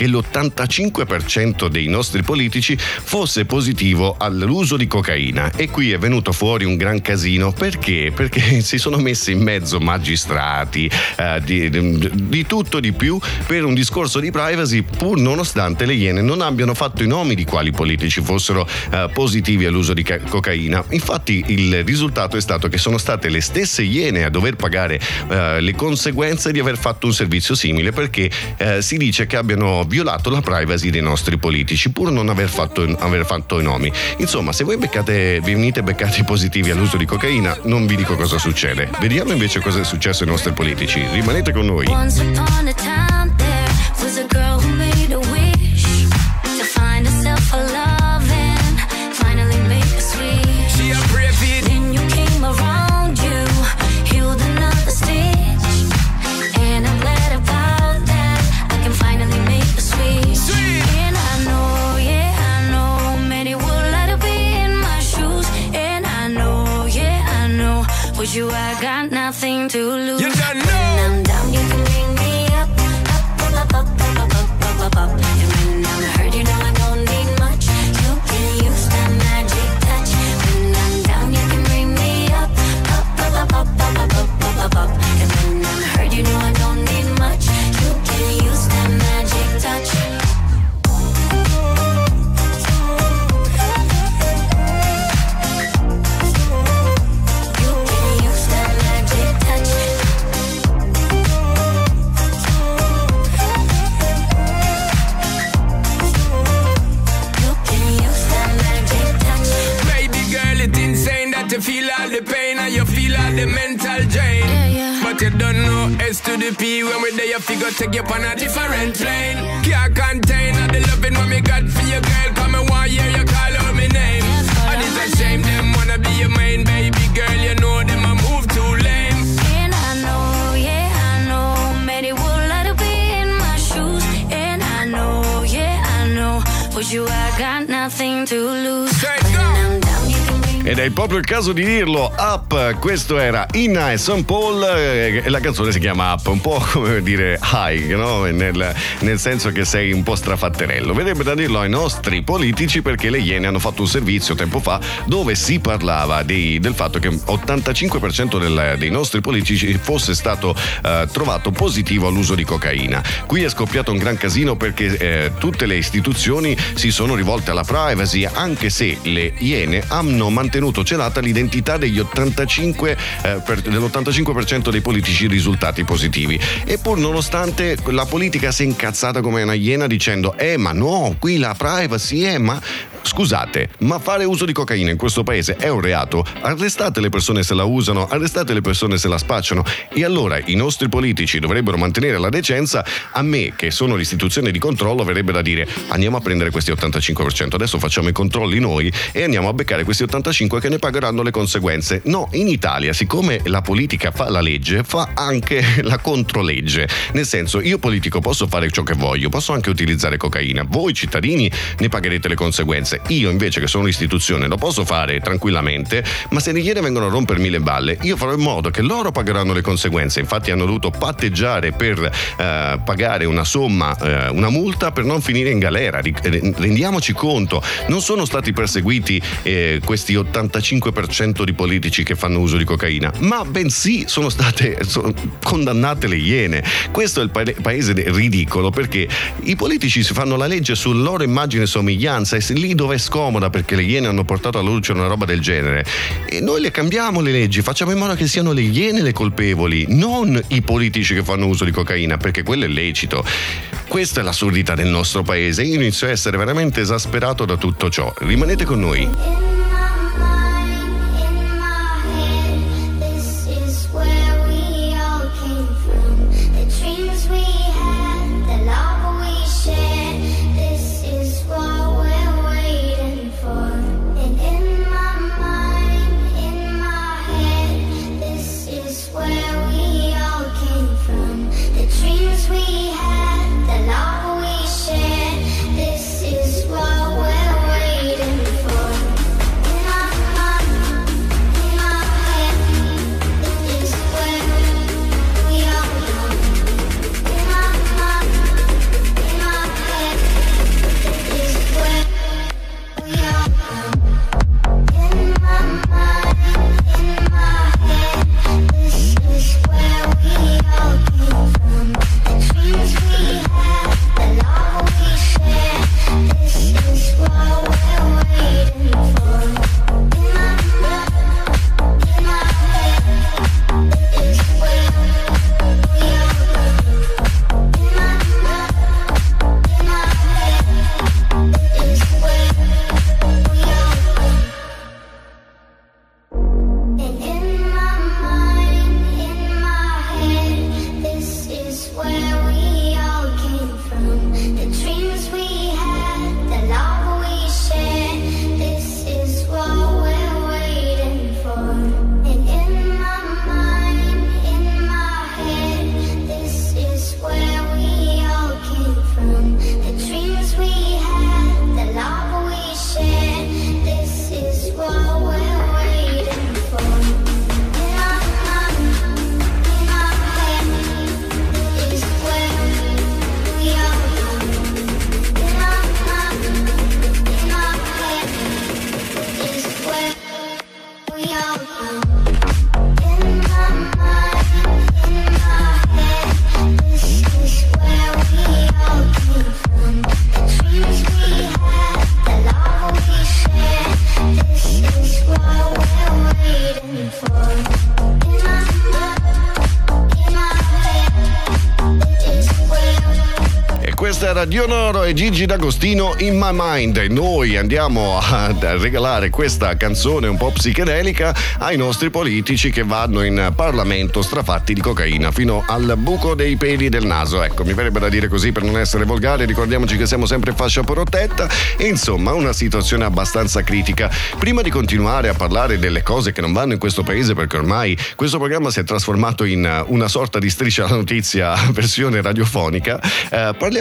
l'85% dei nostri politici fosse positivo all'uso di cocaina, e qui è venuto fuori un gran casino. Perché? Perché si sono messi in mezzo magistrati, di tutto di più, per un discorso di privacy, pur nonostante le Iene non abbiano fatto i nomi di quali politici fossero positivi all'uso di cocaina. Infatti il risultato è stato che sono state le stesse Iene a dover pagare le conseguenze di aver fatto un servizio simile, perché si dice che abbiano violato la privacy dei nostri politici pur non aver fatto i nomi. Insomma, se voi venite beccati positivi all'uso di cocaina, non vi dico cosa succede. Vediamo invece cosa è successo ai nostri politici. Rimanete con noi. Once upon a time there was a girl who made a wish to find herself a love and finally make a switch. She a brave it. Then you came around, you healed another stitch, and I'm glad about that. I can finally make a switch. And I know, yeah, I know, many would like to be in my shoes. And I know, yeah, I know, with you I got nothing to lose. You don't know. When I'm down, you can bring me up, up, up, up, up, up, up, up, up. And when I'm hurt, you know I don't need much. You can use that magic touch. When I'm down, you can bring me up, up, up, up, up, up, up, up, up, up. And when I'm hurt, you know I don't need much. You can use that magic touch. You feel all the pain and you feel all the mental drain. But you don't know S to the P. When we're there, you figure take you on a different plane. Can't contain all the loving what me got for your girl. Come and one year you call out my name. And it's a shame them wanna be your main baby girl. You know them a move too lame. And I know, yeah, I know, many would like to be in my shoes. And I know, yeah, I know, with you I got nothing to lose. When I'm down, you can bring Ed è proprio il caso di dirlo. Up, questo era Inna e Sean Paul, e la canzone si chiama Up, un po' come dire high, no? Nel senso che sei un po' strafatterello. Vedrebbe da dirlo ai nostri politici, perché le Iene hanno fatto un servizio tempo fa dove si parlava del fatto che 85% dei nostri politici fosse stato trovato positivo all'uso di cocaina. Qui è scoppiato un gran casino perché tutte le istituzioni si sono rivolte alla privacy, anche se le Iene hanno mantenuto celata l'identità dell'85% dei politici risultati positivi. E pur nonostante, la politica si è incazzata come una iena dicendo ma no, qui la privacy ma scusate, ma fare uso di cocaina in questo paese è un reato? Arrestate le persone se la usano, arrestate le persone se la spacciano. E allora i nostri politici dovrebbero mantenere la decenza. A me, che sono l'istituzione di controllo, verrebbe da dire: andiamo a prendere questi 85%, adesso facciamo i controlli noi e andiamo a beccare questi 85 che ne pagheranno le conseguenze. No, in Italia, siccome la politica fa la legge, fa anche la controlegge. Nel senso, io politico posso fare ciò che voglio, posso anche utilizzare cocaina, voi cittadini ne pagherete le conseguenze. Io invece, che sono l'istituzione, lo posso fare tranquillamente, ma se le Iene vengono a rompermi le balle, io farò in modo che loro pagheranno le conseguenze. Infatti hanno dovuto patteggiare per pagare una somma, una multa, per non finire in galera. Rendiamoci conto, non sono stati perseguiti questi 85% di politici che fanno uso di cocaina, ma bensì sono state condannate le Iene. Questo è il paese ridicolo, perché i politici si fanno la legge sulla loro immagine e somiglianza, e lì dove è scomoda, perché le Iene hanno portato alla luce una roba del genere, e noi le cambiamo le leggi, facciamo in modo che siano le Iene le colpevoli, non i politici che fanno uso di cocaina, perché quello è lecito. Questa è l'assurdità del nostro paese. Io inizio a essere veramente esasperato da tutto ciò. Rimanete con noi. Era Dionoro e Gigi D'Agostino, In My Mind, e noi andiamo a regalare questa canzone un po' psichedelica ai nostri politici che vanno in Parlamento strafatti di cocaina fino al buco dei peli del naso. Ecco, mi verrebbe da dire così per non essere volgari. Ricordiamoci che siamo sempre in fascia protetta e insomma una situazione abbastanza critica. Prima di continuare a parlare delle cose che non vanno in questo paese, perché ormai questo programma si è trasformato in una sorta di Striscia la notizia versione radiofonica, parliamo di una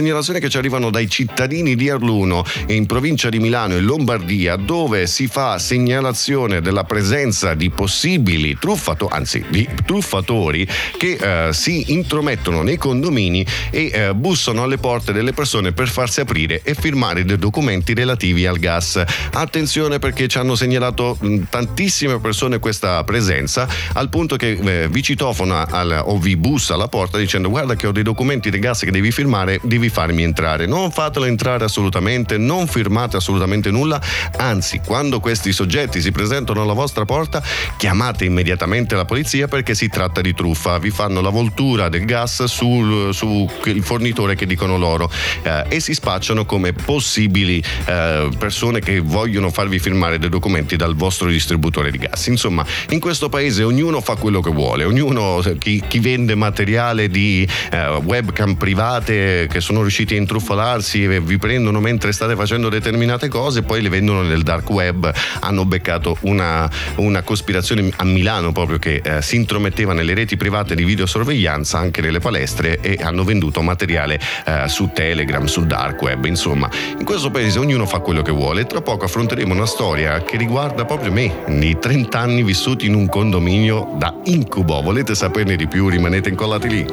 segnalazioni che ci arrivano dai cittadini di Arluno e in provincia di Milano e Lombardia, dove si fa segnalazione della presenza di possibili truffatori che si intromettono nei condomini e bussano alle porte delle persone per farsi aprire e firmare dei documenti relativi al gas. Attenzione, perché ci hanno segnalato tantissime persone questa presenza, al punto che vi citofona o vi bussa alla porta dicendo: guarda che ho dei documenti di gas che devi firmare, devi farmi entrare. Non fatelo entrare assolutamente, non firmate assolutamente nulla, anzi, quando questi soggetti si presentano alla vostra porta chiamate immediatamente la polizia, perché si tratta di truffa. Vi fanno la voltura del gas su il fornitore che dicono loro e si spacciano come possibili persone che vogliono farvi firmare dei documenti dal vostro distributore di gas. Insomma, in questo paese ognuno fa quello che vuole, ognuno, chi vende materiale di webcam private che sono riusciti a intrufolarsi e vi prendono mentre state facendo determinate cose, poi le vendono nel dark web. Hanno beccato una cospirazione a Milano proprio, che si intrometteva nelle reti private di videosorveglianza, anche nelle palestre, e hanno venduto materiale su Telegram, sul dark web. Insomma, in questo paese ognuno fa quello che vuole. Tra poco affronteremo una storia che riguarda proprio me, di 30 anni vissuti in un condominio da incubo. Volete saperne di più? Rimanete incollati lì.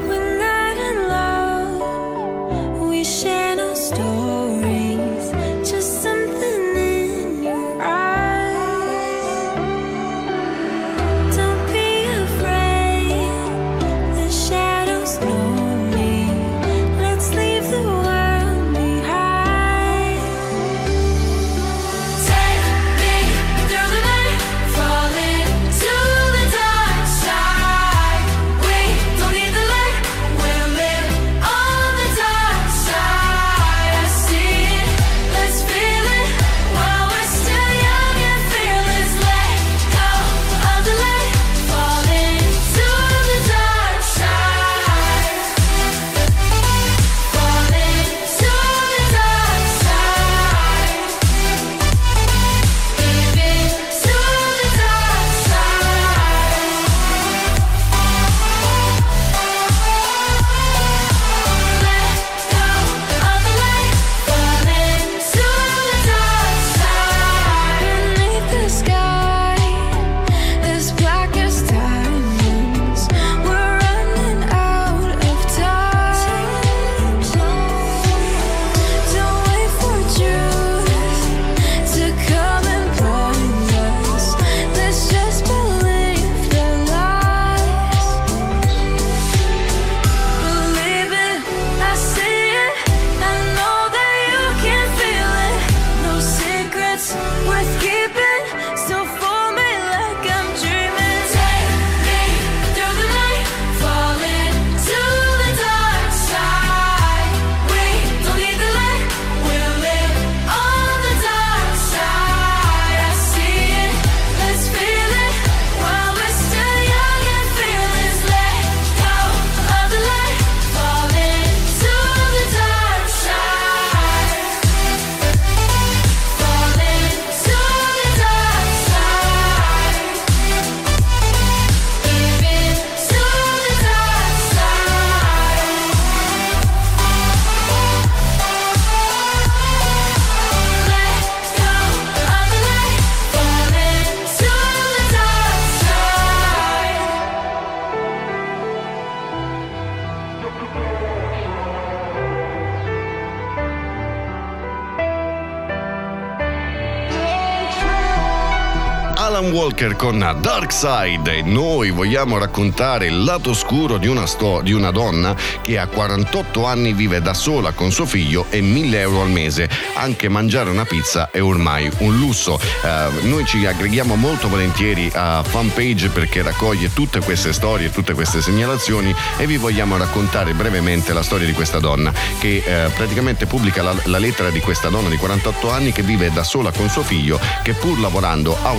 Alan Walker con Dark Side, e noi vogliamo raccontare il lato oscuro di una donna che a 48 anni vive da sola con suo figlio e 1.000 euro al mese. Anche mangiare una pizza è ormai un lusso. Noi ci aggreghiamo molto volentieri a Fanpage perché raccoglie tutte queste storie, tutte queste segnalazioni, e vi vogliamo raccontare brevemente la storia di questa donna che praticamente pubblica la lettera di questa donna di 48 anni che vive da sola con suo figlio, che pur lavorando ha uno stipendio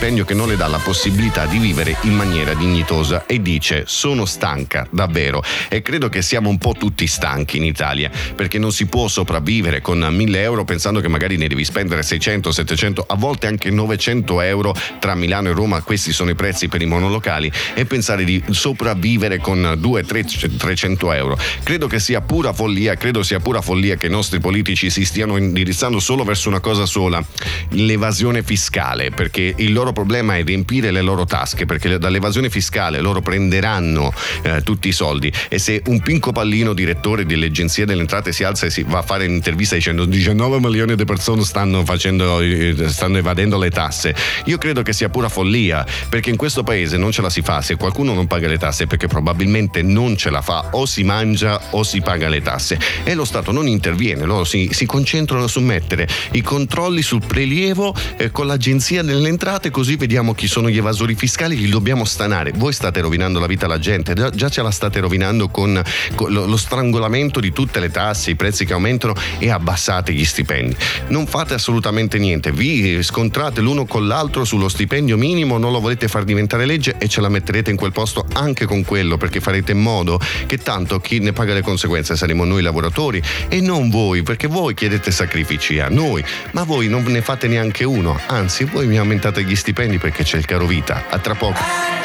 stipendio che non le dà la possibilità di vivere in maniera dignitosa e dice: sono stanca davvero. E credo che siamo un po' tutti stanchi in Italia, perché non si può sopravvivere con 1.000 euro pensando che magari ne devi spendere 600, 700, a volte anche 900 euro tra Milano e Roma. Questi sono i prezzi per i monolocali, e pensare di sopravvivere con 200-300 euro. Credo che sia pura follia che i nostri politici si stiano indirizzando solo verso una cosa sola: l'evasione fiscale, perché il loro problema è riempire le loro tasche, perché dall'evasione fiscale loro prenderanno tutti i soldi. E se un Pinco Pallino, direttore dell'Agenzia delle Entrate, si alza e si va a fare un'intervista dicendo 19 milioni di persone stanno evadendo le tasse, io credo che sia pura follia, perché in questo paese non ce la si fa. Se qualcuno non paga le tasse, perché probabilmente non ce la fa, o si mangia o si paga le tasse, e lo Stato non interviene. Loro si concentrano su mettere i controlli sul prelievo con l'Agenzia delle Entrate, così vediamo chi sono gli evasori fiscali, li dobbiamo stanare. Voi state rovinando la vita alla gente, già ce la state rovinando con lo strangolamento di tutte le tasse, i prezzi che aumentano, e abbassate gli stipendi. Non fate assolutamente niente, vi scontrate l'uno con l'altro sullo stipendio minimo, non lo volete far diventare legge e ce la metterete in quel posto anche con quello, perché farete in modo che tanto chi ne paga le conseguenze saremo noi lavoratori e non voi, perché voi chiedete sacrifici a noi, ma voi non ne fate neanche uno, anzi voi mi aumentate gli stipendi perché c'è il caro vita. A tra poco.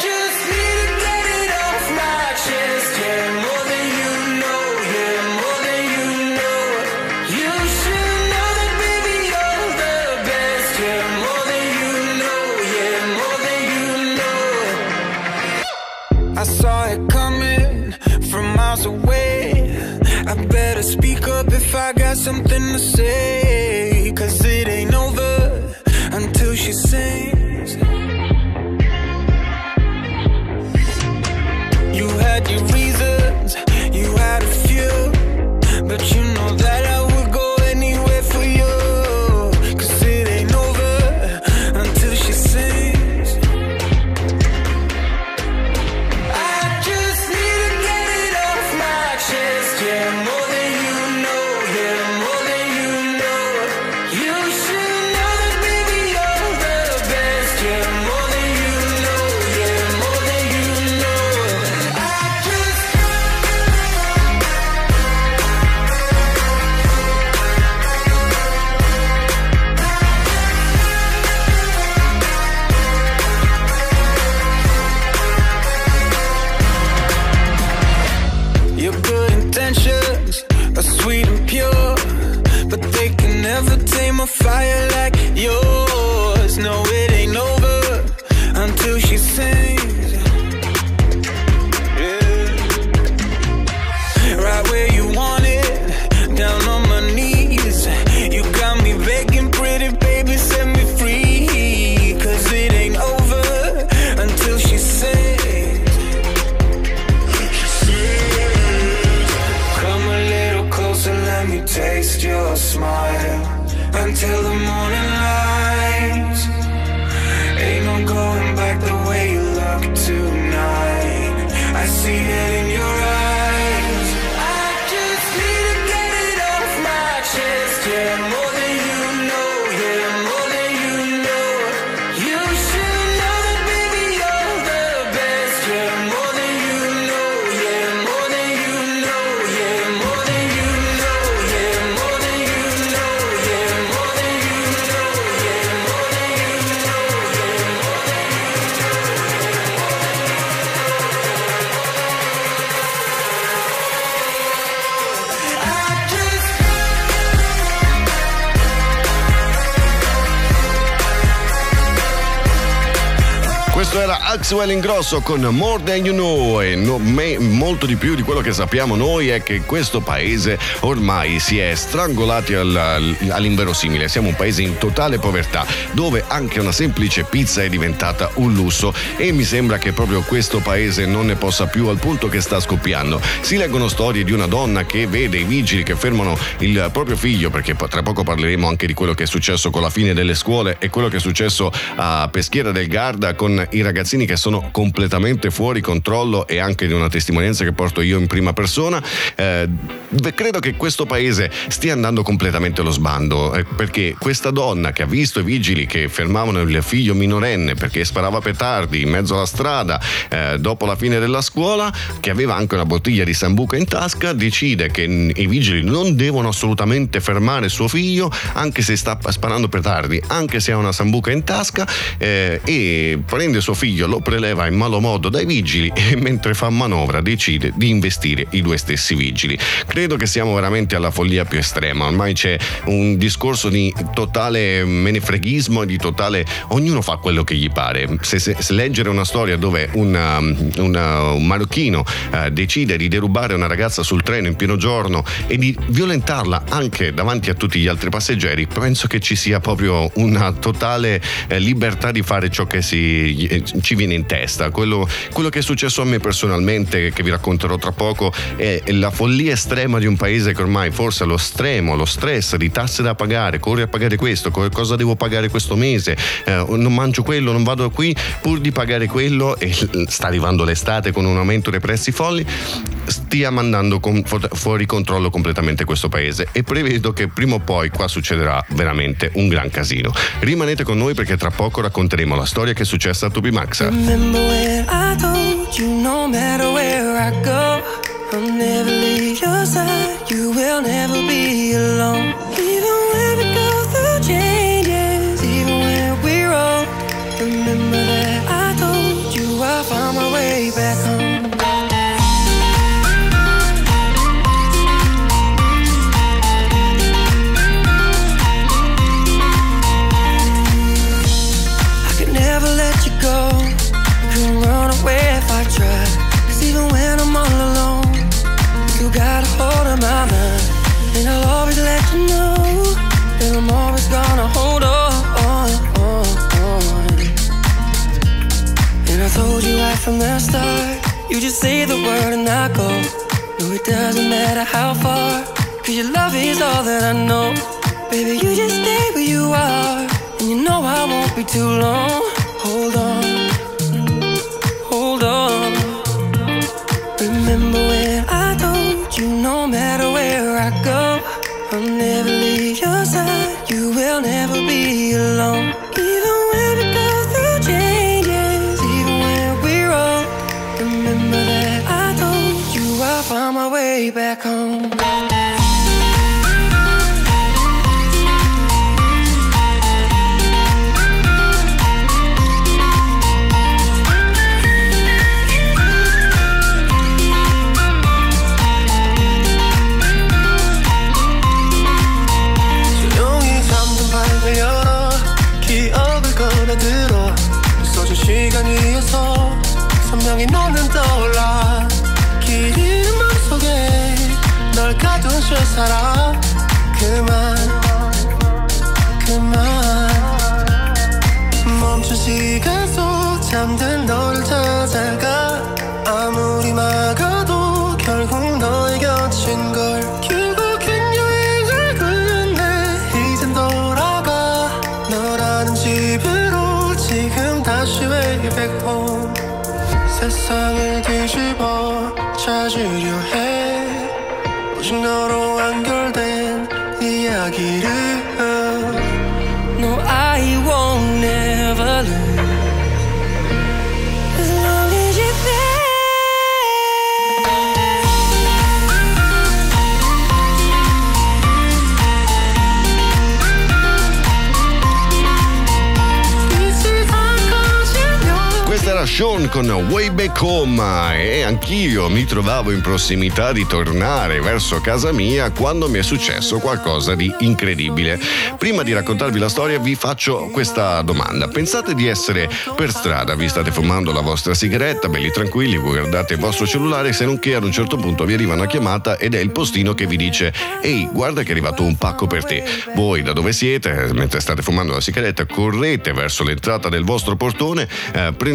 I saw it coming from miles away. I better speak up if I got something to say, 'cause it ain't over until she sings. You had your reasons, you had a few, but you know that I would go anywhere for you, 'cause it ain't over until she sings. Sweet and pure, but they can never tame a fire like yours. No, it ain't over until she sings. Yeah. Right where you want it, down on my knees. You got me begging, pretty baby, set me free, 'cause it ain't over until she sings. Let me taste your smile until the morning light. Ain't no going back the way you look tonight. I see it in your eyes. I just need to get it off my chest. Yeah, more than you know. Yeah, more than you know. You should know that, baby, you're the best. Yeah, more than you know. Yeah, more than you know. Yeah, more than you know. Questo era Axwell Ingrosso con More Than You Know, e molto di più di quello che sappiamo noi è che questo paese ormai si è strangolati all'inverosimile. Siamo un paese in totale povertà, dove anche una semplice pizza è diventata un lusso, e mi sembra che proprio questo paese non ne possa più, al punto che sta scoppiando. Si leggono storie di una donna che vede i vigili che fermano il proprio figlio, perché tra poco parleremo anche di quello che è successo con la fine delle scuole e quello che è successo a Peschiera del Garda con i ragazzini che sono completamente fuori controllo, e anche di una testimonianza che porto io in prima persona. Credo che questo paese stia andando completamente allo sbando, perché questa donna che ha visto i vigili che fermavano il figlio minorenne perché sparava petardi in mezzo alla strada dopo la fine della scuola, che aveva anche una bottiglia di sambuca in tasca, decide che i vigili non devono assolutamente fermare suo figlio anche se sta sparando petardi, anche se ha una sambuca in tasca, e prende suo figlio, lo preleva in malo modo dai vigili e mentre fa manovra decide di investire i due stessi vigili. Credo che siamo veramente alla follia più estrema. Ormai c'è un discorso di totale menefreghismo e di totale ognuno fa quello che gli pare. Se leggere una storia dove un marocchino decide di derubare una ragazza sul treno in pieno giorno e di violentarla anche davanti a tutti gli altri passeggeri, penso che ci sia proprio una totale libertà di fare ciò che ci viene in testa. Quello che è successo a me personalmente, che vi racconterò tra poco, è la follia estrema di un paese che ormai forse allo stremo, lo stress di tasse da pagare, corri a pagare questo, cosa devo pagare questo mese, non mangio quello, non vado qui pur di pagare quello, e sta arrivando l'estate con un aumento dei prezzi folli, stia mandando fuori controllo completamente questo paese, e prevedo che prima o poi qua succederà veramente un gran casino. Rimanete con noi perché tra poco racconteremo la storia che è successa a Tubi Max. Remember when I told you no matter where I go, I'll never leave your side, you will never be alone. Even when we go through changes, even when we're old, remember that I told you I'll find my way back home. I could never let you go, couldn't run away if I tried, 'cause even when I'm all alone, you got a hold of my mind, and I'll always let you know that I'm always gonna hold on. And I told you right from the start, you just say the word and I go. No, it doesn't matter how far, 'cause your love is all that I know. Baby, you just stay where you are, and you know I won't be too long. Hold on, hold on. Remember when I told you no matter where I go, I'll never leave your side, you will never be alone. Even when we go through changes, even when we're old, remember that I told you I'll find my way back home. 들어 써준 시간 위에서 선명히 너는 떠올라 긴 맘속에 널 가둔 채 살아 그만 멈춘 시간 속 잠든 너를 찾아가 아무리 막아도 결국 너의 곁인 걸 결국엔 여행을 끝냈네 이젠 돌아가 너라는 집으로 지금 다시 way back home 세상을 뒤집어 찾으려 해 오직 너로 완결된 이야기를 No, I won't never lose as long as you're there. Questa era Sean con Way Back Home, e anch'io mi trovavo in prossimità di tornare verso casa mia quando mi è successo qualcosa di incredibile. Prima di raccontarvi la storia vi faccio questa domanda: pensate di essere per strada, vi state fumando la vostra sigaretta, belli tranquilli, voi guardate il vostro cellulare, se non che ad un certo punto vi arriva una chiamata ed è il postino che vi dice: ehi, guarda che è arrivato un pacco per te. Voi da dove siete? Mentre state fumando la sigaretta correte verso l'entrata del vostro portone, prendete il pacco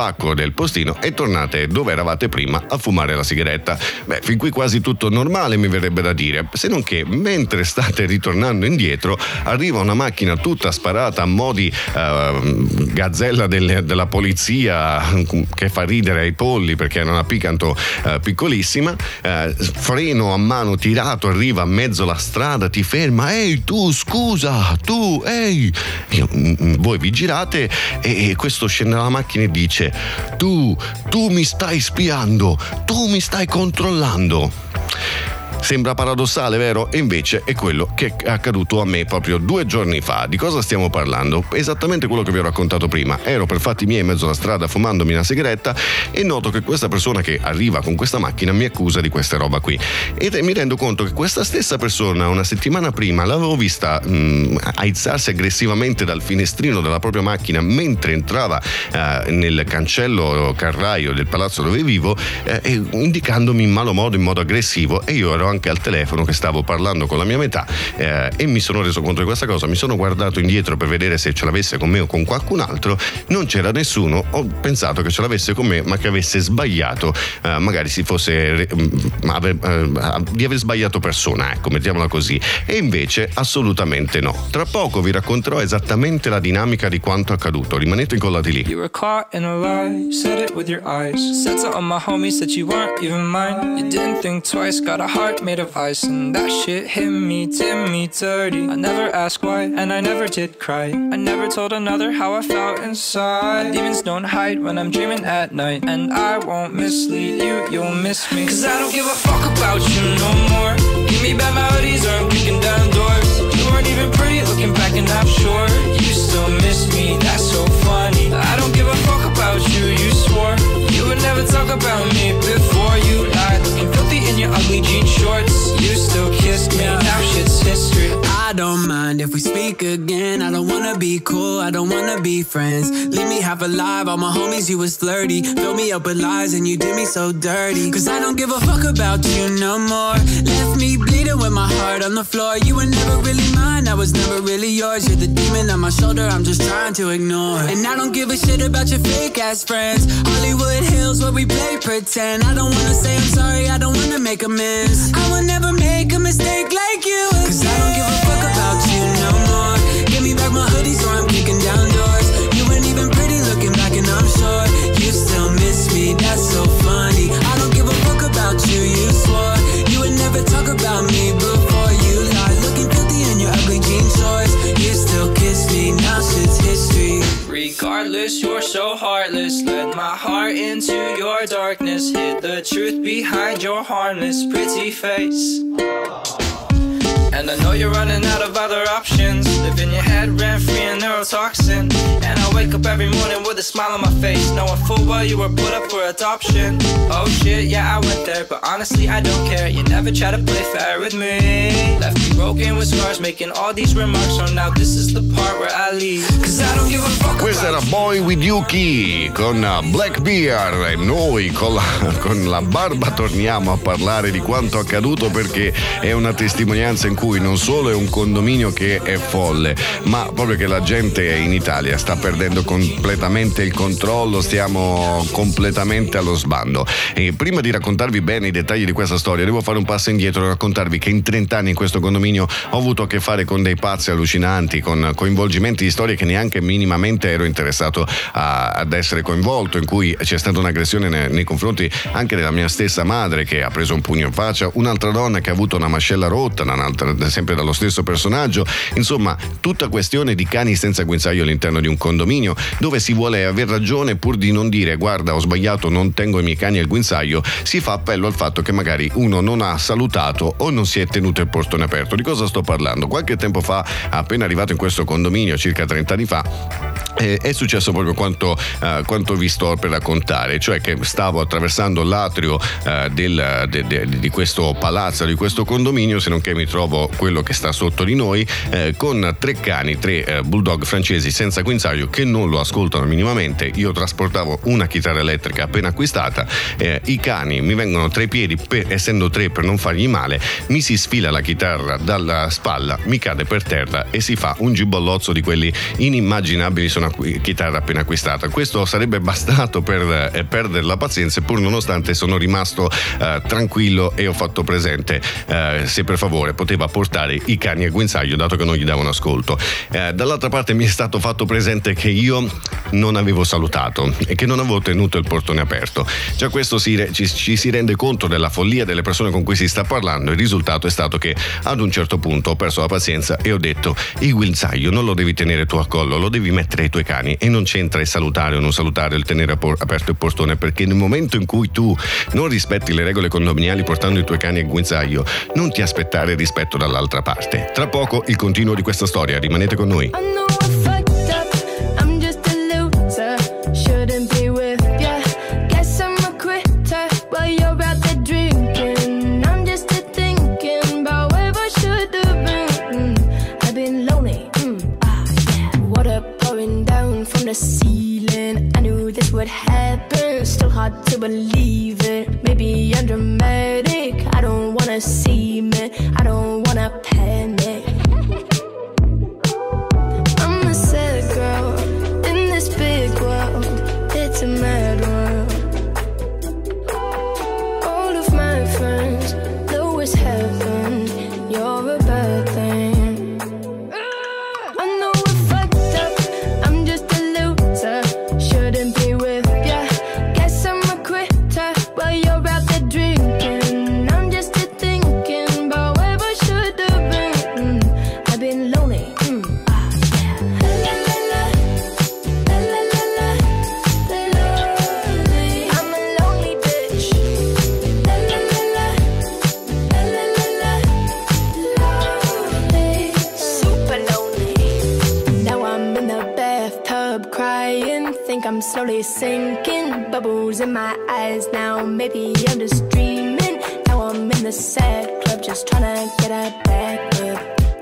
pacco del postino e tornate dove eravate prima a fumare la sigaretta. Beh, fin qui quasi tutto normale, mi verrebbe da dire, se non che mentre state ritornando indietro arriva una macchina tutta sparata a modi gazzella della polizia, che fa ridere ai polli perché è una Picanto piccolissima, freno a mano tirato, arriva a mezzo la strada, ti ferma, ehi tu scusa, tu ehi, voi vi girate e questo scende dalla macchina e dice tu mi stai spiando, tu mi stai controllando. Sembra paradossale, vero? E invece è quello che è accaduto a me proprio 2 giorni fa. Di cosa stiamo parlando? Esattamente quello che vi ho raccontato prima. Ero per fatti miei in mezzo alla strada fumandomi una sigaretta e noto che questa persona che arriva con questa macchina mi accusa di questa roba qui. Ed mi rendo conto che questa stessa persona una settimana prima l'avevo vista aizzarsi aggressivamente dal finestrino della propria macchina mentre entrava nel cancello carraio del palazzo dove vivo, indicandomi in malo modo, in modo aggressivo, e io ero anche al telefono che stavo parlando con la mia metà e mi sono reso conto di questa cosa, mi sono guardato indietro per vedere se ce l'avesse con me o con qualcun altro, non c'era nessuno, ho pensato che ce l'avesse con me ma che avesse sbagliato, magari si fosse di aver sbagliato persona, ecco, mettiamola così, e invece assolutamente no. Tra poco vi racconterò esattamente la dinamica di quanto accaduto, rimanete incollati lì. You were caught in a lie, said it with your eyes, said to all my homies that you weren't even mine, you didn't think twice, got a heart made of ice, and that shit hit me, did me dirty. I never asked why, and I never did cry. I never told another how I felt inside. Demons don't hide when I'm dreaming at night, and I won't mislead you, you'll miss me. Cause I don't give a fuck about you no more. Give me bad melodies or I'm kicking down doors. You weren't even pretty looking back and I'm sure you still miss me, that's so funny. I don't give a fuck about you, you swore you would never talk about me before you lied. Looking filthy in your ugly jean shorts, you still kissed me, now shit's history. I don't mind if we speak again, I don't wanna be cool, I don't wanna be friends. Leave me half alive, all my homies you was flirty. Fill me up with lies and you did me so dirty. Cause I don't give a fuck about you no more. Left me bleeding with my heart on the floor. You were never really mine, I was never really yours. You're the demon on my shoulder, I'm just trying to ignore. And I don't give a shit about your fake ass friends. Hollywood Hills where we play pretend. I don't wanna say I'm sorry, I don't wanna make amends. I will never make a mistake like you again. Cause I don't give a fuck about you no more. Give me back my hoodies or I'm kicking down doors. You weren't even pretty looking back and I'm sure you still miss me, that's so funny. I don't give a fuck about you, you swore you would never talk about me before you lied. Looking filthy in your ugly jean shorts, you still kiss me, now shit's history. Regardless, you're so heartless. Led my heart into your darkness. Hid the truth behind your harmless pretty face. And I know you're running out of other options. Live in your head, rent-free and neurotoxin. And I wake up every morning with a smile on my face, knowing full well you were put up for adoption. Oh shit, yeah, I went there, but honestly I don't care. You never try to play fair with me. Left me broken with scars, making all these remarks. So now this is the part where I leave. Cause I don't give a fuck. Questa era Boy with Yuki con Black Bear e noi con la barba torniamo a parlare di quanto accaduto, perché è una testimonianza in cui non solo è un condominio che è folle, ma proprio che la gente in Italia sta perdendo completamente il controllo, stiamo completamente allo sbando. E prima di raccontarvi bene i dettagli di questa storia devo fare un passo indietro e raccontarvi che in 30 anni in questo condominio ho avuto a che fare con dei pazzi allucinanti, con coinvolgimenti di storie che neanche minimamente ero interessato ad essere coinvolto, in cui c'è stata un'aggressione nei confronti anche della mia stessa madre, che ha preso un pugno in faccia, un'altra donna che ha avuto una mascella rotta, sempre dallo stesso personaggio. Insomma, tutta questione di cani senza guinzaglio all'interno di un condominio, dove si vuole aver ragione pur di non dire guarda ho sbagliato, non tengo i miei cani al guinzaglio. Si fa appello al fatto che magari uno non ha salutato o non si è tenuto il portone aperto. Di cosa sto parlando? Qualche tempo fa, appena arrivato in questo condominio, circa 30 anni fa, è successo proprio quanto vi sto per raccontare, cioè che stavo attraversando l'atrio di questo palazzo, di questo condominio, se non che mi trovo quello che sta sotto di noi, con 3 cani, 3 bulldog francesi senza guinzaglio che non lo ascoltano minimamente. Io trasportavo una chitarra elettrica appena acquistata, i cani mi vengono tra i piedi, essendo 3 per non fargli male, mi si sfila la chitarra dalla spalla, mi cade per terra e si fa un gibollozzo di quelli inimmaginabili. Sono chitarra appena acquistata. Questo sarebbe bastato per perdere la pazienza, eppur nonostante sono rimasto tranquillo e ho fatto presente se per favore poteva portare i cani al guinzaglio, dato che non gli davano ascolto. Dall'altra parte mi è stato fatto presente che io non avevo salutato e che non avevo tenuto il portone aperto. Già questo ci si rende conto della follia delle persone con cui si sta parlando. Il risultato è stato che ad un certo punto ho perso la pazienza e ho detto: il guinzaglio non lo devi tenere tu a collo, lo devi mettere ai tuoi cani, e non c'entra il salutare o non salutare, il tenere aperto il portone, perché nel momento in cui tu non rispetti le regole condominiali portando i tuoi cani al guinzaglio, non ti aspettare rispetto dall'altra parte. Tra poco il continuo di questa storia, rimanete con noi. Ceiling, I knew this would happen. Still hard to believe it. Maybe I'm dramatic. I don't wanna see me. I don't wanna panic. I'm a sad girl in this big world. It's a mad world. All of my friends know it's heaven. You're a bad thing. I'm slowly sinking, bubbles in my eyes now. Maybe I'm just dreaming. Now I'm in the sad club, just trying to get a back up.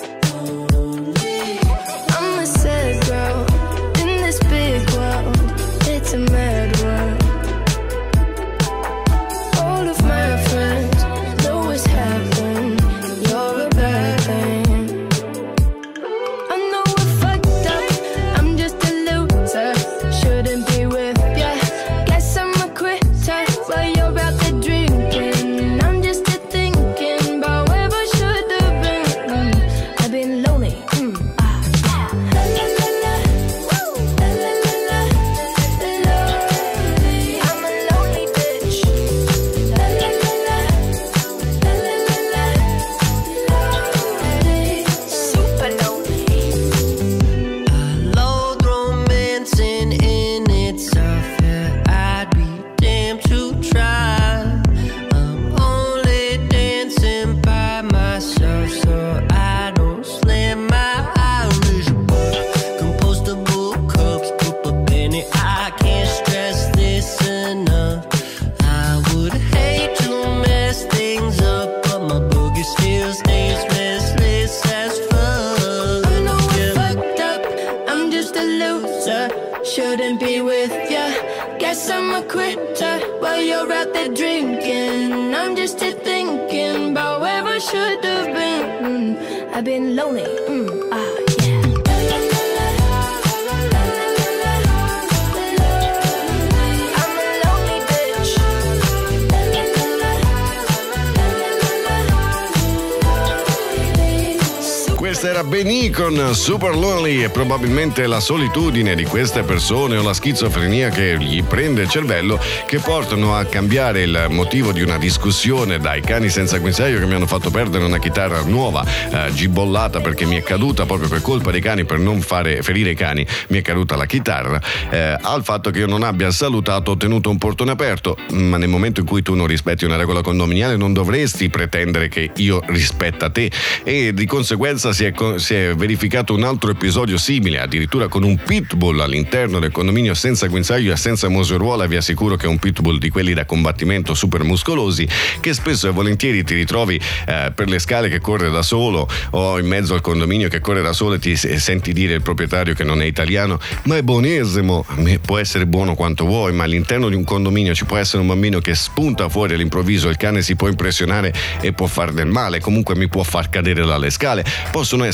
I'm a sad girl in this big world. It's a mad world. All of my friends know what's happened. You're a bad thing. I know I fucked up, I'm just a loser. Shouldn't be with ya. Guess I'm a quitter while you're out there drinking. I'm just thinking about where I should have been. I've been lonely. La la la la. La la la la. Lonely. I'm a lonely bitch. La la la la. La la la la. Lonely. Super lonely. I loathe romancing in itself, yeah, I'd be damned to try. I'm only dancing by myself, so I don't slam my Irish bar. Compostable cups, put a penny, I can't stress this enough. I would hate to mess things up, but my boogie still stays restless as fuck. I know I fucked up, I'm just a loser. Shouldn't be with ya. Guess I'm a quitter while you're out there drinking. I'm just thinking about where I should have been. I've been lonely. Yeah. La la la la. La la la la. I'm a lonely bitch. La la la la. La la la la. Questa era Benny con Super Lonely, e probabilmente la solitudine di queste persone o la schizofrenia che gli prende il cervello che portano a cambiare il motivo di una discussione dai cani senza guinzaglio che mi hanno fatto perdere una chitarra nuova, gibollata perché mi è caduta proprio per colpa dei cani, per non fare ferire i cani, mi è caduta la chitarra, al fatto che io non abbia salutato, ho tenuto un portone aperto. Ma nel momento in cui tu non rispetti una regola condominiale non dovresti pretendere che io rispetta te, e di conseguenza si è verificato un altro episodio simile, addirittura con un pitbull all'interno del condominio senza guinzaglio e senza museruola. Vi assicuro che è un pitbull di quelli da combattimento super muscolosi, che spesso e volentieri ti ritrovi per le scale che corre da solo, o in mezzo al condominio che corre da solo, e ti senti dire il proprietario, che non è italiano: ma è buonissimo. Può essere buono quanto vuoi, ma all'interno di un condominio ci può essere un bambino che spunta fuori all'improvviso, il cane si può impressionare e può far del male, comunque mi può far cadere dalle scale. Possono essere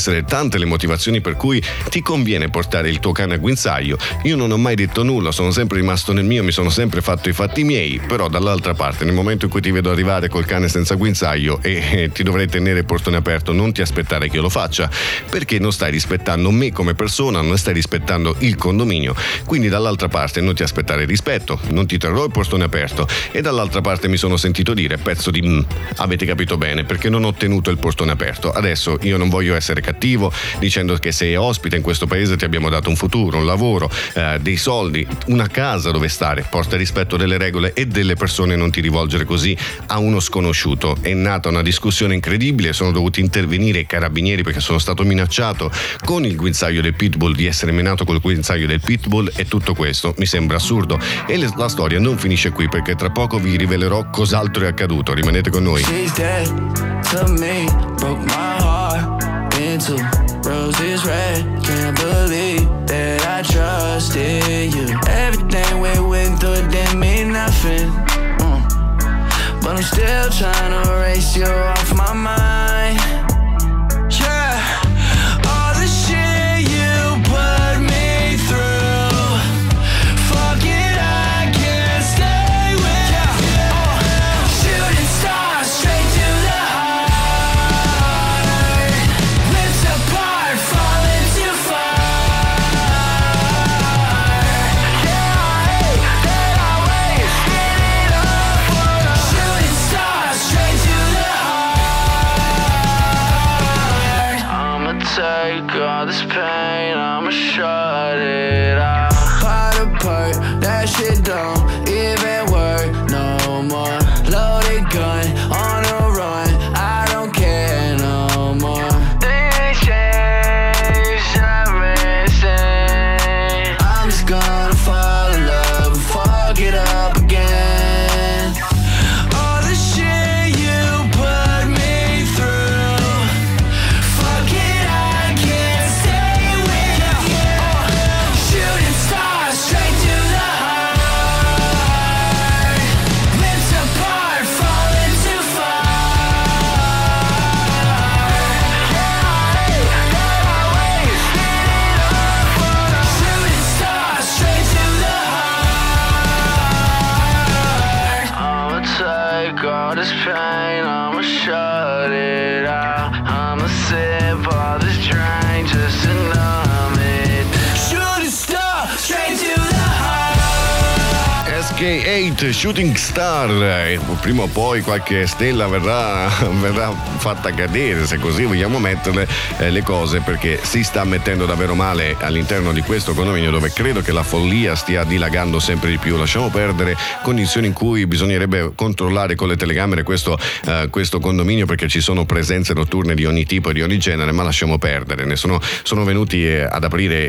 essere tante le motivazioni per cui ti conviene portare il tuo cane a guinzaglio. Io non ho mai detto nulla, sono sempre rimasto nel mio, mi sono sempre fatto i fatti miei, però dall'altra parte nel momento in cui ti vedo arrivare col cane senza guinzaglio e ti dovrei tenere il portone aperto, non ti aspettare che io lo faccia, perché non stai rispettando me come persona, non stai rispettando il condominio, quindi dall'altra parte non ti aspettare rispetto, non ti terrò il portone aperto. E dall'altra parte mi sono sentito dire, pezzo di avete capito bene, perché non ho tenuto il portone aperto. Adesso io non voglio essere cattivo dicendo che sei ospite in questo paese, ti abbiamo dato un futuro, un lavoro, dei soldi, una casa dove stare, porta rispetto delle regole e delle persone, non ti rivolgere così a uno sconosciuto. È nata una discussione incredibile, sono dovuti intervenire i carabinieri perché sono stato minacciato con il guinzaglio del pitbull, di essere menato col guinzaglio del pitbull, e tutto questo mi sembra assurdo. E la storia non finisce qui, perché tra poco vi rivelerò cos'altro è accaduto. Rimanete con noi. She's dead to me, broke my heart into roses red. Can't believe that I trusted you. Everything we went through didn't mean nothing, but I'm still trying to erase you off my mind. Yeah, all the shit you put me through. Fuck it, I can't stay with you. Shooting stars straight to the heart. Lips apart, falling too far. Yeah, I hate that I wasted it all for us. Shooting stars straight to the heart. I'ma take all this pain, I'ma shut it out. Part apart, that shit don't even work no more. Loaded gun, on a run, I don't care no more. Things change, everything. I'm just gonna fall in love and fuck it up again. All the shit you put me through. Fuck it, I can't stay with you. Shooting stars straight to the heart. Lips apart, falling too far. Yeah, I hate that I wasted it all for us. Shooting stars straight to the heart. I'ma take all this pain, I'ma shut it out. I'ma sip all this drink just to numb it. Shooting star straight to the heart. SK8 Shooting Star, e prima o poi qualche stella verrà fatta cadere, se così vogliamo metterle le cose, perché si sta mettendo davvero male all'interno di questo condominio, dove credo che la follia stia dilagando sempre di più. Lasciamo perdere condizioni in cui bisognerebbe controllare con le telecamere questo condominio, perché ci sono presenze notturne di ogni tipo e di ogni genere, ma lasciamo perdere. Ne sono venuti ad aprire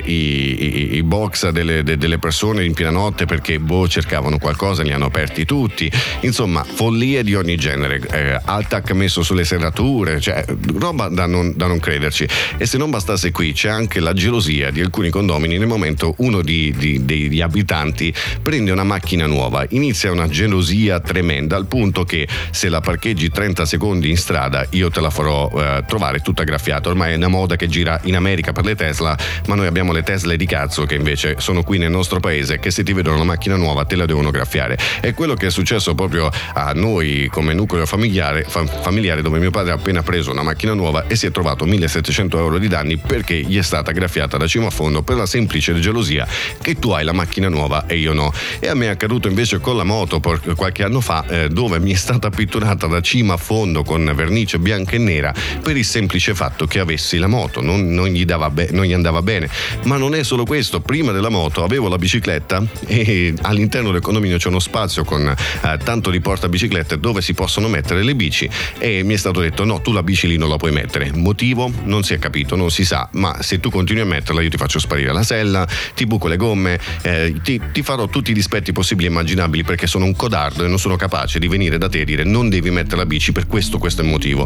i box delle persone in piena notte perché cercavano qualcosa, li hanno aperti tutti. Insomma, follie di ogni genere, attack messo sulle serrature, cioè roba da non crederci. E se non bastasse qui, c'è anche la gelosia di alcuni condomini nel momento uno degli abitanti prende una macchina nuova. Inizia una gelosia tremenda, al punto che se la parcheggi 30 secondi in strada io te la farò trovare tutta graffiata. Ormai è una moda che gira in America per le Tesla, ma noi abbiamo le Tesla di cazzo che invece sono qui nel nostro paese, che se ti vedono una macchina nuova te la devono graffiare. È quello che è successo proprio a noi come nucleo familiare, dove mio padre ha appena preso una macchina nuova e si è trovato 1.700 euro di danni perché gli è stata graffiata da cima a fondo per la semplice gelosia che tu hai la macchina nuova e io no. E a me è accaduto invece con la moto qualche anno fa, dove mi è stata pitturata da cima a fondo con vernice bianca e nera per il semplice fatto che avessi la moto. Non gli andava bene. Ma non è solo questo. Prima della moto avevo la bicicletta e all'interno del condominio c'è uno spazio con tanto di portabiciclette dove si possono mettere le bici, e mi è stato detto no, tu la bici lì non la puoi mettere. Motivo? Non si è capito, non si sa, ma se tu continui a metterla io ti faccio sparire la sella, ti buco le gomme, ti farò tutti i dispetti possibili e immaginabili, perché sono un codardo e non sono capace di venire da te e dire non devi mettere la bici per questo è il motivo.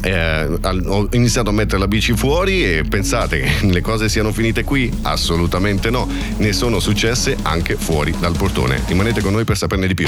Ho iniziato a mettere la bici fuori e pensate che le cose siano finite qui? Assolutamente no, ne sono successe anche fuori dal portone. Rimanete con noi per saperne di più.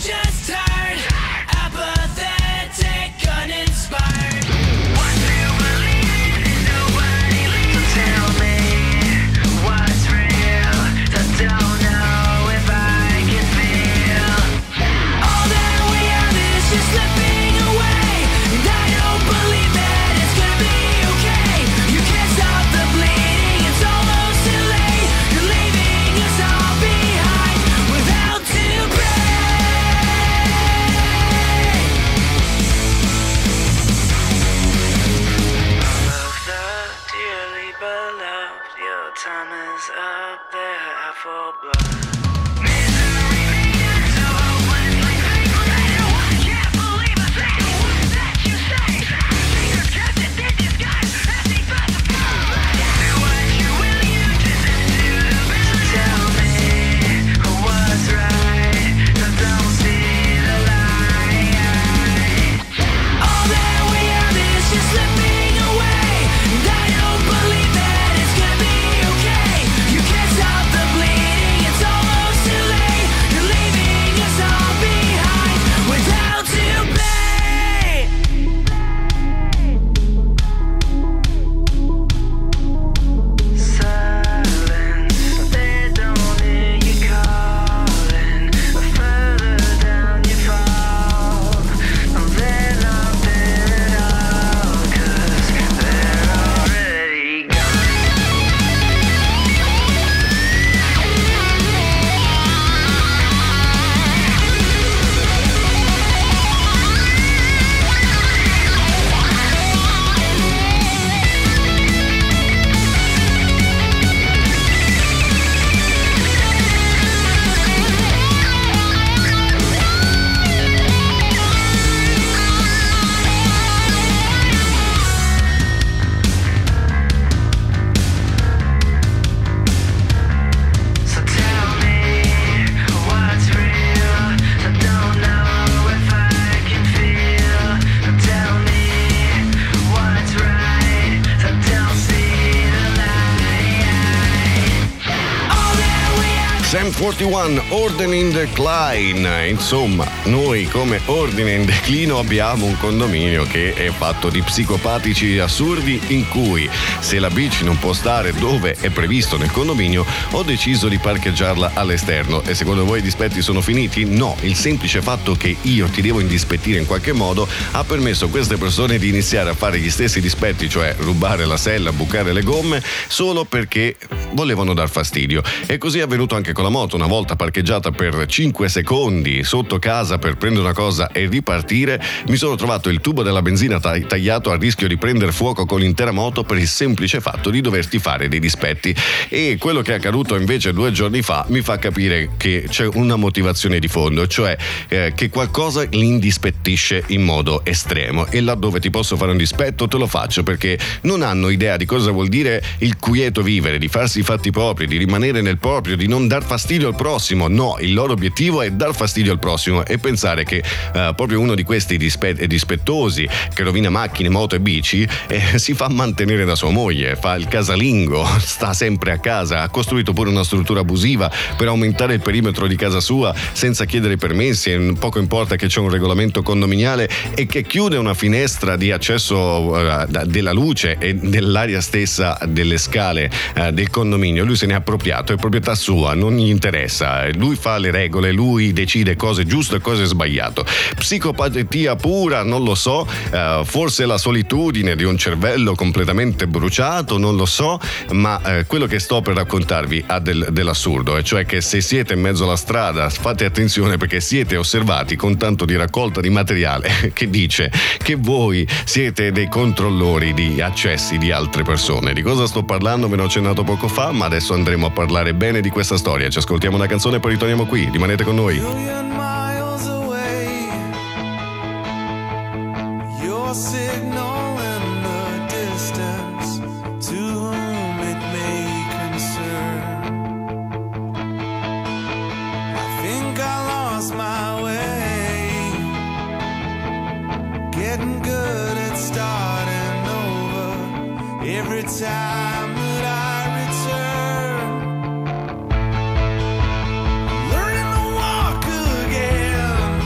just tired, apathetic, uninspired. What do you believe in? Nobody leaves. So tell me what's real. I don't know if I can feel. All that we have is just slipping away, and I don't believe that it's gonna be okay. You can't stop the bleeding, it's almost too late. You're leaving us all behind without to pay. Of the dearly beloved, your time is up there at full blood. Misery begins so hopelessly painful that I can't believe a single word that you say. Fingers kept in disguise, asking for the blood. Do what you will, you descend to the village. Tell me what's right, so don't see the light. All that we have is just slipping away, and I don't believe that it's gonna be okay. You can't stop the bleeding, it's almost too late. You're leaving us all behind without to pay. Silence, they don't hear you calling. Further down you fall. They're not there at all, 'cause they're already gone. So tell me what's real. I don't know if I can feel. Tell me what's right. I don't see the light. All that we have. Sam 41, Ordine in Decline. Insomma, noi come Ordine in Declino abbiamo un condominio che è fatto di psicopatici assurdi in cui, se la bici non può stare dove è previsto nel condominio, ho deciso di parcheggiarla all'esterno. E secondo voi i dispetti sono finiti? No, il semplice fatto che io ti devo indispettire in qualche modo ha permesso a queste persone di iniziare a fare gli stessi dispetti, cioè rubare la sella, bucare le gomme, solo perché volevano dar fastidio. E così è avvenuto anche con la moto. Una volta parcheggiata per 5 secondi sotto casa per prendere una cosa e ripartire, mi sono trovato il tubo della benzina tagliato a rischio di prendere fuoco con l'intera moto per il semplice fatto di doverti fare dei dispetti. E quello che è accaduto invece 2 giorni fa mi fa capire che c'è una motivazione di fondo, cioè che qualcosa li indispettisce in modo estremo, e laddove ti posso fare un dispetto te lo faccio, perché non hanno idea di cosa vuol dire il quieto vivere, di farsi i fatti propri, di rimanere nel proprio, di non dar fastidio al prossimo. No, il loro obiettivo è dar fastidio al prossimo, e pensare che proprio uno di questi dispettosi che rovina macchine, moto e bici si fa mantenere da sua moglie, fa il casalingo, sta sempre a casa, ha costruito pure una struttura abusiva per aumentare il perimetro di casa sua senza chiedere permessi, e poco importa che c'è un regolamento condominiale, e che chiude una finestra di accesso della luce e dell'aria stessa delle scale del condominio. Lui se ne è appropriato, è proprietà sua, non gli interessa, lui fa le regole, lui decide cosa è giusto e cosa è sbagliato. Psicopatia pura, non lo so, forse la solitudine di un cervello completamente bruciato, non lo so, ma quello che sto per raccontarvi ha dell'assurdo, e cioè che se siete in mezzo alla strada fate attenzione, perché siete osservati con tanto di raccolta di materiale che dice che voi siete dei controllori di accessi di altre persone. Di cosa sto parlando? Ve ne ho accennato poco fa, ma adesso andremo a parlare bene di questa storia. Ci ascoltiamo una canzone e poi ritorniamo qui. Rimanete con noi. Miles away, your signal in the distance, to whom it may concern. I think I lost my way, getting good at starting over every time that I return. Learning to walk again,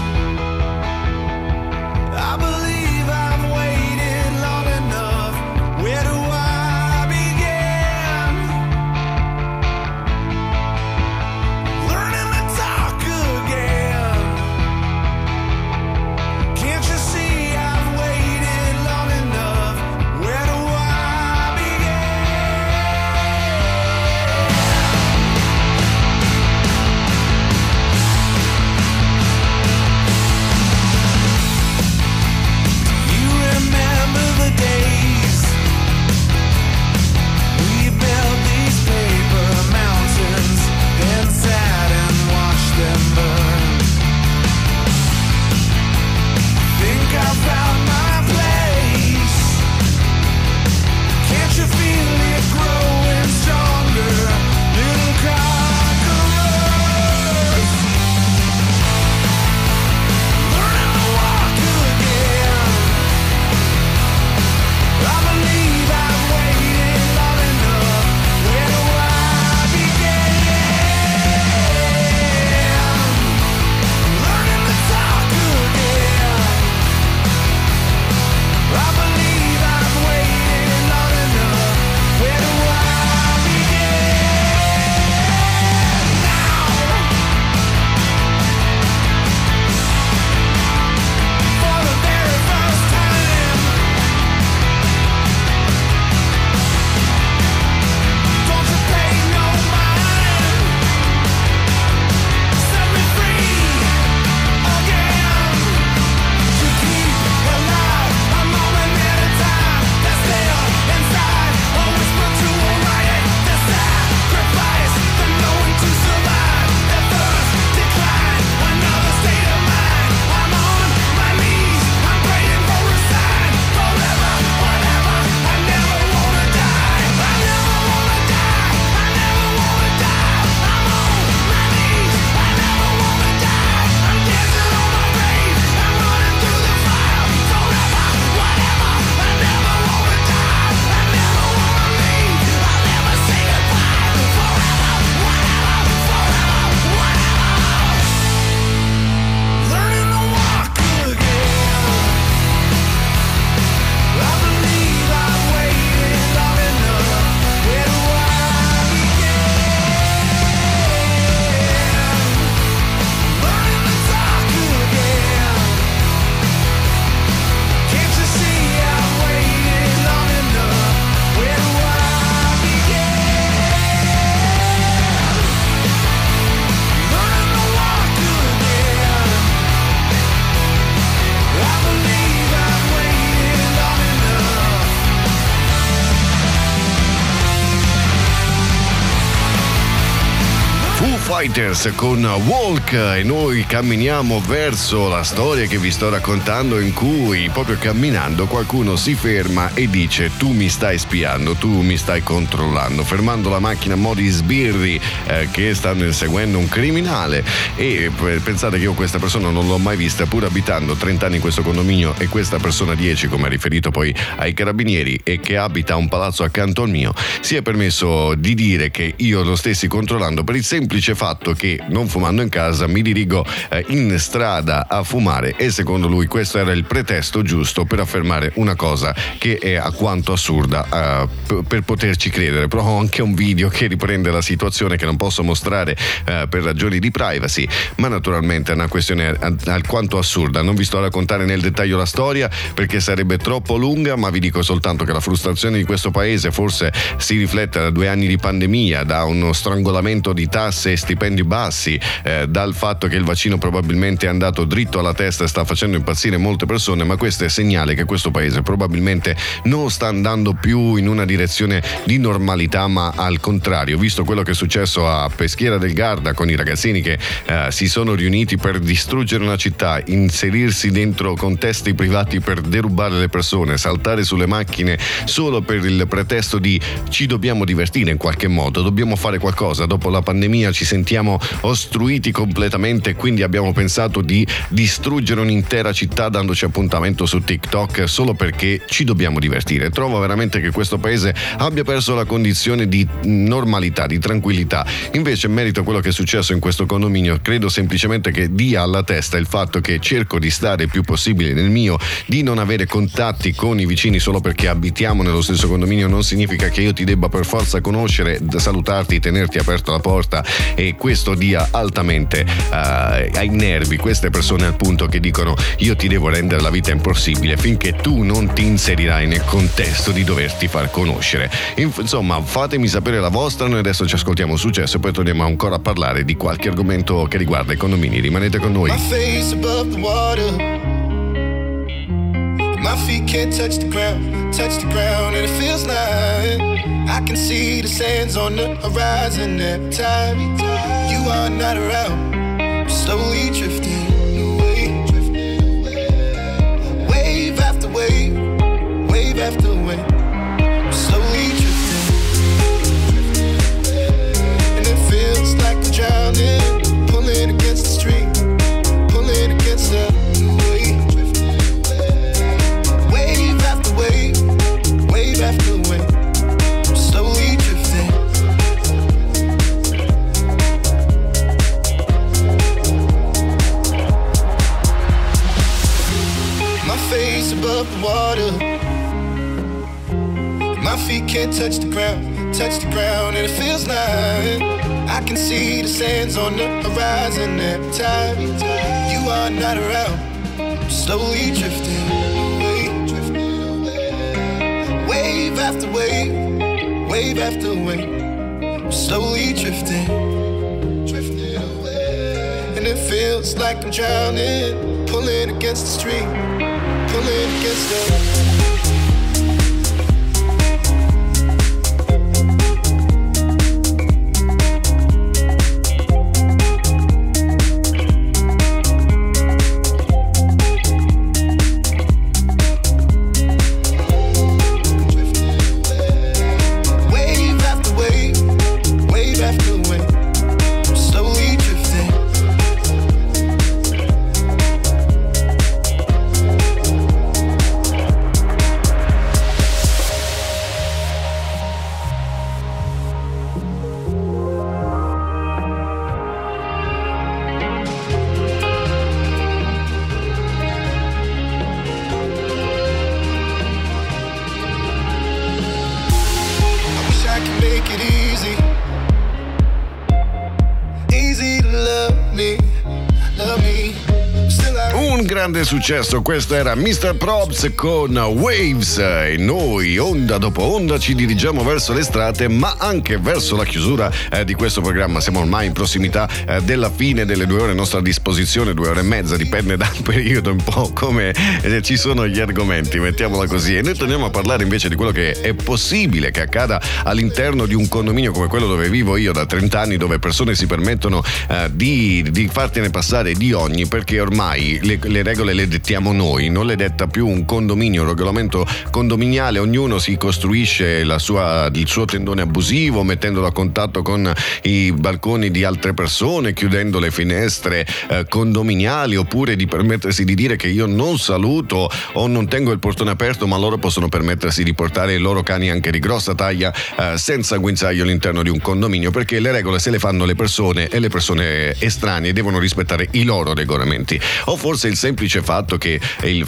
Fighters con Walk, e noi camminiamo verso la storia che vi sto raccontando, in cui proprio camminando qualcuno si ferma e dice: tu mi stai spiando, tu mi stai controllando, fermando la macchina a mo' di sbirri che stanno inseguendo un criminale. E pensate che io questa persona non l'ho mai vista, pur abitando 30 anni in questo condominio, e questa persona 10, come ha riferito poi ai carabinieri, e che abita un palazzo accanto al mio, si è permesso di dire che io lo stessi controllando per il semplice fatto che, non fumando in casa, mi dirigo in strada a fumare, e secondo lui questo era il pretesto giusto per affermare una cosa che è alquanto assurda per poterci credere. Però ho anche un video che riprende la situazione, che non posso mostrare per ragioni di privacy, ma naturalmente è una questione alquanto assurda. Non vi sto a raccontare nel dettaglio la storia perché sarebbe troppo lunga, ma vi dico soltanto che la frustrazione di questo paese forse si riflette da 2 anni di pandemia, da uno strangolamento di tasse e stipendi bassi, dal fatto che il vaccino probabilmente è andato dritto alla testa e sta facendo impazzire molte persone, ma questo è segnale che questo paese probabilmente non sta andando più in una direzione di normalità, ma al contrario, visto quello che è successo a Peschiera del Garda con i ragazzini che si sono riuniti per distruggere una città, inserirsi dentro contesti privati per derubare le persone, saltare sulle macchine solo per il pretesto di ci dobbiamo divertire in qualche modo, dobbiamo fare qualcosa, dopo la pandemia ci sentiamo ostruiti completamente, quindi abbiamo pensato di distruggere un'intera città dandoci appuntamento su TikTok solo perché ci dobbiamo divertire. Trovo veramente che questo paese abbia perso la condizione di normalità, di tranquillità. Invece, in merito a quello che è successo in questo condominio, credo semplicemente che dia alla testa il fatto che cerco di stare il più possibile nel mio, di non avere contatti con i vicini solo perché abitiamo nello stesso condominio non significa che io ti debba per forza conoscere, salutarti, tenerti aperta la porta, e questo dia altamente ai nervi queste persone, al punto che dicono io ti devo rendere la vita impossibile finché tu non ti inserirai nel contesto di doverti far conoscere. Insomma, fatemi sapere la vostra, noi adesso ci ascoltiamo Successo e poi torniamo ancora a parlare di qualche argomento che riguarda i condomini. Rimanete con noi. My face above the water, my feet can't touch the ground, and it feels like I can see the sands on the horizon every time you are not around. Slowly drifting away, wave after wave, wave after wave. Slowly drifting, and it feels like I'm drowning, pulling against the stream, pulling against the wave. Wave after wave, wave after wave. Slowly drifting. My face above the water, my feet can't touch the ground, and it feels like I can see the sands on the horizon every time you are not around. Slowly drifting away, wave after wave, wave after wave. Slowly drifting away, and it feels like I'm drowning, pulling against the stream, pulling against the. un grande successo. Questo era Mr. Probs con Waves, e noi onda dopo onda ci dirigiamo verso l'estate, ma anche verso la chiusura di questo programma. Siamo ormai in prossimità della fine delle 2 ore a nostra disposizione, 2 ore e mezza, dipende dal periodo, un po' come ci sono gli argomenti, mettiamola così. E noi torniamo a parlare invece di quello che è possibile che accada all'interno di un condominio come quello dove vivo io da 30 anni, dove persone si permettono di fartene passare di ogni, perché ormai le regole le dettiamo noi, non le detta più un condominio, un regolamento condominiale. Ognuno si costruisce il suo tendone abusivo, mettendolo a contatto con i balconi di altre persone, chiudendo le finestre condominiali, oppure di permettersi di dire che io non saluto o non tengo il portone aperto, ma loro possono permettersi di portare i loro cani anche di grossa taglia senza guinzaglio all'interno di un condominio, perché le regole se le fanno le persone, e le persone estranee devono rispettare i loro regolamenti. O forse il semplice fatto che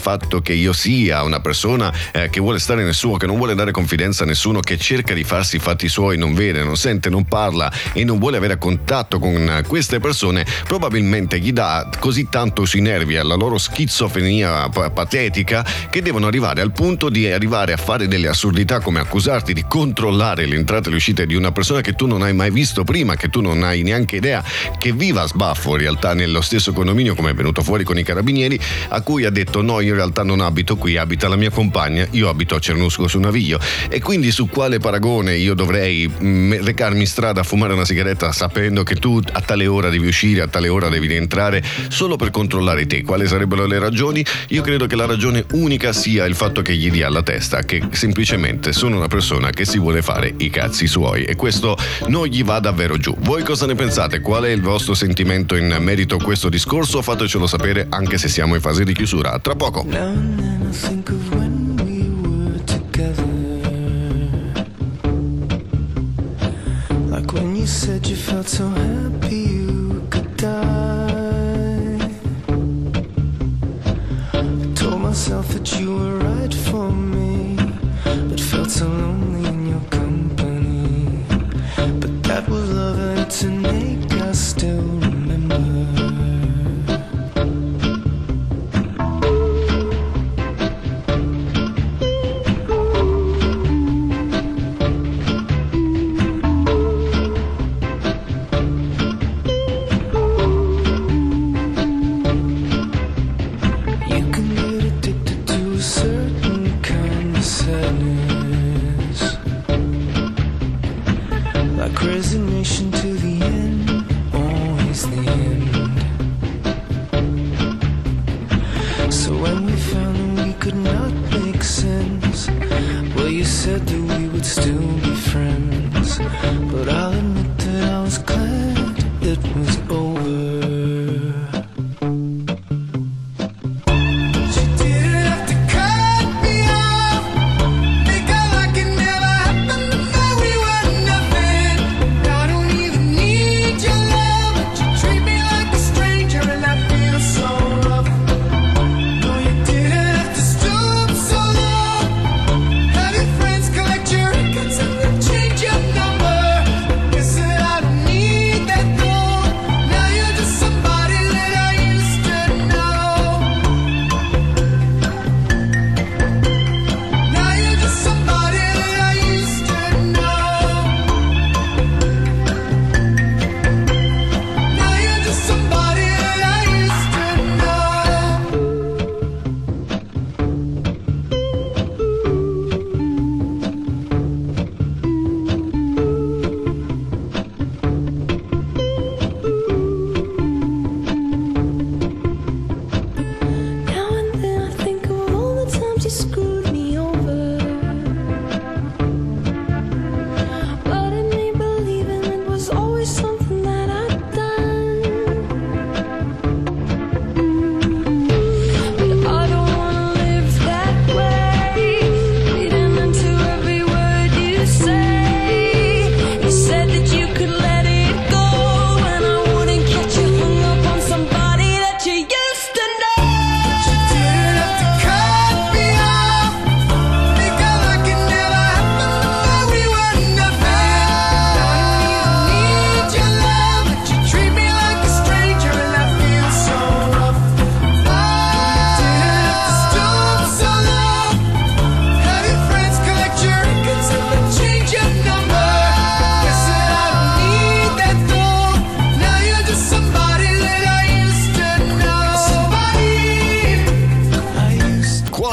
io sia una persona che vuole stare nel suo, che non vuole dare confidenza a nessuno, che cerca di farsi i fatti suoi, non vede, non sente, non parla e non vuole avere contatto con queste persone, probabilmente gli dà così tanto sui nervi alla loro schizofrenia patetica, che devono arrivare al punto di arrivare a fare delle assurdità, come accusarti di controllare le entrate e le uscite di una persona che tu non hai mai visto prima, che tu non hai neanche idea che viva a sbaffo in realtà nello stesso condominio, come è venuto fuori con i carabinieri, a cui ha detto: no, io in realtà non abito qui, abita la mia compagna, io abito a Cernusco su Naviglio. E quindi su quale paragone io dovrei recarmi in strada a fumare una sigaretta sapendo che tu a tale ora devi uscire, a tale ora devi rientrare, solo per controllare te? Quali sarebbero le ragioni? Io credo che la ragione unica sia il fatto che gli dia alla testa che semplicemente sono una persona che si vuole fare i cazzi suoi, e questo non gli va davvero giù. Voi cosa ne pensate? Qual è il vostro sentimento in merito a questo discorso? Fatecelo sapere, anche se siamo in fase di chiusura. Tra poco. Like when you said you felt so happy you could die. I told myself that you were right for me, but felt so lonely in your company. But that was love, and to make us still remember. Resignation to the end, always the end. So when we found that we could not make sense, well, you said that we would still be friends. But I'll admit that I was glad it was over. Change your number.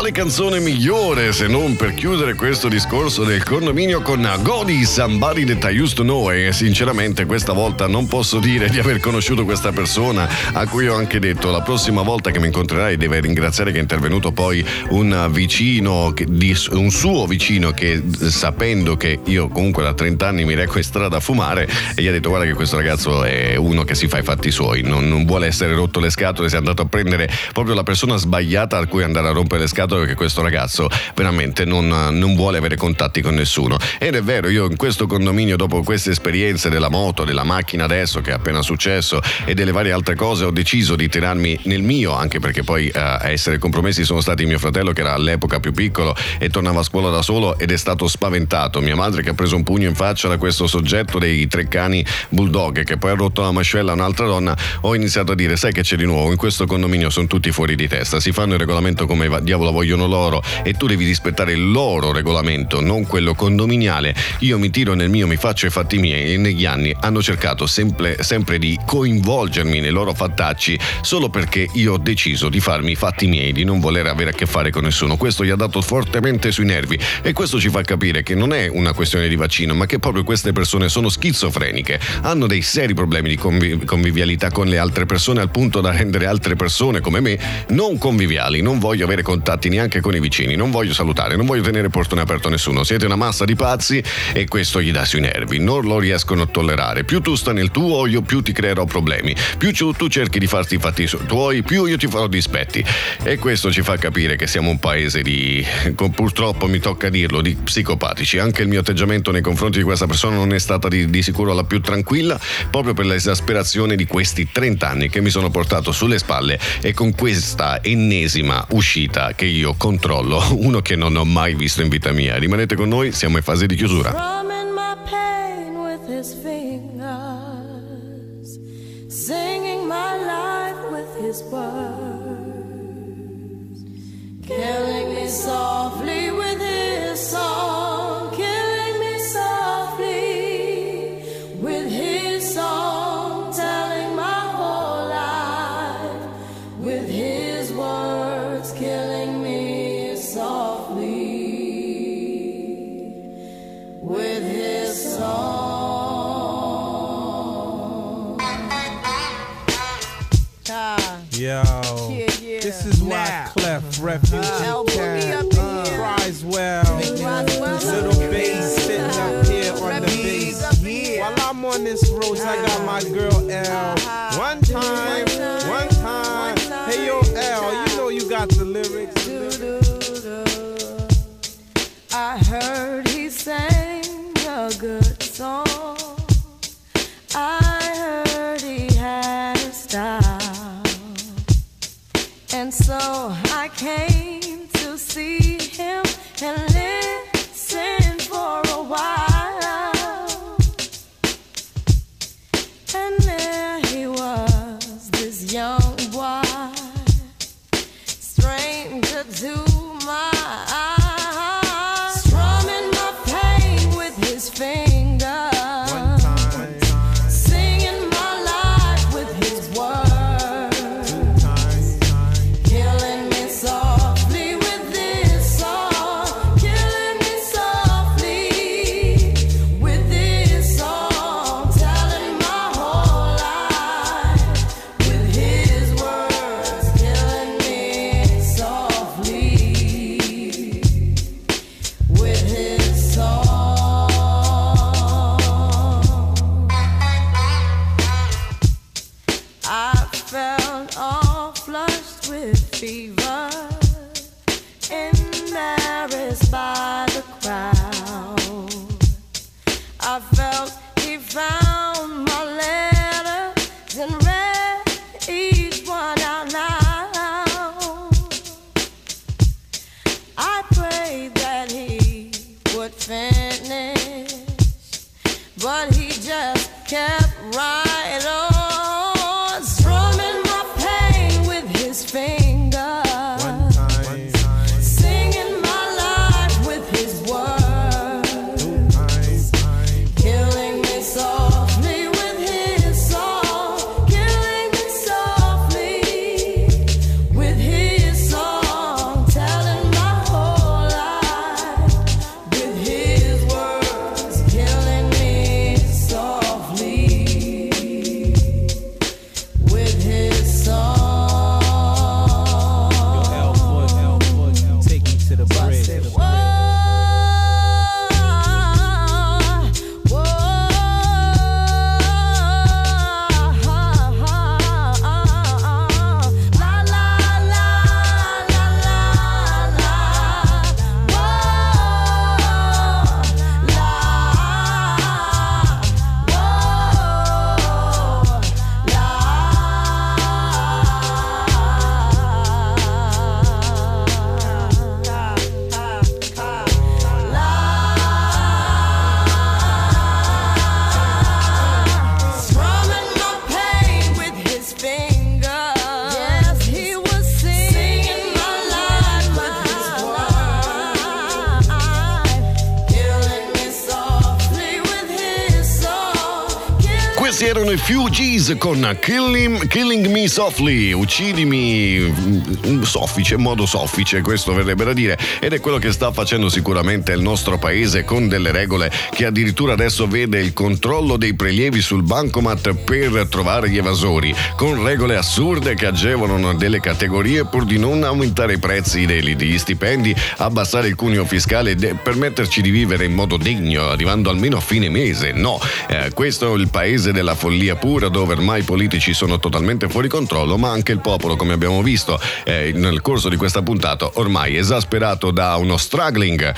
quale canzone migliore se non per chiudere questo discorso del condominio con Godi, Somebody That I Used to Know? E sinceramente questa volta non posso dire di aver conosciuto questa persona, a cui ho anche detto la prossima volta che mi incontrerai deve ringraziare che è intervenuto poi un vicino, un suo vicino che, sapendo che io comunque da 30 anni mi reco in strada a fumare, e gli ha detto: guarda che questo ragazzo è uno che si fa i fatti suoi, non vuole essere rotto le scatole, si è andato a prendere proprio la persona sbagliata a cui andare a rompere le scatole, perché questo ragazzo veramente non vuole avere contatti con nessuno. Ed è vero, io in questo condominio, dopo queste esperienze della moto, della macchina adesso che è appena successo e delle varie altre cose, ho deciso di tirarmi nel mio, anche perché poi a essere compromessi sono stati mio fratello, che era all'epoca più piccolo e tornava a scuola da solo ed è stato spaventato, mia madre che ha preso un pugno in faccia da questo soggetto dei 3 cani bulldog che poi ha rotto la mascella a un'altra donna. Ho iniziato a dire: sai che c'è di nuovo, in questo condominio sono tutti fuori di testa, si fanno il regolamento come diavolo vogliono loro e tu devi rispettare il loro regolamento, non quello condominiale. Io mi tiro nel mio, mi faccio i fatti miei, e negli anni hanno cercato sempre di coinvolgermi nei loro fattacci solo perché io ho deciso di farmi i fatti miei, di non voler avere a che fare con nessuno. Questo gli ha dato fortemente sui nervi e questo ci fa capire che non è una questione di vaccino, ma che proprio queste persone sono schizofreniche, hanno dei seri problemi di convivialità con le altre persone, al punto da rendere altre persone come me non conviviali. Non voglio avere contatti neanche con i vicini, non voglio salutare, non voglio tenere portone aperto a nessuno. Siete una massa di pazzi e questo gli dà sui nervi, non lo riescono a tollerare. Più tu sta nel tuo, io più ti creerò problemi, più tu cerchi di farti i fatti tuoi, più io ti farò dispetti. E questo ci fa capire che siamo un paese purtroppo mi tocca dirlo, di psicopatici. Anche il mio atteggiamento nei confronti di questa persona non è stata di sicuro la più tranquilla, proprio per l'esasperazione di questi 30 anni che mi sono portato sulle spalle, e con questa ennesima uscita che io controllo, uno che non ho mai visto in vita mia. Rimanete con noi, siamo in fase di chiusura. Drumming my pain with his fingers, singing my life with his words, killing me softly with his song, killing me softly with his song, telling my whole life with his words, killing me softly with his song. Yo, this is why Clef Refugee Cat cries well. Little bass sitting up here on the bass. While I'm on this road, I got my girl L. One time. Hey yo L, you know you got the lyrics. I heard he sang a good song. I heard he had a style, and so I came to see him and listen for a while. And there he was, this young boy, stranger to my eyes, strumming my pain with his fingers, singing my life with his words, killing me softly with this song, killing me softly with this song, telling my whole life with his words, killing me softly with his song. I felt all flushed with fever, embarrassed by the crowd. I felt he found my letters and read each one out loud. I prayed that he would finish, but he just kept right on, strumming my pain with his fingers, singing my life with Questi erano i Fugees con Killing Me Softly, uccidimi soffice, in modo soffice, questo verrebbe da dire, ed è quello che sta facendo sicuramente il nostro paese, con delle regole che addirittura adesso vede il controllo dei prelievi sul bancomat per trovare gli evasori, con regole assurde che agevolano delle categorie pur di non aumentare i prezzi degli stipendi, abbassare il cuneo fiscale e permetterci di vivere in modo degno, arrivando almeno a fine mese. No, questo è il paese della follia pura, dove ormai i politici sono totalmente fuori controllo, ma anche il popolo, come abbiamo visto nel corso di questa puntata, ormai esasperato da uno struggling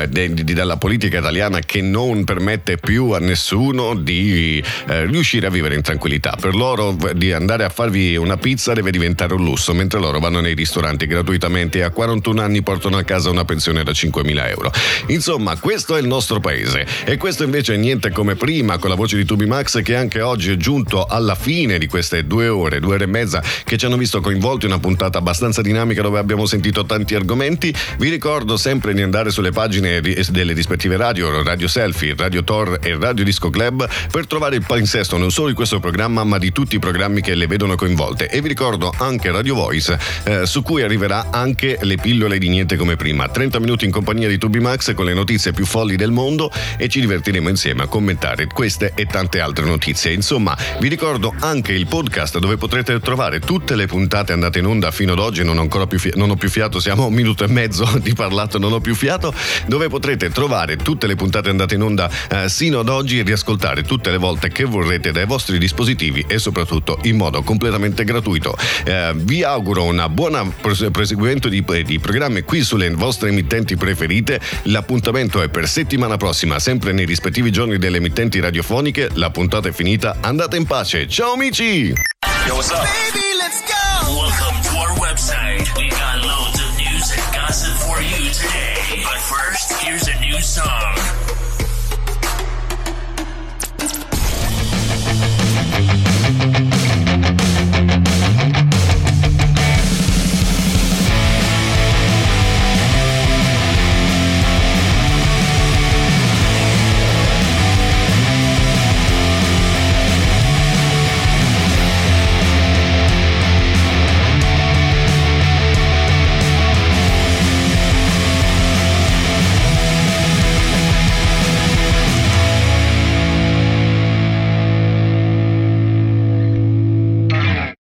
della politica italiana che non permette più a nessuno di riuscire a vivere in tranquillità. Per loro di andare a farvi una pizza deve diventare un lusso, mentre loro vanno nei ristoranti gratuitamente e a 41 anni portano a casa una pensione da 5.000 euro. Insomma, questo è il nostro paese, e questo invece è niente come prima, con la voce di Tubi Max, che anche oggi è giunto alla fine di queste 2 ore e mezza che ci hanno visto coinvolti in una puntata abbastanza dinamica, dove abbiamo sentito tanti argomenti. Vi ricordo sempre di andare sulle pagine delle rispettive radio, Radio Selfie, Radio Tor e Radio Disco Club, per trovare il palinsesto non solo di questo programma ma di tutti i programmi che le vedono coinvolte. E vi ricordo anche Radio Voice, su cui arriverà anche le pillole di niente come prima, 30 minuti in compagnia di Tubi Max con le notizie più folli del mondo, e ci divertiremo insieme a commentare queste e tante altre notizie. Insomma, vi ricordo anche il podcast, dove potrete trovare tutte le puntate andate in onda fino ad oggi. Non ho più fiato, siamo a 1 minuto e mezzo di parlato, non ho più fiato, dove potrete trovare tutte le puntate andate in onda sino ad oggi e riascoltare tutte le volte che vorrete dai vostri dispositivi, e soprattutto in modo completamente gratuito. Vi auguro una buona proseguimento di programmi qui sulle vostre emittenti preferite. L'appuntamento è per settimana prossima, sempre nei rispettivi giorni delle emittenti radiofoniche. La puntata è finita, andate in pace, ciao amici! Yo, what's up? Baby, let's go.